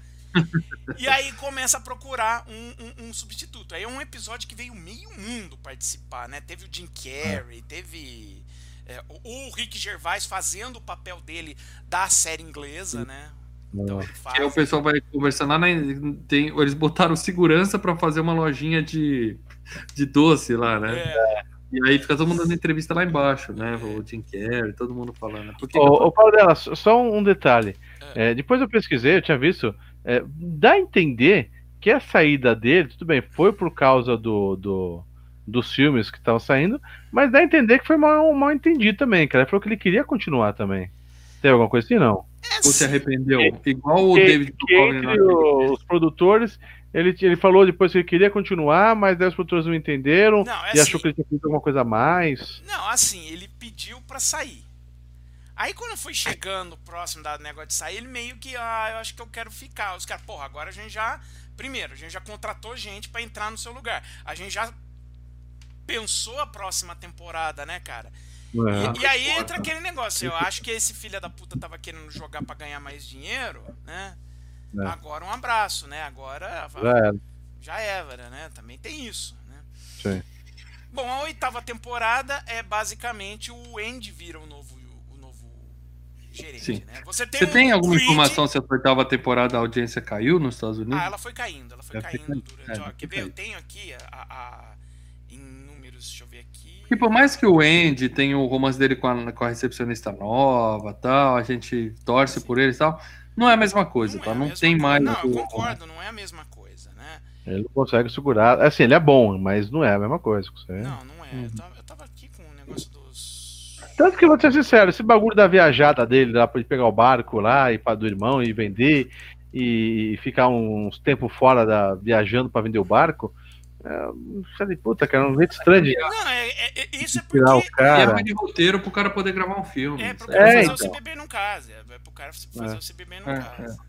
e aí começa a procurar um substituto. Aí é um episódio que veio meio mundo participar, né? Teve o Jim Carrey, teve... o Rick Gervais fazendo o papel dele da série inglesa, né? Então ele faz... E aí o pessoal vai conversando lá, eles botaram segurança pra fazer uma lojinha de doce lá, né? E aí fica todo mundo dando entrevista lá embaixo, né? O Jim Carrey, todo mundo falando. Ô, Paulo dela, só um detalhe. Depois eu pesquisei, eu tinha visto. Dá a entender que a saída dele, tudo bem, foi por causa dos filmes que estavam saindo, mas dá a entender que foi mal entendido também, cara. Ele falou que ele queria continuar também. Tem alguma coisa assim, não? Ou se arrependeu? Igual o David entre os produtores, ele falou depois que ele queria continuar, mas aí os produtores não entenderam e achou que ele tinha feito alguma coisa a mais. Não, assim, ele pediu pra sair. Aí quando foi chegando próximo da negócio de sair, ele meio que, eu acho que eu quero ficar. Os caras, porra, agora a gente já contratou gente pra entrar no seu lugar. A gente já pensou a próxima temporada, né, cara? E aí entra aquele negócio, eu acho que esse filho da puta tava querendo jogar pra ganhar mais dinheiro, né? Agora um abraço, né? Agora já era, né? Também tem isso, né? Sim. Bom, a 8ª temporada é basicamente o Andy vira o novo gerente, Sim. né? Você tem alguma informação se a 8ª temporada a audiência caiu nos Estados Unidos? Ela foi caindo durante... Quer ver? Eu tenho aqui em números, deixa eu ver aqui. E por mais que o Andy tenha o romance dele com a recepcionista nova, tal, a gente torce por ele e tal, não é a mesma coisa, tá? Não tem mais... Não, eu concordo, não é a mesma coisa, né? Ele não consegue segurar... Assim, ele é bom, mas não é a mesma coisa. Não é. Eu tava aqui com o negócio dos... Tanto que eu vou ser sincero, esse bagulho da viajada dele, lá pra pegar o barco lá, e do irmão e vender, e ficar uns tempos fora viajando pra vender o barco, Filha de puta, cara, um jeito estranho de... Não, isso é tirar o porque... cara. É de roteiro pro cara poder gravar um filme. É pro cara fazer então. o CBB num caso. É pro cara fazer o CBB num caso.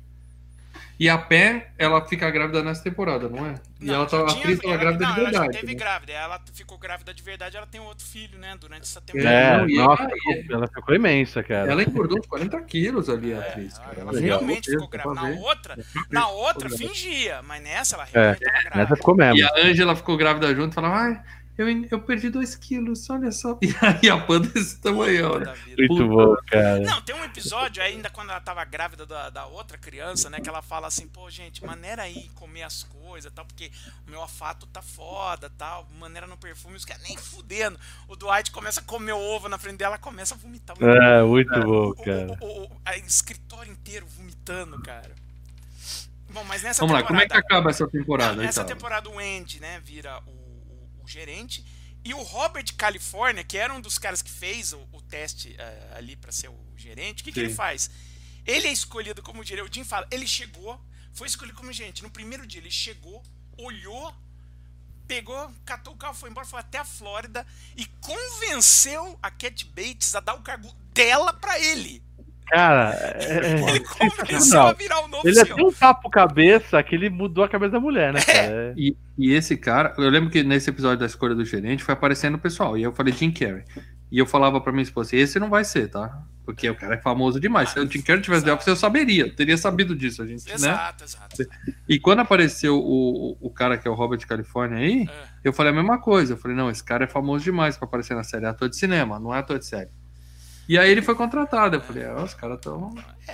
E a Pam, ela fica grávida nessa temporada, não é? E Não, ela tá grávida de verdade. Ela já teve grávida. Ela ficou grávida de verdade, ela tem um outro filho, né? Durante essa temporada. Ela ficou imensa, cara. Ela engordou uns 40 quilos ali, a atriz. Cara. Ela realmente ficou grávida. Na outra fingia, mas nessa ela realmente ficou grávida. Nessa ficou mesmo. E a Ângela ficou grávida junto e falava, eu perdi 2 quilos, olha só. E aí a Pam desse tamanho, né? Muito bom, cara. Não, tem um episódio ainda quando ela tava grávida da outra criança, né? Que ela fala assim, pô, gente, maneira aí comer as coisas, tal, porque o meu olfato tá foda, tal, maneira no perfume, os caras nem fudendo. O Dwight começa a comer o ovo na frente dela, começa a vomitar. Muito bom, cara. O escritório inteiro vomitando, cara. Bom, mas nessa Vamos temporada... lá, como é que acaba essa temporada? Nessa temporada o Andy, né, vira o gerente, e o Robert California, que era um dos caras que fez o teste ali pra ser o gerente, o que ele faz? Ele é escolhido como gerente, o Jim fala, ele chegou, foi escolhido como gerente, no primeiro dia ele chegou, olhou, pegou, catou o carro, foi embora, foi até a Flórida e convenceu a Cat Bates a dar o cargo dela pra ele. Cara, ele começou a virar o novo Ele é tão papo cabeça que ele mudou a cabeça da mulher, né, cara? E esse cara, eu lembro que nesse episódio da escolha do gerente foi aparecendo o pessoal, e eu falei Jim Carrey. E eu falava pra minha esposa, esse não vai ser, tá? Porque o cara é famoso demais. Se o Jim Carrey tivesse The Office, eu saberia, teria sabido disso, a gente, exato. E quando apareceu o cara que é o Robert California aí, eu falei a mesma coisa. Eu falei, não, esse cara é famoso demais pra aparecer na série, é ator de cinema, não é ator de série. E aí ele foi contratado. Eu falei, os caras estão...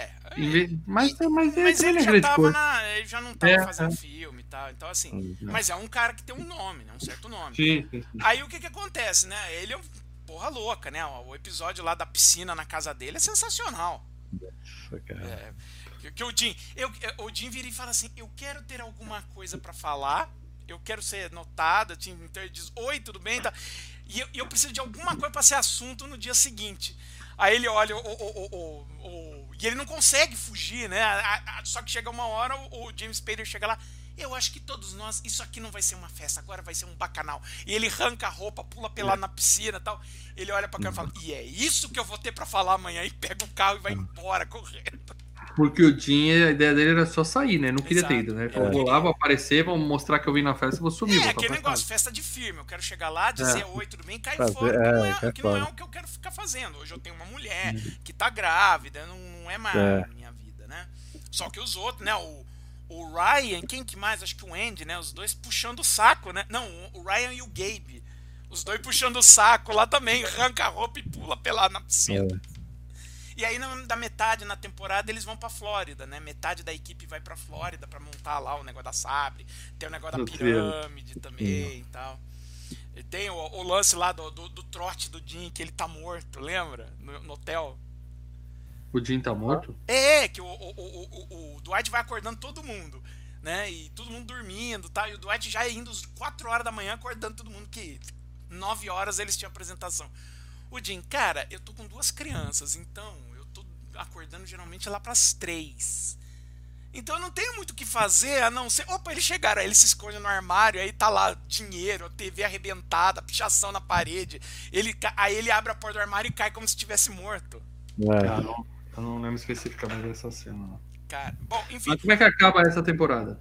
Mas ele já tava ele já não tava fazendo filme e tal. Então, assim... Mas é um cara que tem um nome, né? Um certo nome. Sim. Aí o que acontece, né? Ele é um porra louca, né? O episódio lá da piscina na casa dele é sensacional. Nossa, cara. Que o Jim vira e fala assim, eu quero ter alguma coisa pra falar, eu quero ser notado, então ele diz, oi, tudo bem? E eu preciso de alguma coisa pra ser assunto no dia seguinte. Aí ele olha e ele não consegue fugir, né? Só que chega uma hora, o James Spader chega lá, eu acho que todos nós, isso aqui não vai ser uma festa, agora vai ser um bacanal. E ele arranca a roupa, pula pelado na piscina e tal. Ele olha pra cá e fala, e é isso que eu vou ter pra falar amanhã. E pega o carro e vai embora correndo. Porque o Jim, a ideia dele era só sair, né? Não queria ter ido, né? Eu vou lá, vou aparecer, vou mostrar que eu vim na festa e vou sumir. Aquele negócio, festa de firme. Eu quero chegar lá, dizer oi, tudo bem, cair fora. Que não é o que eu quero ficar fazendo. Hoje eu tenho uma mulher que tá grávida, não é mais minha vida, né? Só que os outros, né? O Ryan, quem que mais? Acho que o Andy, né? Os dois puxando o saco, né? Não, o Ryan e o Gabe. Os dois puxando o saco lá também, arranca a roupa e pula pelado na piscina. E aí, da metade na temporada, eles vão pra Flórida, né? Metade da equipe vai pra Flórida pra montar lá o negócio da Sabre. Tem o negócio da pirâmide também e tal. E tem o lance lá do trote do Jim, que ele tá morto, lembra? No hotel. O Jim tá morto? Que o Dwight vai acordando todo mundo, né? E todo mundo dormindo, tá? E o Dwight já indo às 4 horas da manhã acordando todo mundo, que 9 horas eles tinham apresentação. O Jim, cara, eu tô com 2 crianças, então eu tô acordando geralmente lá pras 3. Então eu não tenho muito o que fazer a não ser... Opa, eles chegaram, aí ele se esconde no armário, aí tá lá dinheiro, TV arrebentada, pichação na parede. Aí ele abre a porta do armário e cai como se estivesse morto. Eu não lembro especificamente dessa cena. Cara, bom, enfim... Mas como é que acaba essa temporada?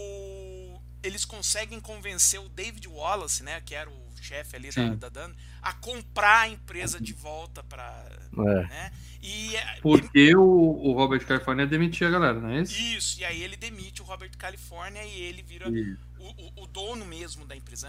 Eles conseguem convencer o David Wallace, né, que era o chefe ali da Dan, a comprar a empresa de volta pra... Né? Porque o Robert California demitia a galera, não é isso? Isso, e aí ele demite o Robert California e ele vira o dono mesmo da empresa.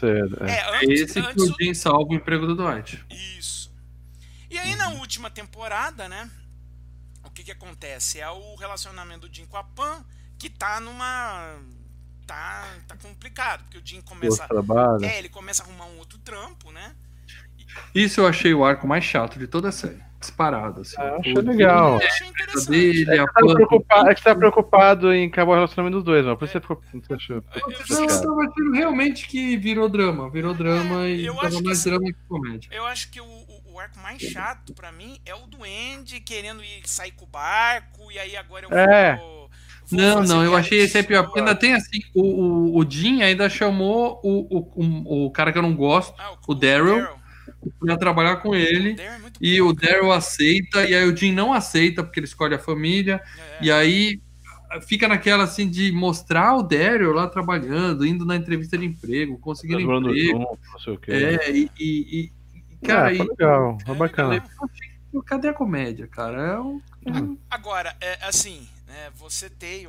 Esse que o Jim salva o emprego do Dwight. Isso. E aí na última temporada, né, o que acontece? É o relacionamento do Jim com a Pam, que tá numa... Tá complicado, porque o Jim começa... ele começa a arrumar um outro trampo, né? Isso eu achei o arco mais chato de toda a série. Disparado, assim. Eu achei legal. Eu achei interessante. É que você tá preocupado em acabar o relacionamento dos dois, mano. Por isso você ficou... Eu tava achando realmente que virou drama. E tava mais drama que comédia. Eu acho que o arco mais chato pra mim é o do Andy querendo sair com o barco, e aí agora eu Não, eu achei esse aí pior. Porque ainda tem assim, o Jim ainda chamou o cara que eu não gosto, o Daryl, pra trabalhar com ele. E o Daryl aceita, e aí o Jim não aceita, porque ele escolhe a família. E aí fica naquela assim de mostrar o Daryl lá trabalhando, indo na entrevista de emprego, conseguindo emprego. Não sei o quê. Cara, legal, é bacana. Cadê a comédia, cara? Agora, assim, né, você tem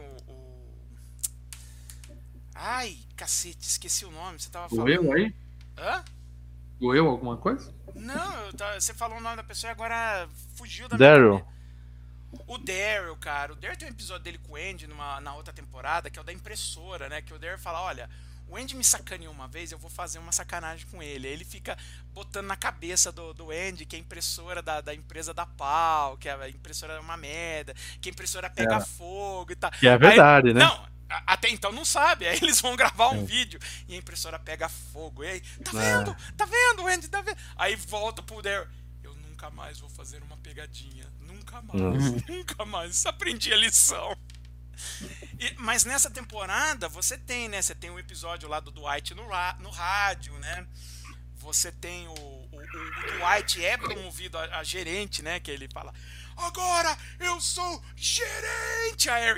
Ai, cacete, esqueci o nome, você tava falando. Doeu aí? Hã? Doeu alguma coisa? Não, você falou o nome da pessoa e agora fugiu da Daryl. minha cabeça. O Daryl, cara. O Daryl tem um episódio dele com o Andy na outra temporada, que é o da impressora, né? Que o Daryl fala, olha, o Andy me sacaneou uma vez, eu vou fazer uma sacanagem com ele. Aí ele fica botando na cabeça do Andy que a impressora da empresa dá pau, que a impressora é uma merda, que a impressora pega fogo e tal. Que é verdade, né? Não, até então não sabe. Aí eles vão gravar um vídeo e a impressora pega fogo. E aí, tá vendo, Andy, tá vendo? Aí volta pro Daryl. Eu nunca mais vou fazer uma pegadinha. Nunca mais. Aprendi a lição. Mas nessa temporada você tem, né? Você tem um episódio lá do Dwight no rádio, né? Você tem o Dwight é promovido a gerente, né? Que ele fala, agora eu sou gerente! Aí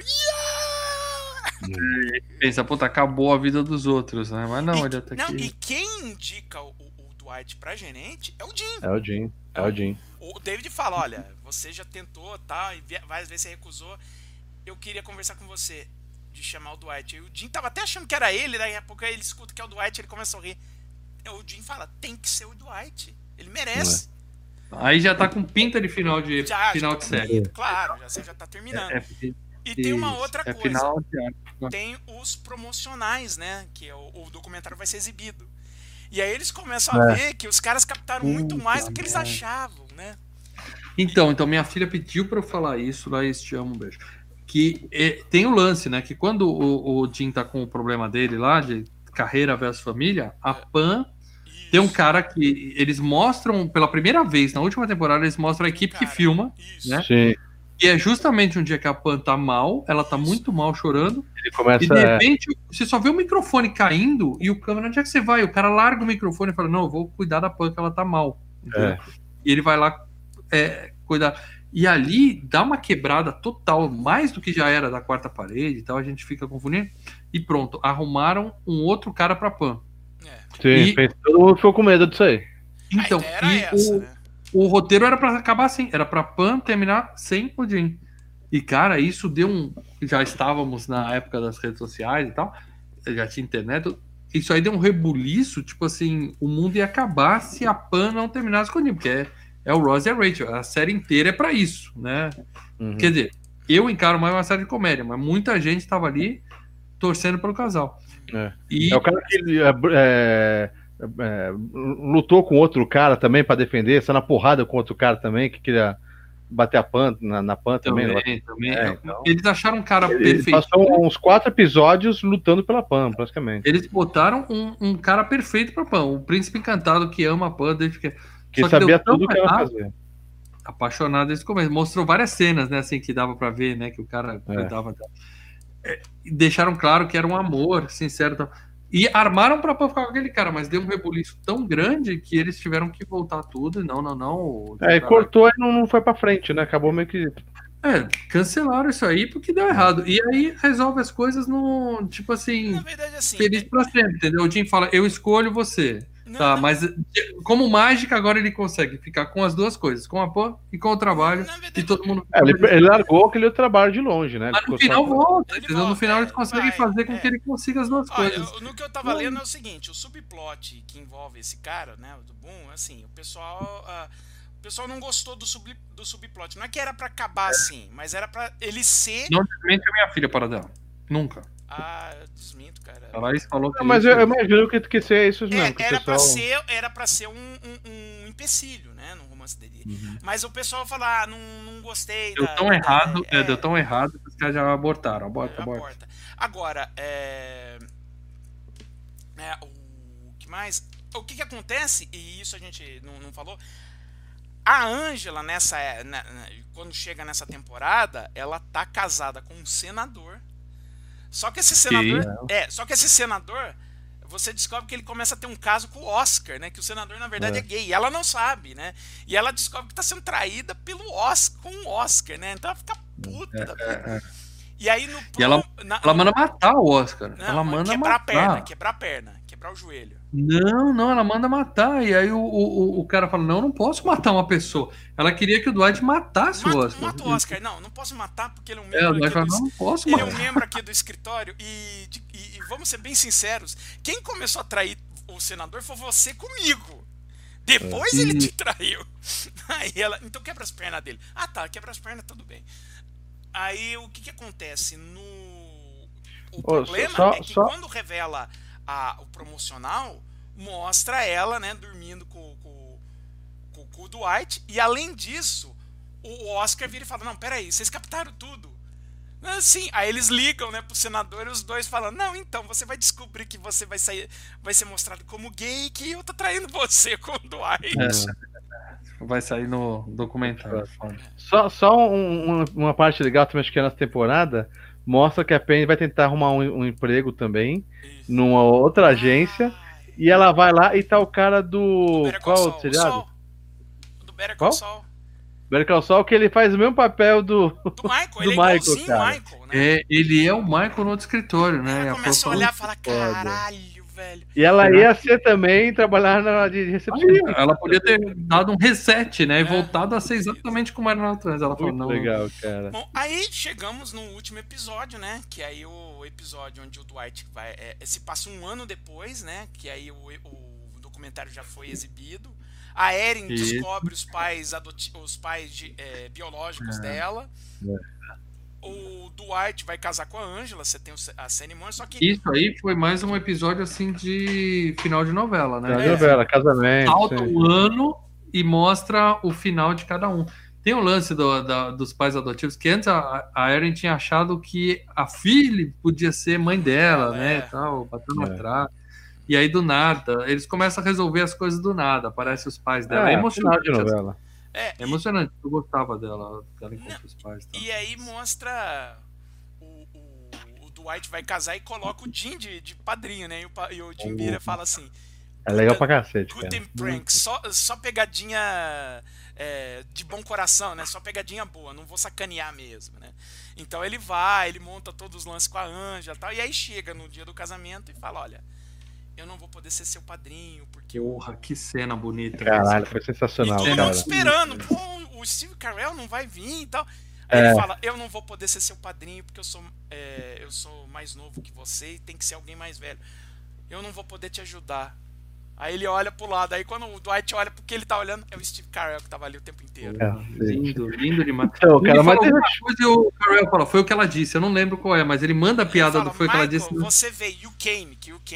Pensa, puta, acabou a vida dos outros, né? Mas não, ele até aqui. E quem indica o Dwight pra gerente é o Jim. É o Jim. O David fala, olha, você já tentou, tá? E várias vezes você recusou. Eu queria conversar com você de chamar o Dwight. E o Jim tava até achando que era ele, daqui a pouco ele escuta que é o Dwight, ele começa a sorrir. O Jim fala, tem que ser o Dwight. Ele merece. Aí já tá com pinta de final de série. Claro, você já tá terminando. E tem uma outra coisa. Tem os promocionais, né? Que o documentário vai ser exibido. E aí eles começam a ver que os caras captaram muito mais do que eles achavam, né? Então minha filha pediu pra eu falar isso, lá eles te amam, um beijo. Que tem o lance, né? Que quando o Jim tá com o problema dele lá, de carreira versus família, a Pam tem um cara que eles mostram pela primeira vez, na última temporada, eles mostram a equipe que filma, né? Sim. E é justamente um dia que a Pam tá mal, ela tá muito mal chorando. Ele começa, e de repente, você só vê o microfone caindo e o câmera, onde é que você vai? O cara larga o microfone e fala, não, eu vou cuidar da Pam, que ela tá mal. E ele vai lá cuidar. E ali dá uma quebrada total, mais do que já era da quarta parede e tal, a gente fica confundindo. E pronto, arrumaram um outro cara pra Pam. Sim, todo mundo ficou com medo disso aí. Então, o roteiro era pra acabar assim, era pra Pam terminar sem o Jim. E, cara, isso deu já estávamos na época das redes sociais e tal, já tinha internet, isso aí deu um rebuliço, tipo assim, o mundo ia acabar se a Pam não terminasse com o Jim, porque é o Ross e a Rachel, a série inteira é pra isso, né? Quer dizer, eu encaro mais uma série de comédia, mas muita gente estava ali torcendo pelo casal. É o cara que lutou com outro cara também pra defender, saiu na porrada com outro cara também, que queria bater a Pam, na Pam também. Então, eles acharam um cara perfeito. Passou uns 4 episódios lutando pela Pam, praticamente. Eles botaram um cara perfeito pra Pam, o príncipe encantado que ama a Pam desde que sabia tudo que ela fazia. Apaixonado desde o começo. Mostrou várias cenas, né, assim, que dava pra ver, né, que o cara cuidava dela. Deixaram claro que era um amor sincero. E armaram pra ficar com aquele cara, mas deu um rebuliço tão grande que eles tiveram que voltar tudo. Não. E cortou e não foi pra frente, né? Acabou meio que. Cancelaram isso aí porque deu errado. E aí resolve as coisas no. Tipo assim. Na verdade, assim. Feliz pra sempre, entendeu? O Jim fala, eu escolho você. Mas como mágica, agora ele consegue ficar com as duas coisas, com a Pam e com o trabalho. E todo mundo. Ele largou aquele trabalho de longe, né? Mas no final volta, entendeu? No final eles conseguem fazer com que ele consiga as duas coisas. No que eu tava lendo é o seguinte: o subplot que envolve esse cara, né? Do Boom, assim, o pessoal não gostou do subplot. Não é que era pra acabar assim, mas era pra ele ser. Não desmente a minha filha para dela. Nunca. Eu desminto, cara. A Laís falou que. Mas eu imagino que é isso mesmo. Era pra ser um empecilho, né? No romance dele. Mas o pessoal fala, não gostei. Deu tão errado que os caras já abortaram. Aborta. Agora, o que mais? O que acontece, e isso a gente não falou. A Ângela, quando chega nessa temporada, ela tá casada com um senador Só que esse senador, você descobre que ele começa a ter um caso com o Oscar, né? Que o senador, na verdade, é gay. E ela não sabe, né? E ela descobre que tá sendo traída pelo Oscar, com o Oscar, né? Então ela fica puta. E aí ela manda matar o Oscar. Não, ela manda quebrar a perna, quebrar o joelho. Não, ela manda matar. E aí o cara fala, não posso matar uma pessoa. Ela queria que o Dwight matasse o Oscar. Mata o Oscar. Não posso matar porque ele é um membro aqui do escritório. E vamos ser bem sinceros, quem começou a trair o senador foi você comigo. Depois ele te traiu. Aí ela, então quebra as pernas dele. Ah, tá, quebra as pernas, tudo bem. Aí o que acontece? O problema é que quando revela o promocional, mostra ela, né, dormindo com o Dwight. E além disso, o Oscar vira e fala: não, peraí, vocês captaram tudo. Sim, aí eles ligam, né, pro senador e os dois falam: não, então você vai descobrir que você vai ser mostrado como gay e que eu tô traindo você com o Dwight. Vai sair no documentário. Só uma parte legal também, acho que é nessa temporada, mostra que a Penny vai tentar arrumar um emprego também numa outra agência, e ela vai lá e tá o cara do... Qual seriado? Do Better Call Saul. Better Call Saul, que ele faz o mesmo papel do Michael, do ele Michael, é igualzinho o Michael, né? Ele é o Michael no outro escritório, né? Ela começa a olhar e fala: caralho, velho. E ela ia ser também, trabalhar na de recepcionista. Ela podia ter dado um reset, né? E voltado a ser exatamente como era na outra vez. Ela falou, não. Legal, cara. Bom, aí chegamos no último episódio, né? Que aí o episódio onde o Dwight se passa um ano depois, né? Que aí o documentário já foi exibido. A Erin descobre os pais biológicos dela. O Dwight vai casar com a Angela, você tem a Cinnamon, só que... Isso aí foi mais um episódio, assim, de final de novela, né? Novela, casamento. Salta um ano e mostra o final de cada um. Tem um lance dos pais adotivos, que antes a Erin tinha achado que a filha podia ser mãe dela, né? Tal, batendo atrás. E aí, do nada, eles começam a resolver as coisas do nada. Aparecem os pais dela. É emocionante. De novela. É emocionante. Eu gostava dela encontra os pais. Tá? E aí mostra o Dwight vai casar e coloca o Jim de padrinho, né? E o Jim vira e fala assim: é legal pra cacete, cara. Good prank, só pegadinha de bom coração, né? Só pegadinha boa, não vou sacanear mesmo, né? Então ele monta todos os lances com a Ângela e tal. E aí chega no dia do casamento e fala: olha, eu não vou poder ser seu padrinho, porque... Porra, que cena bonita. Caralho, foi sensacional, e todo mundo esperando, o Steve Carell não vai vir e tal. Aí ele fala: eu não vou poder ser seu padrinho, porque eu sou mais novo que você e tem que ser alguém mais velho. Eu não vou poder te ajudar. Aí ele olha pro lado, aí quando o Dwight olha porque ele tá olhando, é o Steve Carell que tava ali o tempo inteiro. Lindo demais. Então, cara, mas coisa, o Carell falou, foi o que ela disse, eu não lembro qual é, mas ele manda a piada do foi o que ela disse. Você vê, you came.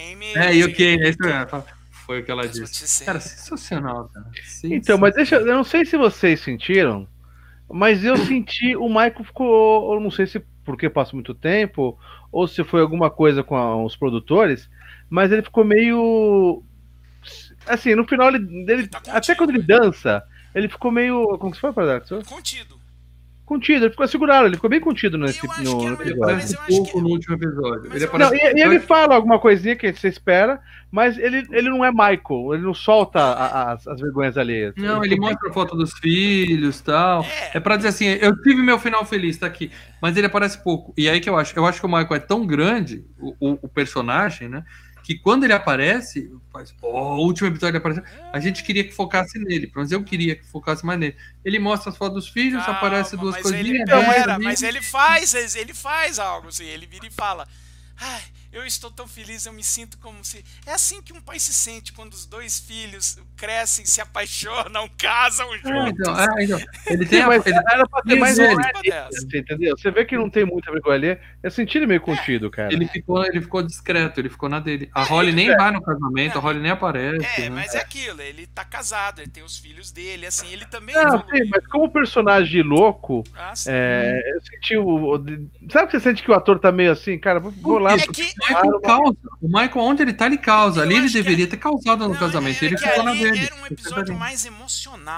Foi o que ela disse. Cara, sensacional, cara. Então, mas eu não sei se vocês sentiram, mas eu senti, o Michael ficou, eu não sei se porque passou muito tempo, ou se foi alguma coisa com os produtores, mas ele ficou meio... Assim, no final dele tá até quando ele dança, ele ficou meio... Como que foi, Paradoxo? Contido, ele ficou segurado, ele ficou bem contido nesse episódio. Ele aparece pouco no último episódio. Ele fala alguma coisinha que você espera, mas ele não é Michael, ele não solta as vergonhas alheias. Não, ele mostra a foto dos filhos e tal. É pra dizer assim, eu tive meu final feliz, tá aqui. Mas ele aparece pouco. E aí que eu acho que o Michael é tão grande, o personagem, né? Que quando ele aparece, o último episódio apareceu, a gente queria que focasse nele, pelo menos eu queria que focasse mais nele. Ele mostra as fotos dos filhos, aparece duas coisinhas. Mas ele faz algo assim, ele vira e fala: ai, eu estou tão feliz, eu me sinto como se... É assim que um pai se sente quando os dois filhos crescem, se apaixonam, casam juntos. Então. Ele tem era pra ter mais entendeu? Você vê que não tem muita vergonha ali. Eu senti ele meio contido, cara. Ele ficou discreto, ele ficou na dele. A Holly nem vai no casamento, a Holly nem aparece. Mas é aquilo, ele tá casado, ele tem os filhos dele, assim, ele também... sim, mas como personagem louco, eu senti sabe que você sente que o ator tá meio assim, cara, vou lá... O Michael, onde ele tá, ele causa. Ali ele deveria ter causado no casamento. Ele ficou na dele. Era um episódio mais emocional, né,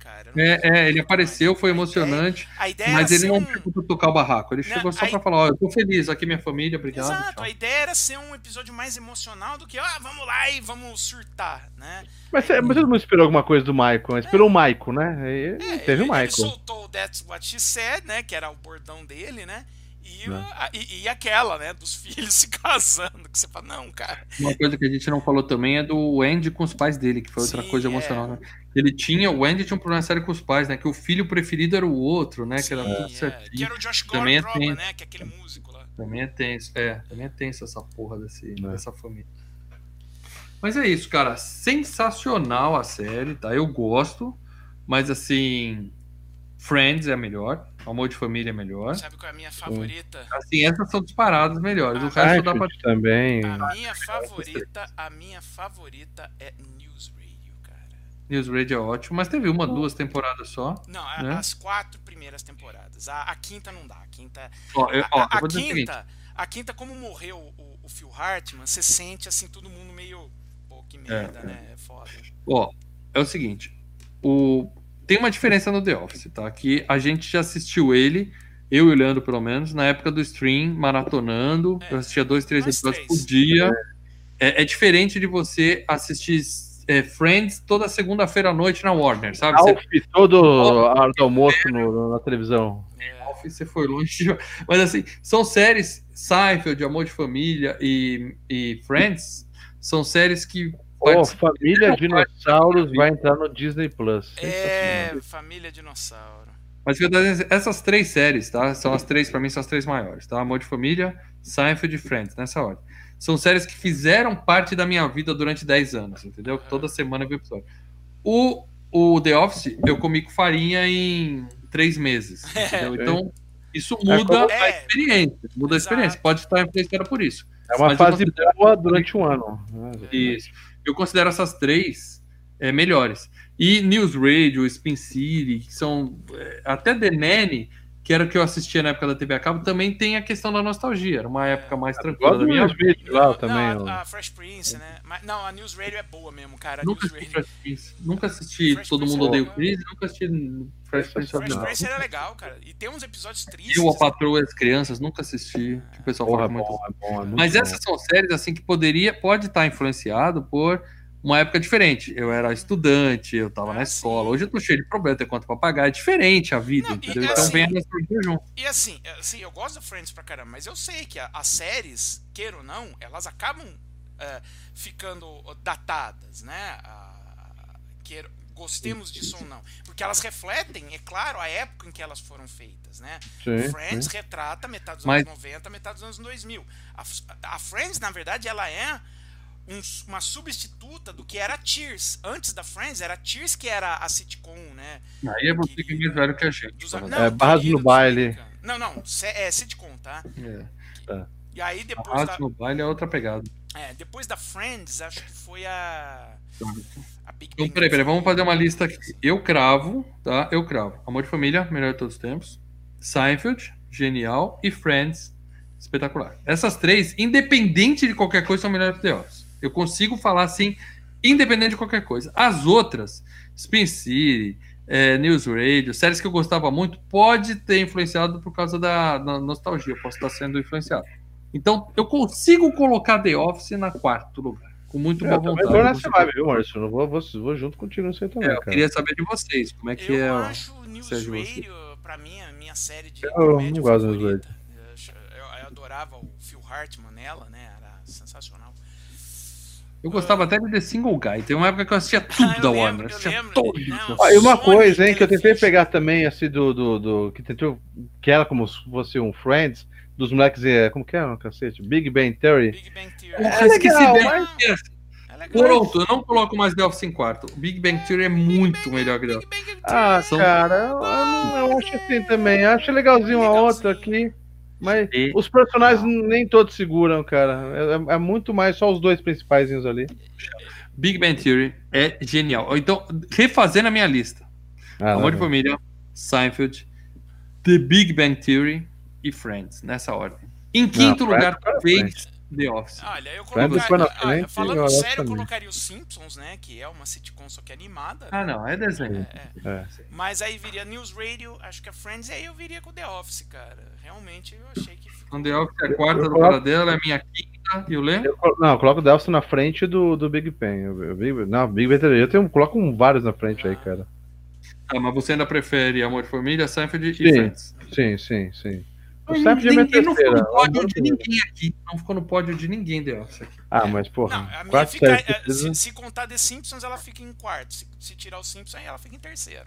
cara. Ele apareceu, foi emocionante, mas ele não chegou pra tocar o barraco. Ele chegou só pra falar, eu tô feliz, aqui minha família, obrigado. Exato, tchau. A ideia era ser um episódio mais emocional do que, vamos lá e vamos surtar, né? Mas todo mundo esperou alguma coisa do Michael, esperou o Michael, né? Teve o Michael. Ele soltou o That's What She Said, né? Que era o bordão dele, né? E aquela, né, dos filhos se casando, que você fala, não, cara. Uma coisa que a gente não falou também é do Andy com os pais dele, que foi outra coisa emocional, né? O Andy tinha um problema sério com os pais, né? Que o filho preferido era o outro, né? Que era tudo certinho. Que era o Josh Groban, né? Que é aquele músico lá. Também é tenso essa porra dessa família. Mas é isso, cara. Sensacional a série, tá? Eu gosto, mas assim... Friends é melhor, Amor de Família é melhor. Sabe qual é a minha favorita? Assim, essas são disparadas melhores. O resto dá pra... também. A minha favorita é News Radio, cara. News Radio é ótimo, mas teve 2 temporadas só. Não, né? As 4 primeiras temporadas. A quinta não dá. A quinta. A quinta, como morreu o Phil Hartman, você sente assim, todo mundo meio. Pô, que merda, né? É foda. É o seguinte. Tem uma diferença no The Office, tá? Que a gente já assistiu ele, eu e o Leandro, pelo menos, na época do stream, maratonando. Eu assistia 2, 3 episódios por dia. É diferente de você assistir Friends toda segunda-feira à noite na Warner, sabe? Todo hora do almoço na televisão. Office, você foi longe. Mas assim, são séries, Seinfeld, Amor de Família e Friends, são séries que... Família Dinossauros vai entrar no Disney Plus. Família Dinossauro. Mas essas 3 séries, tá? São as 3, pra mim, são as 3 maiores, tá? Amor de Família, Seinfeld e Friends, nessa ordem. São séries que fizeram parte da minha vida durante 10 anos, entendeu? Toda semana eu vi episódio. O The Office, eu comi com farinha em 3 meses, entendeu? Então, isso muda a experiência. Muda a experiência. Pode estar influenciado por isso. É uma fase boa durante um ano. Isso. Eu considero essas 3 melhores. E News Radio, Spin City, que são... até The Nanny, que era o que eu assistia na época da TV a cabo, também tem a questão da nostalgia. Era uma época mais tranquila da minha vida. A Fresh Prince, né? Não, a News Radio é boa mesmo, cara. Nunca assisti Todo Mundo Odeia o Chris, nunca assisti Fresh Prince. Fresh Prince era legal, cara. E tem uns episódios tristes. Eu, a Patroa e as Crianças, nunca assisti. Que o pessoal fala muito. Mas essas são séries assim que pode estar influenciado por uma época diferente. Eu era estudante, eu tava na escola. Hoje eu tô cheio de problema, tenho conta pra pagar. É diferente a vida, entendeu? Então vem a nostalgia junto. E assim, eu gosto do Friends pra caramba, mas eu sei que as séries, queira ou não, elas acabam ficando datadas, né? Gostemos disso ou não. Porque elas refletem, é claro, a época em que elas foram feitas, né? Friends retrata metade dos anos 90, metade dos anos 2000. A Friends, na verdade, ela é uma substituta do que era a Cheers. Antes da Friends, era a Cheers que era a sitcom, né? Aí é você que é mais velho que a gente. Barras no Baile. Não, é sitcom, tá? E aí depois Barras no Baile é outra pegada. Depois da Friends, acho que foi a Big Então, Bang. peraí, vamos fazer uma lista aqui. Eu cravo, tá? Amor de Família, melhor de todos os tempos. Seinfeld, genial. E Friends, espetacular. Essas 3, independente de qualquer coisa, são melhores que The Office. Eu consigo falar assim, independente de qualquer coisa. As outras, Spin City, News Radio, séries que eu gostava muito, pode ter influenciado por causa da nostalgia. Eu posso estar sendo influenciado. Então, eu consigo colocar The Office na 4º lugar. Com muito boa vontade. Eu vou nessa vibe, viu, Márcio? Eu vou junto contigo no seu também, eu queria saber de vocês, como é que eu acho o News Radio, pra mim, a minha série de comédia favorita. Eu adorava o Phil Hartman nela, né? Era sensacional. Eu gostava até de The Single Guy. Tem uma época que eu assistia tudo da Warner. E uma coisa, hein, que eu tentei pegar também, assim, que era como se fosse um Friends, dos moleques, como que é o cacete? Big Bang Theory. Pronto, eu não coloco mais The Office em 4º. O Big Bang Theory é muito melhor que The Office. Cara, eu acho assim também. Eu acho legalzinho a outra aqui. Mas os personagens nem todos seguram, cara. É muito mais só os 2 principais ali. Big Bang Theory é genial. Então, refazendo a minha lista. Amor de Família, Seinfeld, The Big Bang Theory e Friends, nessa ordem. Em 5º lugar, talvez, The Office. Olha, eu colocaria. Falando sério, eu colocaria os Simpsons, né? Que é uma sitcom só que animada. Ah, não, é desenho. Mas aí viria News Radio, acho que é Friends, e aí eu viria com The Office, cara. Realmente eu achei que ficou. The Office é a quarta do Paradela, é a minha quinta. E o Lê? Eu coloco o The Office na frente do Big Bang. Big Bang eu coloco vários na frente aí, cara. Ah, mas você ainda prefere Amor de Família, Seinfeld e Friends? Sim. O Seinfeld é não ficou no pódio de ninguém aqui. Não ficou no pódio de ninguém, The Office aqui. Ah, mas porra. Não, a minha fica, se contar The Simpsons, ela fica em quarto. Se tirar o Simpsons, aí ela fica em terceiro.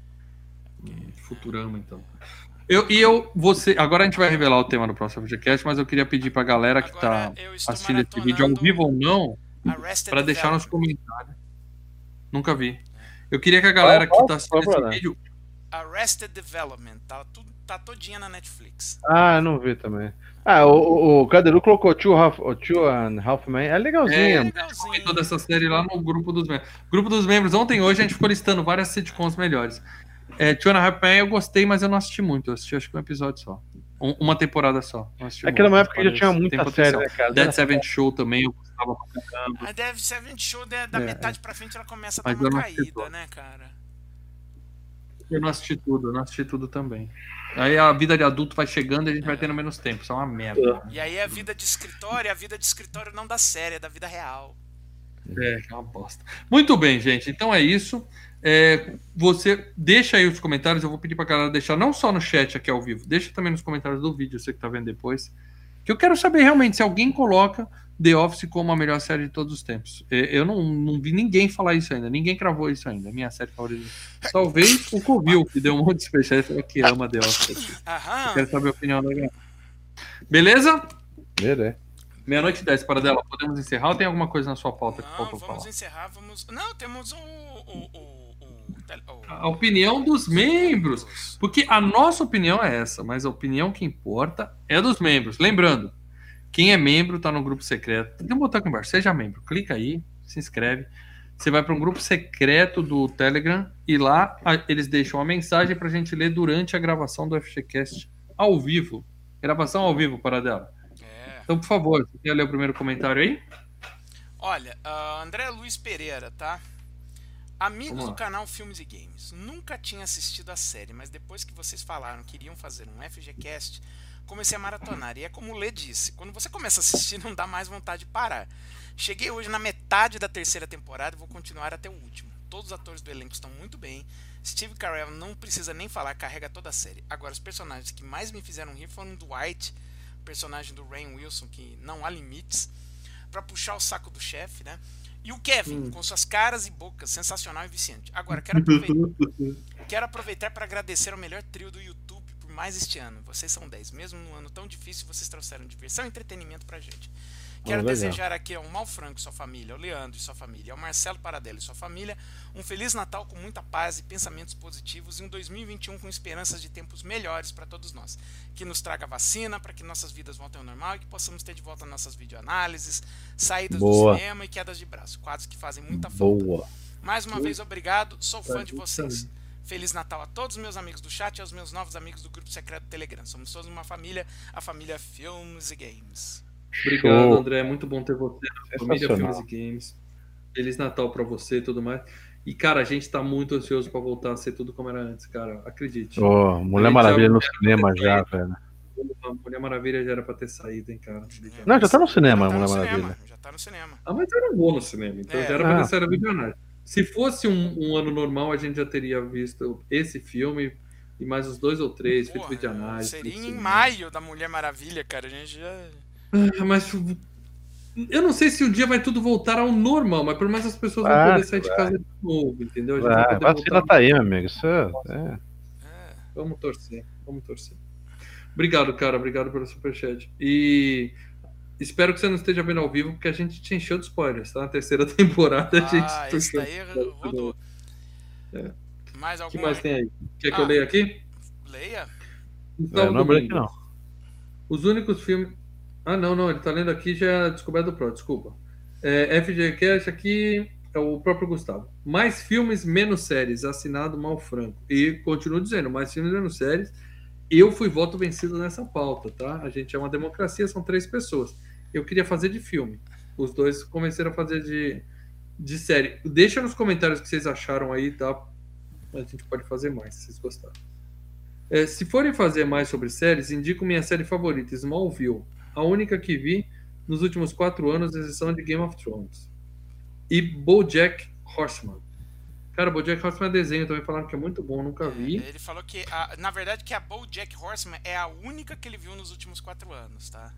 Futurama, então. Agora a gente vai revelar o tema do próximo podcast, mas eu queria pedir pra galera que tá assistindo esse vídeo ao vivo ou não, para deixar nos comentários. Nunca vi. Eu queria que a galera que tá assistindo esse vídeo... Arrested Development, tá todinha na Netflix. Ah, eu não vi também. Ah, o Cadelu colocou Two and Half Men. É legalzinho. Comentou dessa série lá no grupo dos membros. Grupo dos membros, ontem e hoje a gente ficou listando várias sitcoms melhores. Two and a Half Men eu gostei, mas eu não assisti muito. Eu assisti acho que um episódio só. Uma temporada só. Aquela uma época que já tinha muita série, né, cara? Dead Seventh Show também eu gostava pra caramba. A Dead Seventh Show da metade pra frente ela começa a dar uma caída, né, cara? Eu não assisti tudo também. Aí a vida de adulto vai chegando e a gente vai tendo menos tempo. Isso é uma merda. E aí a vida de escritório não da série, é da vida real. É uma bosta. Muito bem, gente. Então é isso. Você deixa aí os comentários. Eu vou pedir pra galera deixar não só no chat aqui ao vivo, deixa também nos comentários do vídeo, você que tá vendo depois. Que eu quero saber realmente se alguém coloca The Office como a melhor série de todos os tempos. Eu não vi ninguém falar isso ainda. Ninguém cravou isso ainda. Minha série favorita. Talvez o Covil, que deu um monte de especial e falou que ama The Office. Eu quero saber a opinião da galera. Beleza? Beleza. 00:10 para dela. Podemos encerrar ou tem alguma coisa na sua pauta que faltou falar? Vamos encerrar. Não, temos a opinião dos membros. Porque a nossa opinião é essa, mas a opinião que importa é dos membros. Lembrando, quem é membro está no grupo secreto. Tem um botão aqui embaixo, seja membro. Clica aí, se inscreve. Você vai para um grupo secreto do Telegram e lá eles deixam uma mensagem para a gente ler durante a gravação do FGCast ao vivo. Gravação ao vivo, para dela. Então, por favor, você quer ler o primeiro comentário aí? Olha, André Luiz Pereira, tá? Amigos do canal Filmes e Games, nunca tinha assistido a série, mas depois que vocês falaram que iriam fazer um FGCast, comecei a maratonar. E é como o Lê disse, quando você começa a assistir não dá mais vontade de parar. Cheguei hoje na metade da terceira temporada e vou continuar até o último. Todos os atores do elenco estão muito bem. Steve Carell não precisa nem falar, carrega toda a série. Agora, os personagens que mais me fizeram rir foram do Dwight, personagem do Rainn Wilson, que não há limites, pra puxar o saco do chefe, né? E o Kevin, com suas caras e bocas, sensacional e viciante. Agora, quero aproveitar para agradecer ao melhor trio do YouTube por mais este ano. Vocês são 10. Mesmo num ano tão difícil, vocês trouxeram diversão e entretenimento pra gente. Quero desejar aqui ao Mal Franco e sua família, ao Leandro e sua família, ao Marcelo Paradela e sua família, um Feliz Natal com muita paz e pensamentos positivos e um 2021 com esperanças de tempos melhores para todos nós. Que nos traga vacina para que nossas vidas voltem ao normal e que possamos ter de volta nossas videoanálises, saídas do cinema e quedas de braço. Quadros que fazem muita falta. Mais uma vez, obrigado. Sou fã de vocês. Feliz Natal a todos os meus amigos do chat e aos meus novos amigos do grupo secreto do Telegram. Somos todos uma família, a família Filmes e Games. Obrigado, André. É muito bom ter você na família Filmes e Games. Feliz Natal pra você e tudo mais. E, cara, a gente tá muito ansioso pra voltar a ser tudo como era antes, cara. Acredite. Mulher Maravilha no cinema já, velho. Mulher Maravilha já era pra ter saído, hein, cara. Não, já tá no cinema, Mulher Maravilha. Já tá no cinema. Ah, mas eu não vou no cinema, então já era pra ter saído a videonagem. Se fosse um ano normal, a gente já teria visto esse filme e mais uns 2 ou 3 feito videonagem. Seria em maio da Mulher Maravilha, cara. A gente já... Mas eu não sei se um dia vai tudo voltar ao normal, mas pelo menos as pessoas vão poder sair de casa de novo, entendeu? A vacina tá aí, meu amigo. Isso Vamos torcer. Obrigado, cara. Obrigado pelo superchat. E espero que você não esteja vendo ao vivo, porque a gente te encheu de spoilers, tá? Na terceira temporada a gente... esse daí rodou. Mais algum? O que mais tem aí? Quer que eu leia aqui? Leia. Então, não aqui não. Os únicos filmes... Ah, não, ele tá lendo aqui já Descoberto Pro, desculpa. FGCast aqui é o próprio Gustavo. Mais filmes, menos séries, assinado Mal Franco. E continuo dizendo, mais filmes, menos séries. Eu fui voto vencido nessa pauta, tá? A gente é uma democracia, são 3 pessoas. eu queria fazer de filme. Os dois começaram a fazer de série. Deixa nos comentários o que vocês acharam aí, tá? A gente pode fazer mais, se vocês gostaram. Se forem fazer mais sobre séries, indico minha série favorita, Smallville. A única que vi nos últimos 4 anos, exceção de Game of Thrones. E BoJack Horseman. Cara, BoJack Horseman é desenho, também falaram que é muito bom, nunca vi. Ele falou que, na verdade, que a BoJack Horseman é a única que ele viu nos últimos 4 anos, tá?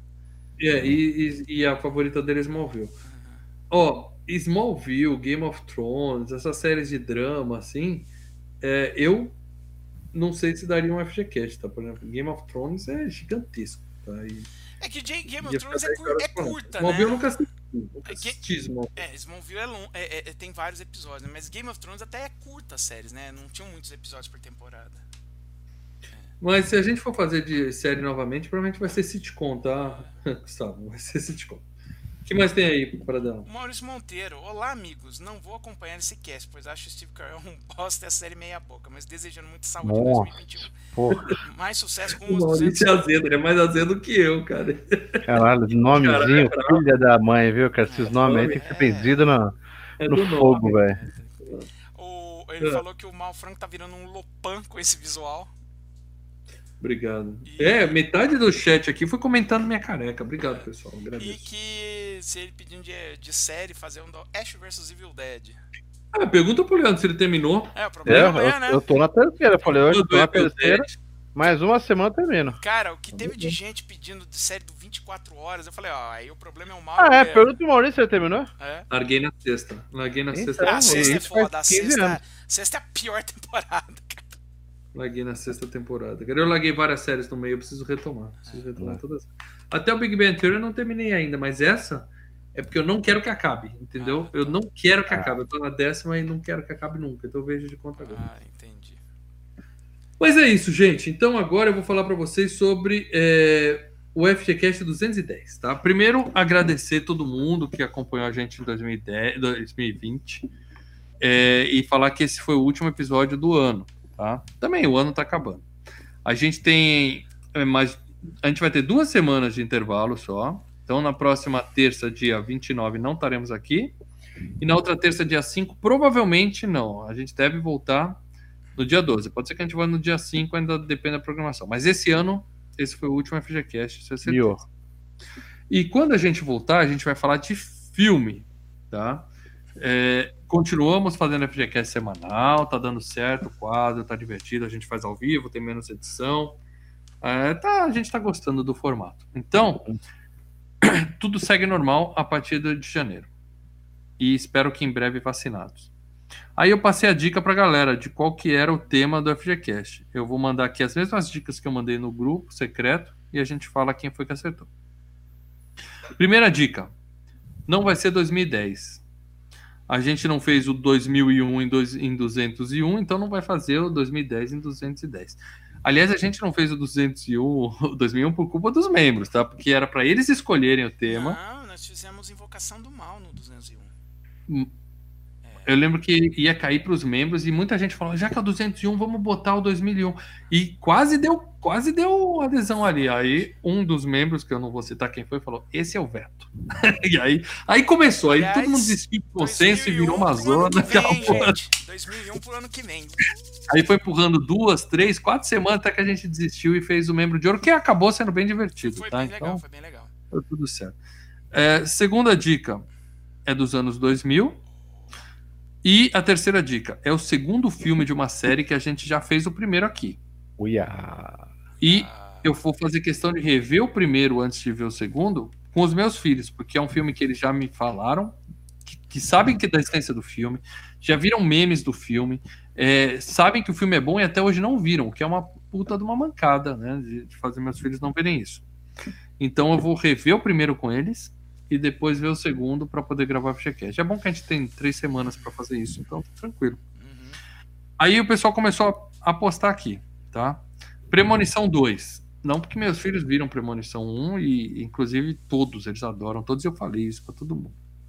E a favorita dele é Smallville. Ó, Smallville, Game of Thrones, essas séries de drama, assim, eu não sei se daria um FGCast, tá? Por exemplo, Game of Thrones é gigantesco, tá? É que Game of Thrones é curta, né? Smallville eu nunca assisti Smallville. Smallville tem vários episódios, mas Game of Thrones até é curta as séries, né? Não tinham muitos episódios por temporada. Mas se a gente for fazer de série novamente, provavelmente vai ser sitcom, tá, Gustavo? Vai ser sitcom. O que mais tem aí para dar? Maurício Monteiro. Olá, amigos. Não vou acompanhar esse cast, pois acho o Steve Carell um bosta e a série meia boca, mas desejando muita saúde em 2021. Porra. Mais sucesso com O os Maurício 200... é azedo, ele é mais azedo que eu, cara. Caralho, nomezinho, filha da mãe, viu, cara? Esses nomes aí tem que ser perdido no fogo, velho. Ele falou que o Malfranco tá virando um Lopan com esse visual. Obrigado. Metade do chat aqui foi comentando minha careca. Obrigado, pessoal. Agradeço. E que se ele pedindo de série, fazer um do Ash vs Evil Dead. Pergunta pro Leandro se ele terminou. O problema é amanhã, né? Eu tô na terceira, falei, hoje tô na terceira. Mais uma semana eu termino. Cara, o que teve de gente pedindo de série do 24 horas, eu falei, aí o problema é o mal. Pergunta pro Maurício se ele terminou. Larguei na sexta. A sexta é foda, a sexta é a pior temporada, cara. Larguei na sexta temporada. Eu larguei várias séries no meio, eu preciso retomar. Todas. Até o Big Bang Theory eu não terminei ainda, mas essa é porque eu não quero que acabe, entendeu? Eu não quero que acabe. Eu tô na 10ª e não quero que acabe nunca. Então eu vejo de conta agora. Entendi. Mas é isso, gente. Então agora eu vou falar para vocês sobre o FGCast 210, tá? Primeiro, agradecer todo mundo que acompanhou a gente em 2020 e falar que esse foi o último episódio do ano. Tá? Também o ano tá acabando. A gente tem a gente vai ter 2 semanas de intervalo só. Então na próxima terça, dia 29, não estaremos aqui. E na outra terça, dia 5, provavelmente não. A gente deve voltar no dia 12. Pode ser que a gente vá no dia 5, ainda depende da programação. Mas esse ano, esse foi o último FGCast, isso é certeza. E quando a gente voltar, a gente vai falar de filme, tá? Continuamos fazendo FGCast semanal, tá dando certo o quadro, tá divertido, a gente faz ao vivo, tem menos edição. A gente tá gostando do formato. Então, tudo segue normal a partir de janeiro. E espero que em breve vacinados. Aí eu passei a dica pra galera de qual que era o tema do FGCast. Eu vou mandar aqui as mesmas dicas que eu mandei no grupo secreto e a gente fala quem foi que acertou. Primeira dica. Não vai ser 2010. A gente não fez o 2001 em 201, então não vai fazer o 2010 em 210. Aliás, a gente não fez o 2001 por culpa dos membros, tá? Porque era para eles escolherem o tema. Não, nós fizemos Invocação do Mal no 201. Eu lembro que ia cair para os membros e muita gente falou, já que é o 201, vamos botar o 2001. E quase deu adesão ali. Aí um dos membros, que eu não vou citar quem foi, falou, esse é o veto. E aí começou, aí todo mundo desistiu do consenso e virou uma zona. 2001 pro ano que vem. Aí foi empurrando 2, 3, 4 semanas até que a gente desistiu e fez o membro de ouro, que acabou sendo bem divertido. Foi tá? bem legal. Foi tudo certo. Segunda dica é dos anos 2000. E a terceira dica é o segundo filme de uma série que a gente já fez o primeiro aqui. E eu vou fazer questão de rever o primeiro antes de ver o segundo com os meus filhos, porque é um filme que eles já me falaram, que sabem que da existência do filme, já viram memes do filme, sabem que o filme é bom e até hoje não viram, o que é uma puta de uma mancada, né, de fazer meus filhos não verem isso. Então eu vou rever o primeiro com eles e depois ver o segundo para poder gravar o FGCast. É bom que a gente tem 3 semanas para fazer isso, então tá tranquilo. Aí o pessoal começou a apostar aqui, tá? Premonição 2. Não porque meus filhos viram Premonição 1 e inclusive todos, eles adoram todos, e eu falei isso para todo mundo.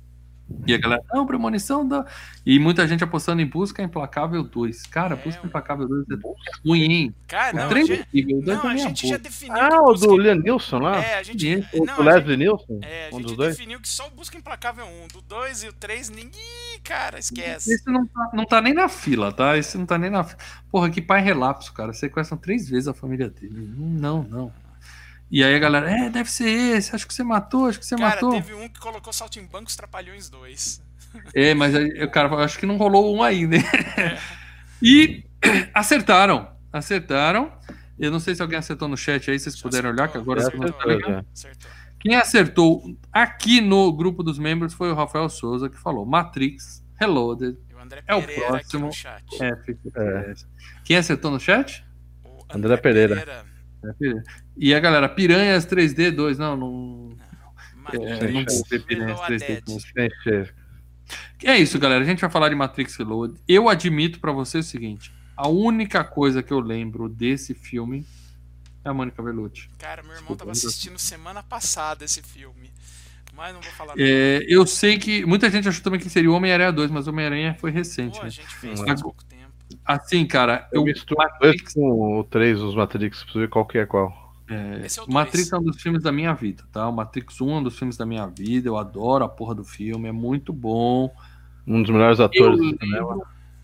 E a galera, não, Premonição da... E muita gente apostando em Busca Implacável 2. Cara, Busca Implacável 2 é ruim, hein? Cara, o 3 é incrível, o 2 não, a também gente já definiu que o do Liam Neeson lá? A gente... O Leslie Nielsen? A gente definiu que só o Busca Implacável 1, do 2 e o 3, ninguém, cara, esquece. Esse não tá nem na fila, tá? Esse não tá nem na fila. Porra, que pai relapso, cara. Sequestram 3 vezes a família dele. Não. E aí a galera, deve ser esse, acho que você matou. Cara, teve um que colocou Saltimbancos Trapalhões 2. Mas o cara, acho que não rolou um ainda. E acertaram. Eu não sei se alguém acertou no chat aí, vocês puderam olhar, que agora acertou. Quem acertou aqui no grupo dos membros foi o Rafael Souza, que falou Matrix Reloaded. E o André é o Pereira próximo. Aqui no chat. Quem acertou no chat? O André Pereira. E a galera, Piranhas 3D 2. Não vou ver Piranhas 3D. É isso, galera. A gente vai falar de Matrix Reloaded. Eu admito pra você o seguinte: a única coisa que eu lembro desse filme é a Mônica Bellucci. Cara, meu irmão tava assistindo semana passada esse filme. Mas não vou falar nada. Eu sei que muita gente achou também que seria o Homem-Aranha 2, mas o Homem-Aranha foi recente. A gente fez faz pouco tempo. Assim, cara, eu misturo Matrix com o 3, os Matrix, pra ver qual que é qual. O Matrix é um dos filmes da minha vida, tá? O Matrix 1 é um dos filmes da minha vida. Eu adoro a porra do filme, é muito bom. Um dos melhores atores do cinema.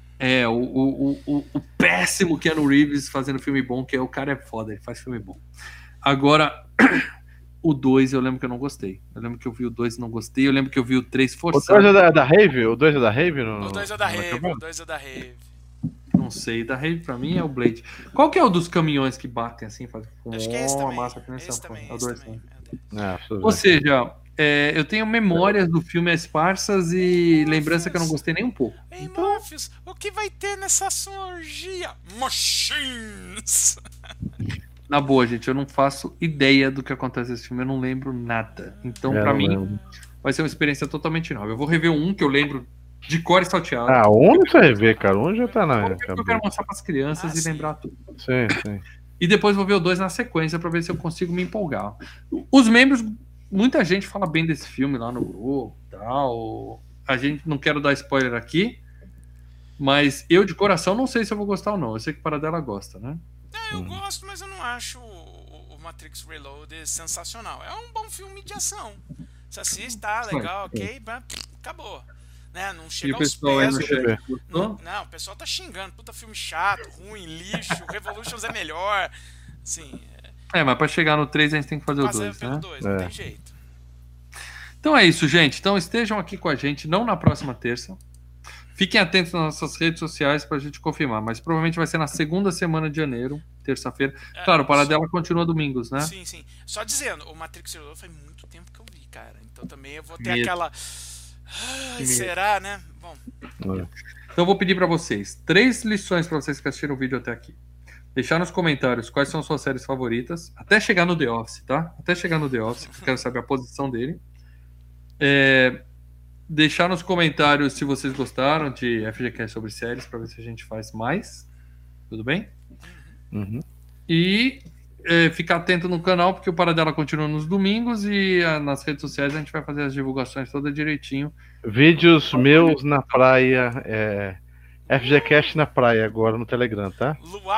O péssimo Keanu Reeves fazendo filme bom, que o cara é foda, ele faz filme bom. Agora, o 2 eu lembro que eu não gostei. Eu lembro que eu vi o 2 e não gostei. Eu lembro que eu vi o 3 forçado. O 2 é da Rave? O 2 é da Rave? O 2 é da Rave, o 2 é da Rave. Não sei, da Rave pra mim é o Blade. Qual que é o dos caminhões que batem assim? Acho que é esse também. Esse também. Ou seja, eu tenho memórias do filme esparsas e lembrança que eu não gostei nem um pouco. Ei, Morpheus, o que vai ter nessa orgia? Machines! Na boa, gente, eu não faço ideia do que acontece nesse filme, eu não lembro nada. Então, pra mim, vai ser uma experiência totalmente nova. Eu vou rever um que eu lembro de cor e salteado. Um não precisa rever, cara. Um já tá na. Eu quero mostrar pras crianças e lembrar tudo. Sim. E depois vou ver o 2 na sequência pra ver se eu consigo me empolgar. Os membros, muita gente fala bem desse filme lá no grupo e tal. A gente não quero dar spoiler aqui, mas eu de coração não sei se eu vou gostar ou não. Eu sei que o Paradela gosta, né? Eu gosto, mas eu não acho o Matrix Reloaded sensacional. É um bom filme de ação. Você assiste, tá legal, ok, acabou. Né? Não chega aos pés. Não, o pessoal tá xingando. Puta filme chato, ruim, lixo. Revolutions é melhor. Assim, mas pra chegar no 3 a gente tem que fazer o 2, né? 2, não tem jeito. Então é isso, gente. Então estejam aqui com a gente, não na próxima terça. Fiquem atentos nas nossas redes sociais pra gente confirmar, mas provavelmente vai ser na segunda semana de janeiro, terça-feira. Claro, o Paradela continua domingos, né? Sim. Só dizendo, o Matrix Reloaded faz muito tempo que eu vi, cara. Então também eu vou ter aquela... será, né? Bom. Então eu vou pedir para vocês 3 lições para vocês que assistiram o vídeo até aqui. Deixar nos comentários quais são suas séries favoritas, até chegar no The Office, tá? Até chegar no The Office, quero saber a posição dele. Deixar nos comentários se vocês gostaram de FGCast sobre séries, para ver se a gente faz mais. Tudo bem? E ficar atento no canal, porque o Paradela continua nos domingos e nas redes sociais a gente vai fazer as divulgações todas direitinho. Vídeos meus na praia, FGCast na praia agora no Telegram, tá?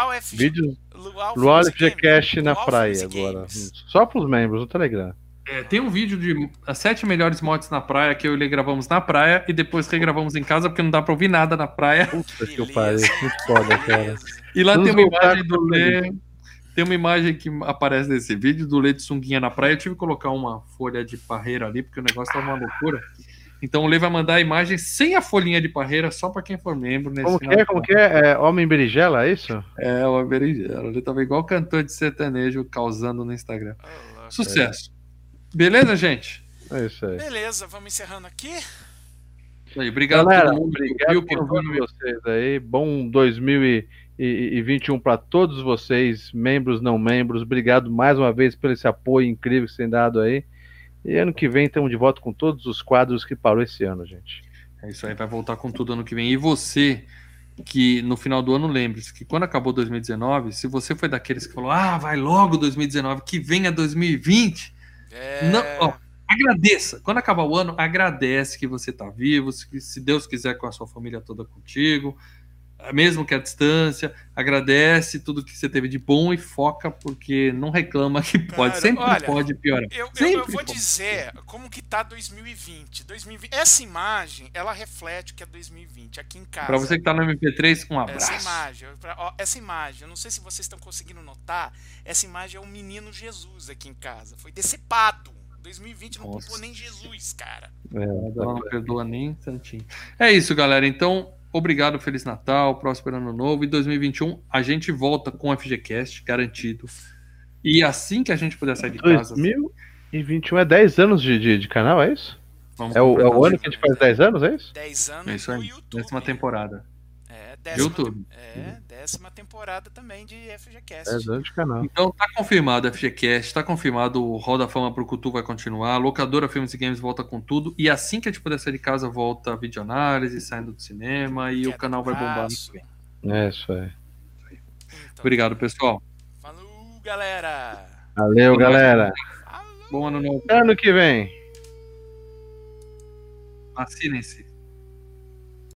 Luau FGCast na praia agora. Só pros membros no Telegram. Tem um vídeo de as 7 melhores mods na praia que eu e ele gravamos na praia e depois regravamos em casa porque não dá pra ouvir nada na praia. Puta que pariu, muito foda, cara. E lá tem uma imagem do Lê. Tem uma imagem que aparece nesse vídeo do Lê de sunguinha na praia. Eu tive que colocar uma folha de parreira ali porque o negócio tá uma loucura. Então o Lê vai mandar a imagem sem a folhinha de parreira só pra quem for membro. Como que é? Homem Berinjela, é isso? É, o Homem Berinjela. Ele tava igual cantor de sertanejo causando no Instagram. Sucesso. Beleza, gente? É isso aí. Beleza, vamos encerrando aqui. Aí, obrigado a todo mundo. Obrigado por vocês aí. Bom 2021 para todos vocês, membros, não membros. Obrigado mais uma vez pelo esse apoio incrível que vocês têm dado aí. E ano que vem estamos de volta com todos os quadros que parou esse ano, gente. É isso aí, vai voltar com tudo ano que vem. E você, que no final do ano, lembre-se que quando acabou 2019, se você foi daqueles que falou, vai logo 2019, que venha 2020... Não, agradeça. Quando acabar o ano, agradece que você tá vivo, se Deus quiser, com a sua família toda contigo, mesmo que à distância, agradece tudo que você teve de bom e foca, porque não reclama que pode. Sempre pode piorar. Eu vou dizer como que tá 2020. Essa imagem, ela reflete o que é 2020 aqui em casa. Para você que tá no MP3, um abraço. Essa imagem, eu não sei se vocês estão conseguindo notar, essa imagem é o menino Jesus aqui em casa. Foi decepado. 2020 não poupou nem Jesus, cara. Não perdoa nem um tantinho. É isso, galera. Então, obrigado, Feliz Natal, próspero Ano Novo. E 2021 a gente volta com o FGCast, garantido. E assim que a gente puder sair de casa... 2021 é 10 anos de canal, é isso? É o ano que a gente faz 10 anos, é isso? 10 anos é isso aí, no YouTube. 10ª temporada. YouTube. 10ª temporada também de FGCast. 10 anos de canal. Então tá confirmado o FGCast, tá confirmado o Hall da Fama pro Cutu vai continuar, a locadora Filmes e Games volta com tudo, e assim que a gente puder sair de casa, volta a videoanálise, saindo do cinema, e o canal vai bombar muito bem. É isso aí. Então, obrigado, pessoal. Falou, galera! Valeu, galera! Falou. Bom ano novo. Ano que vem. Vacinem-se.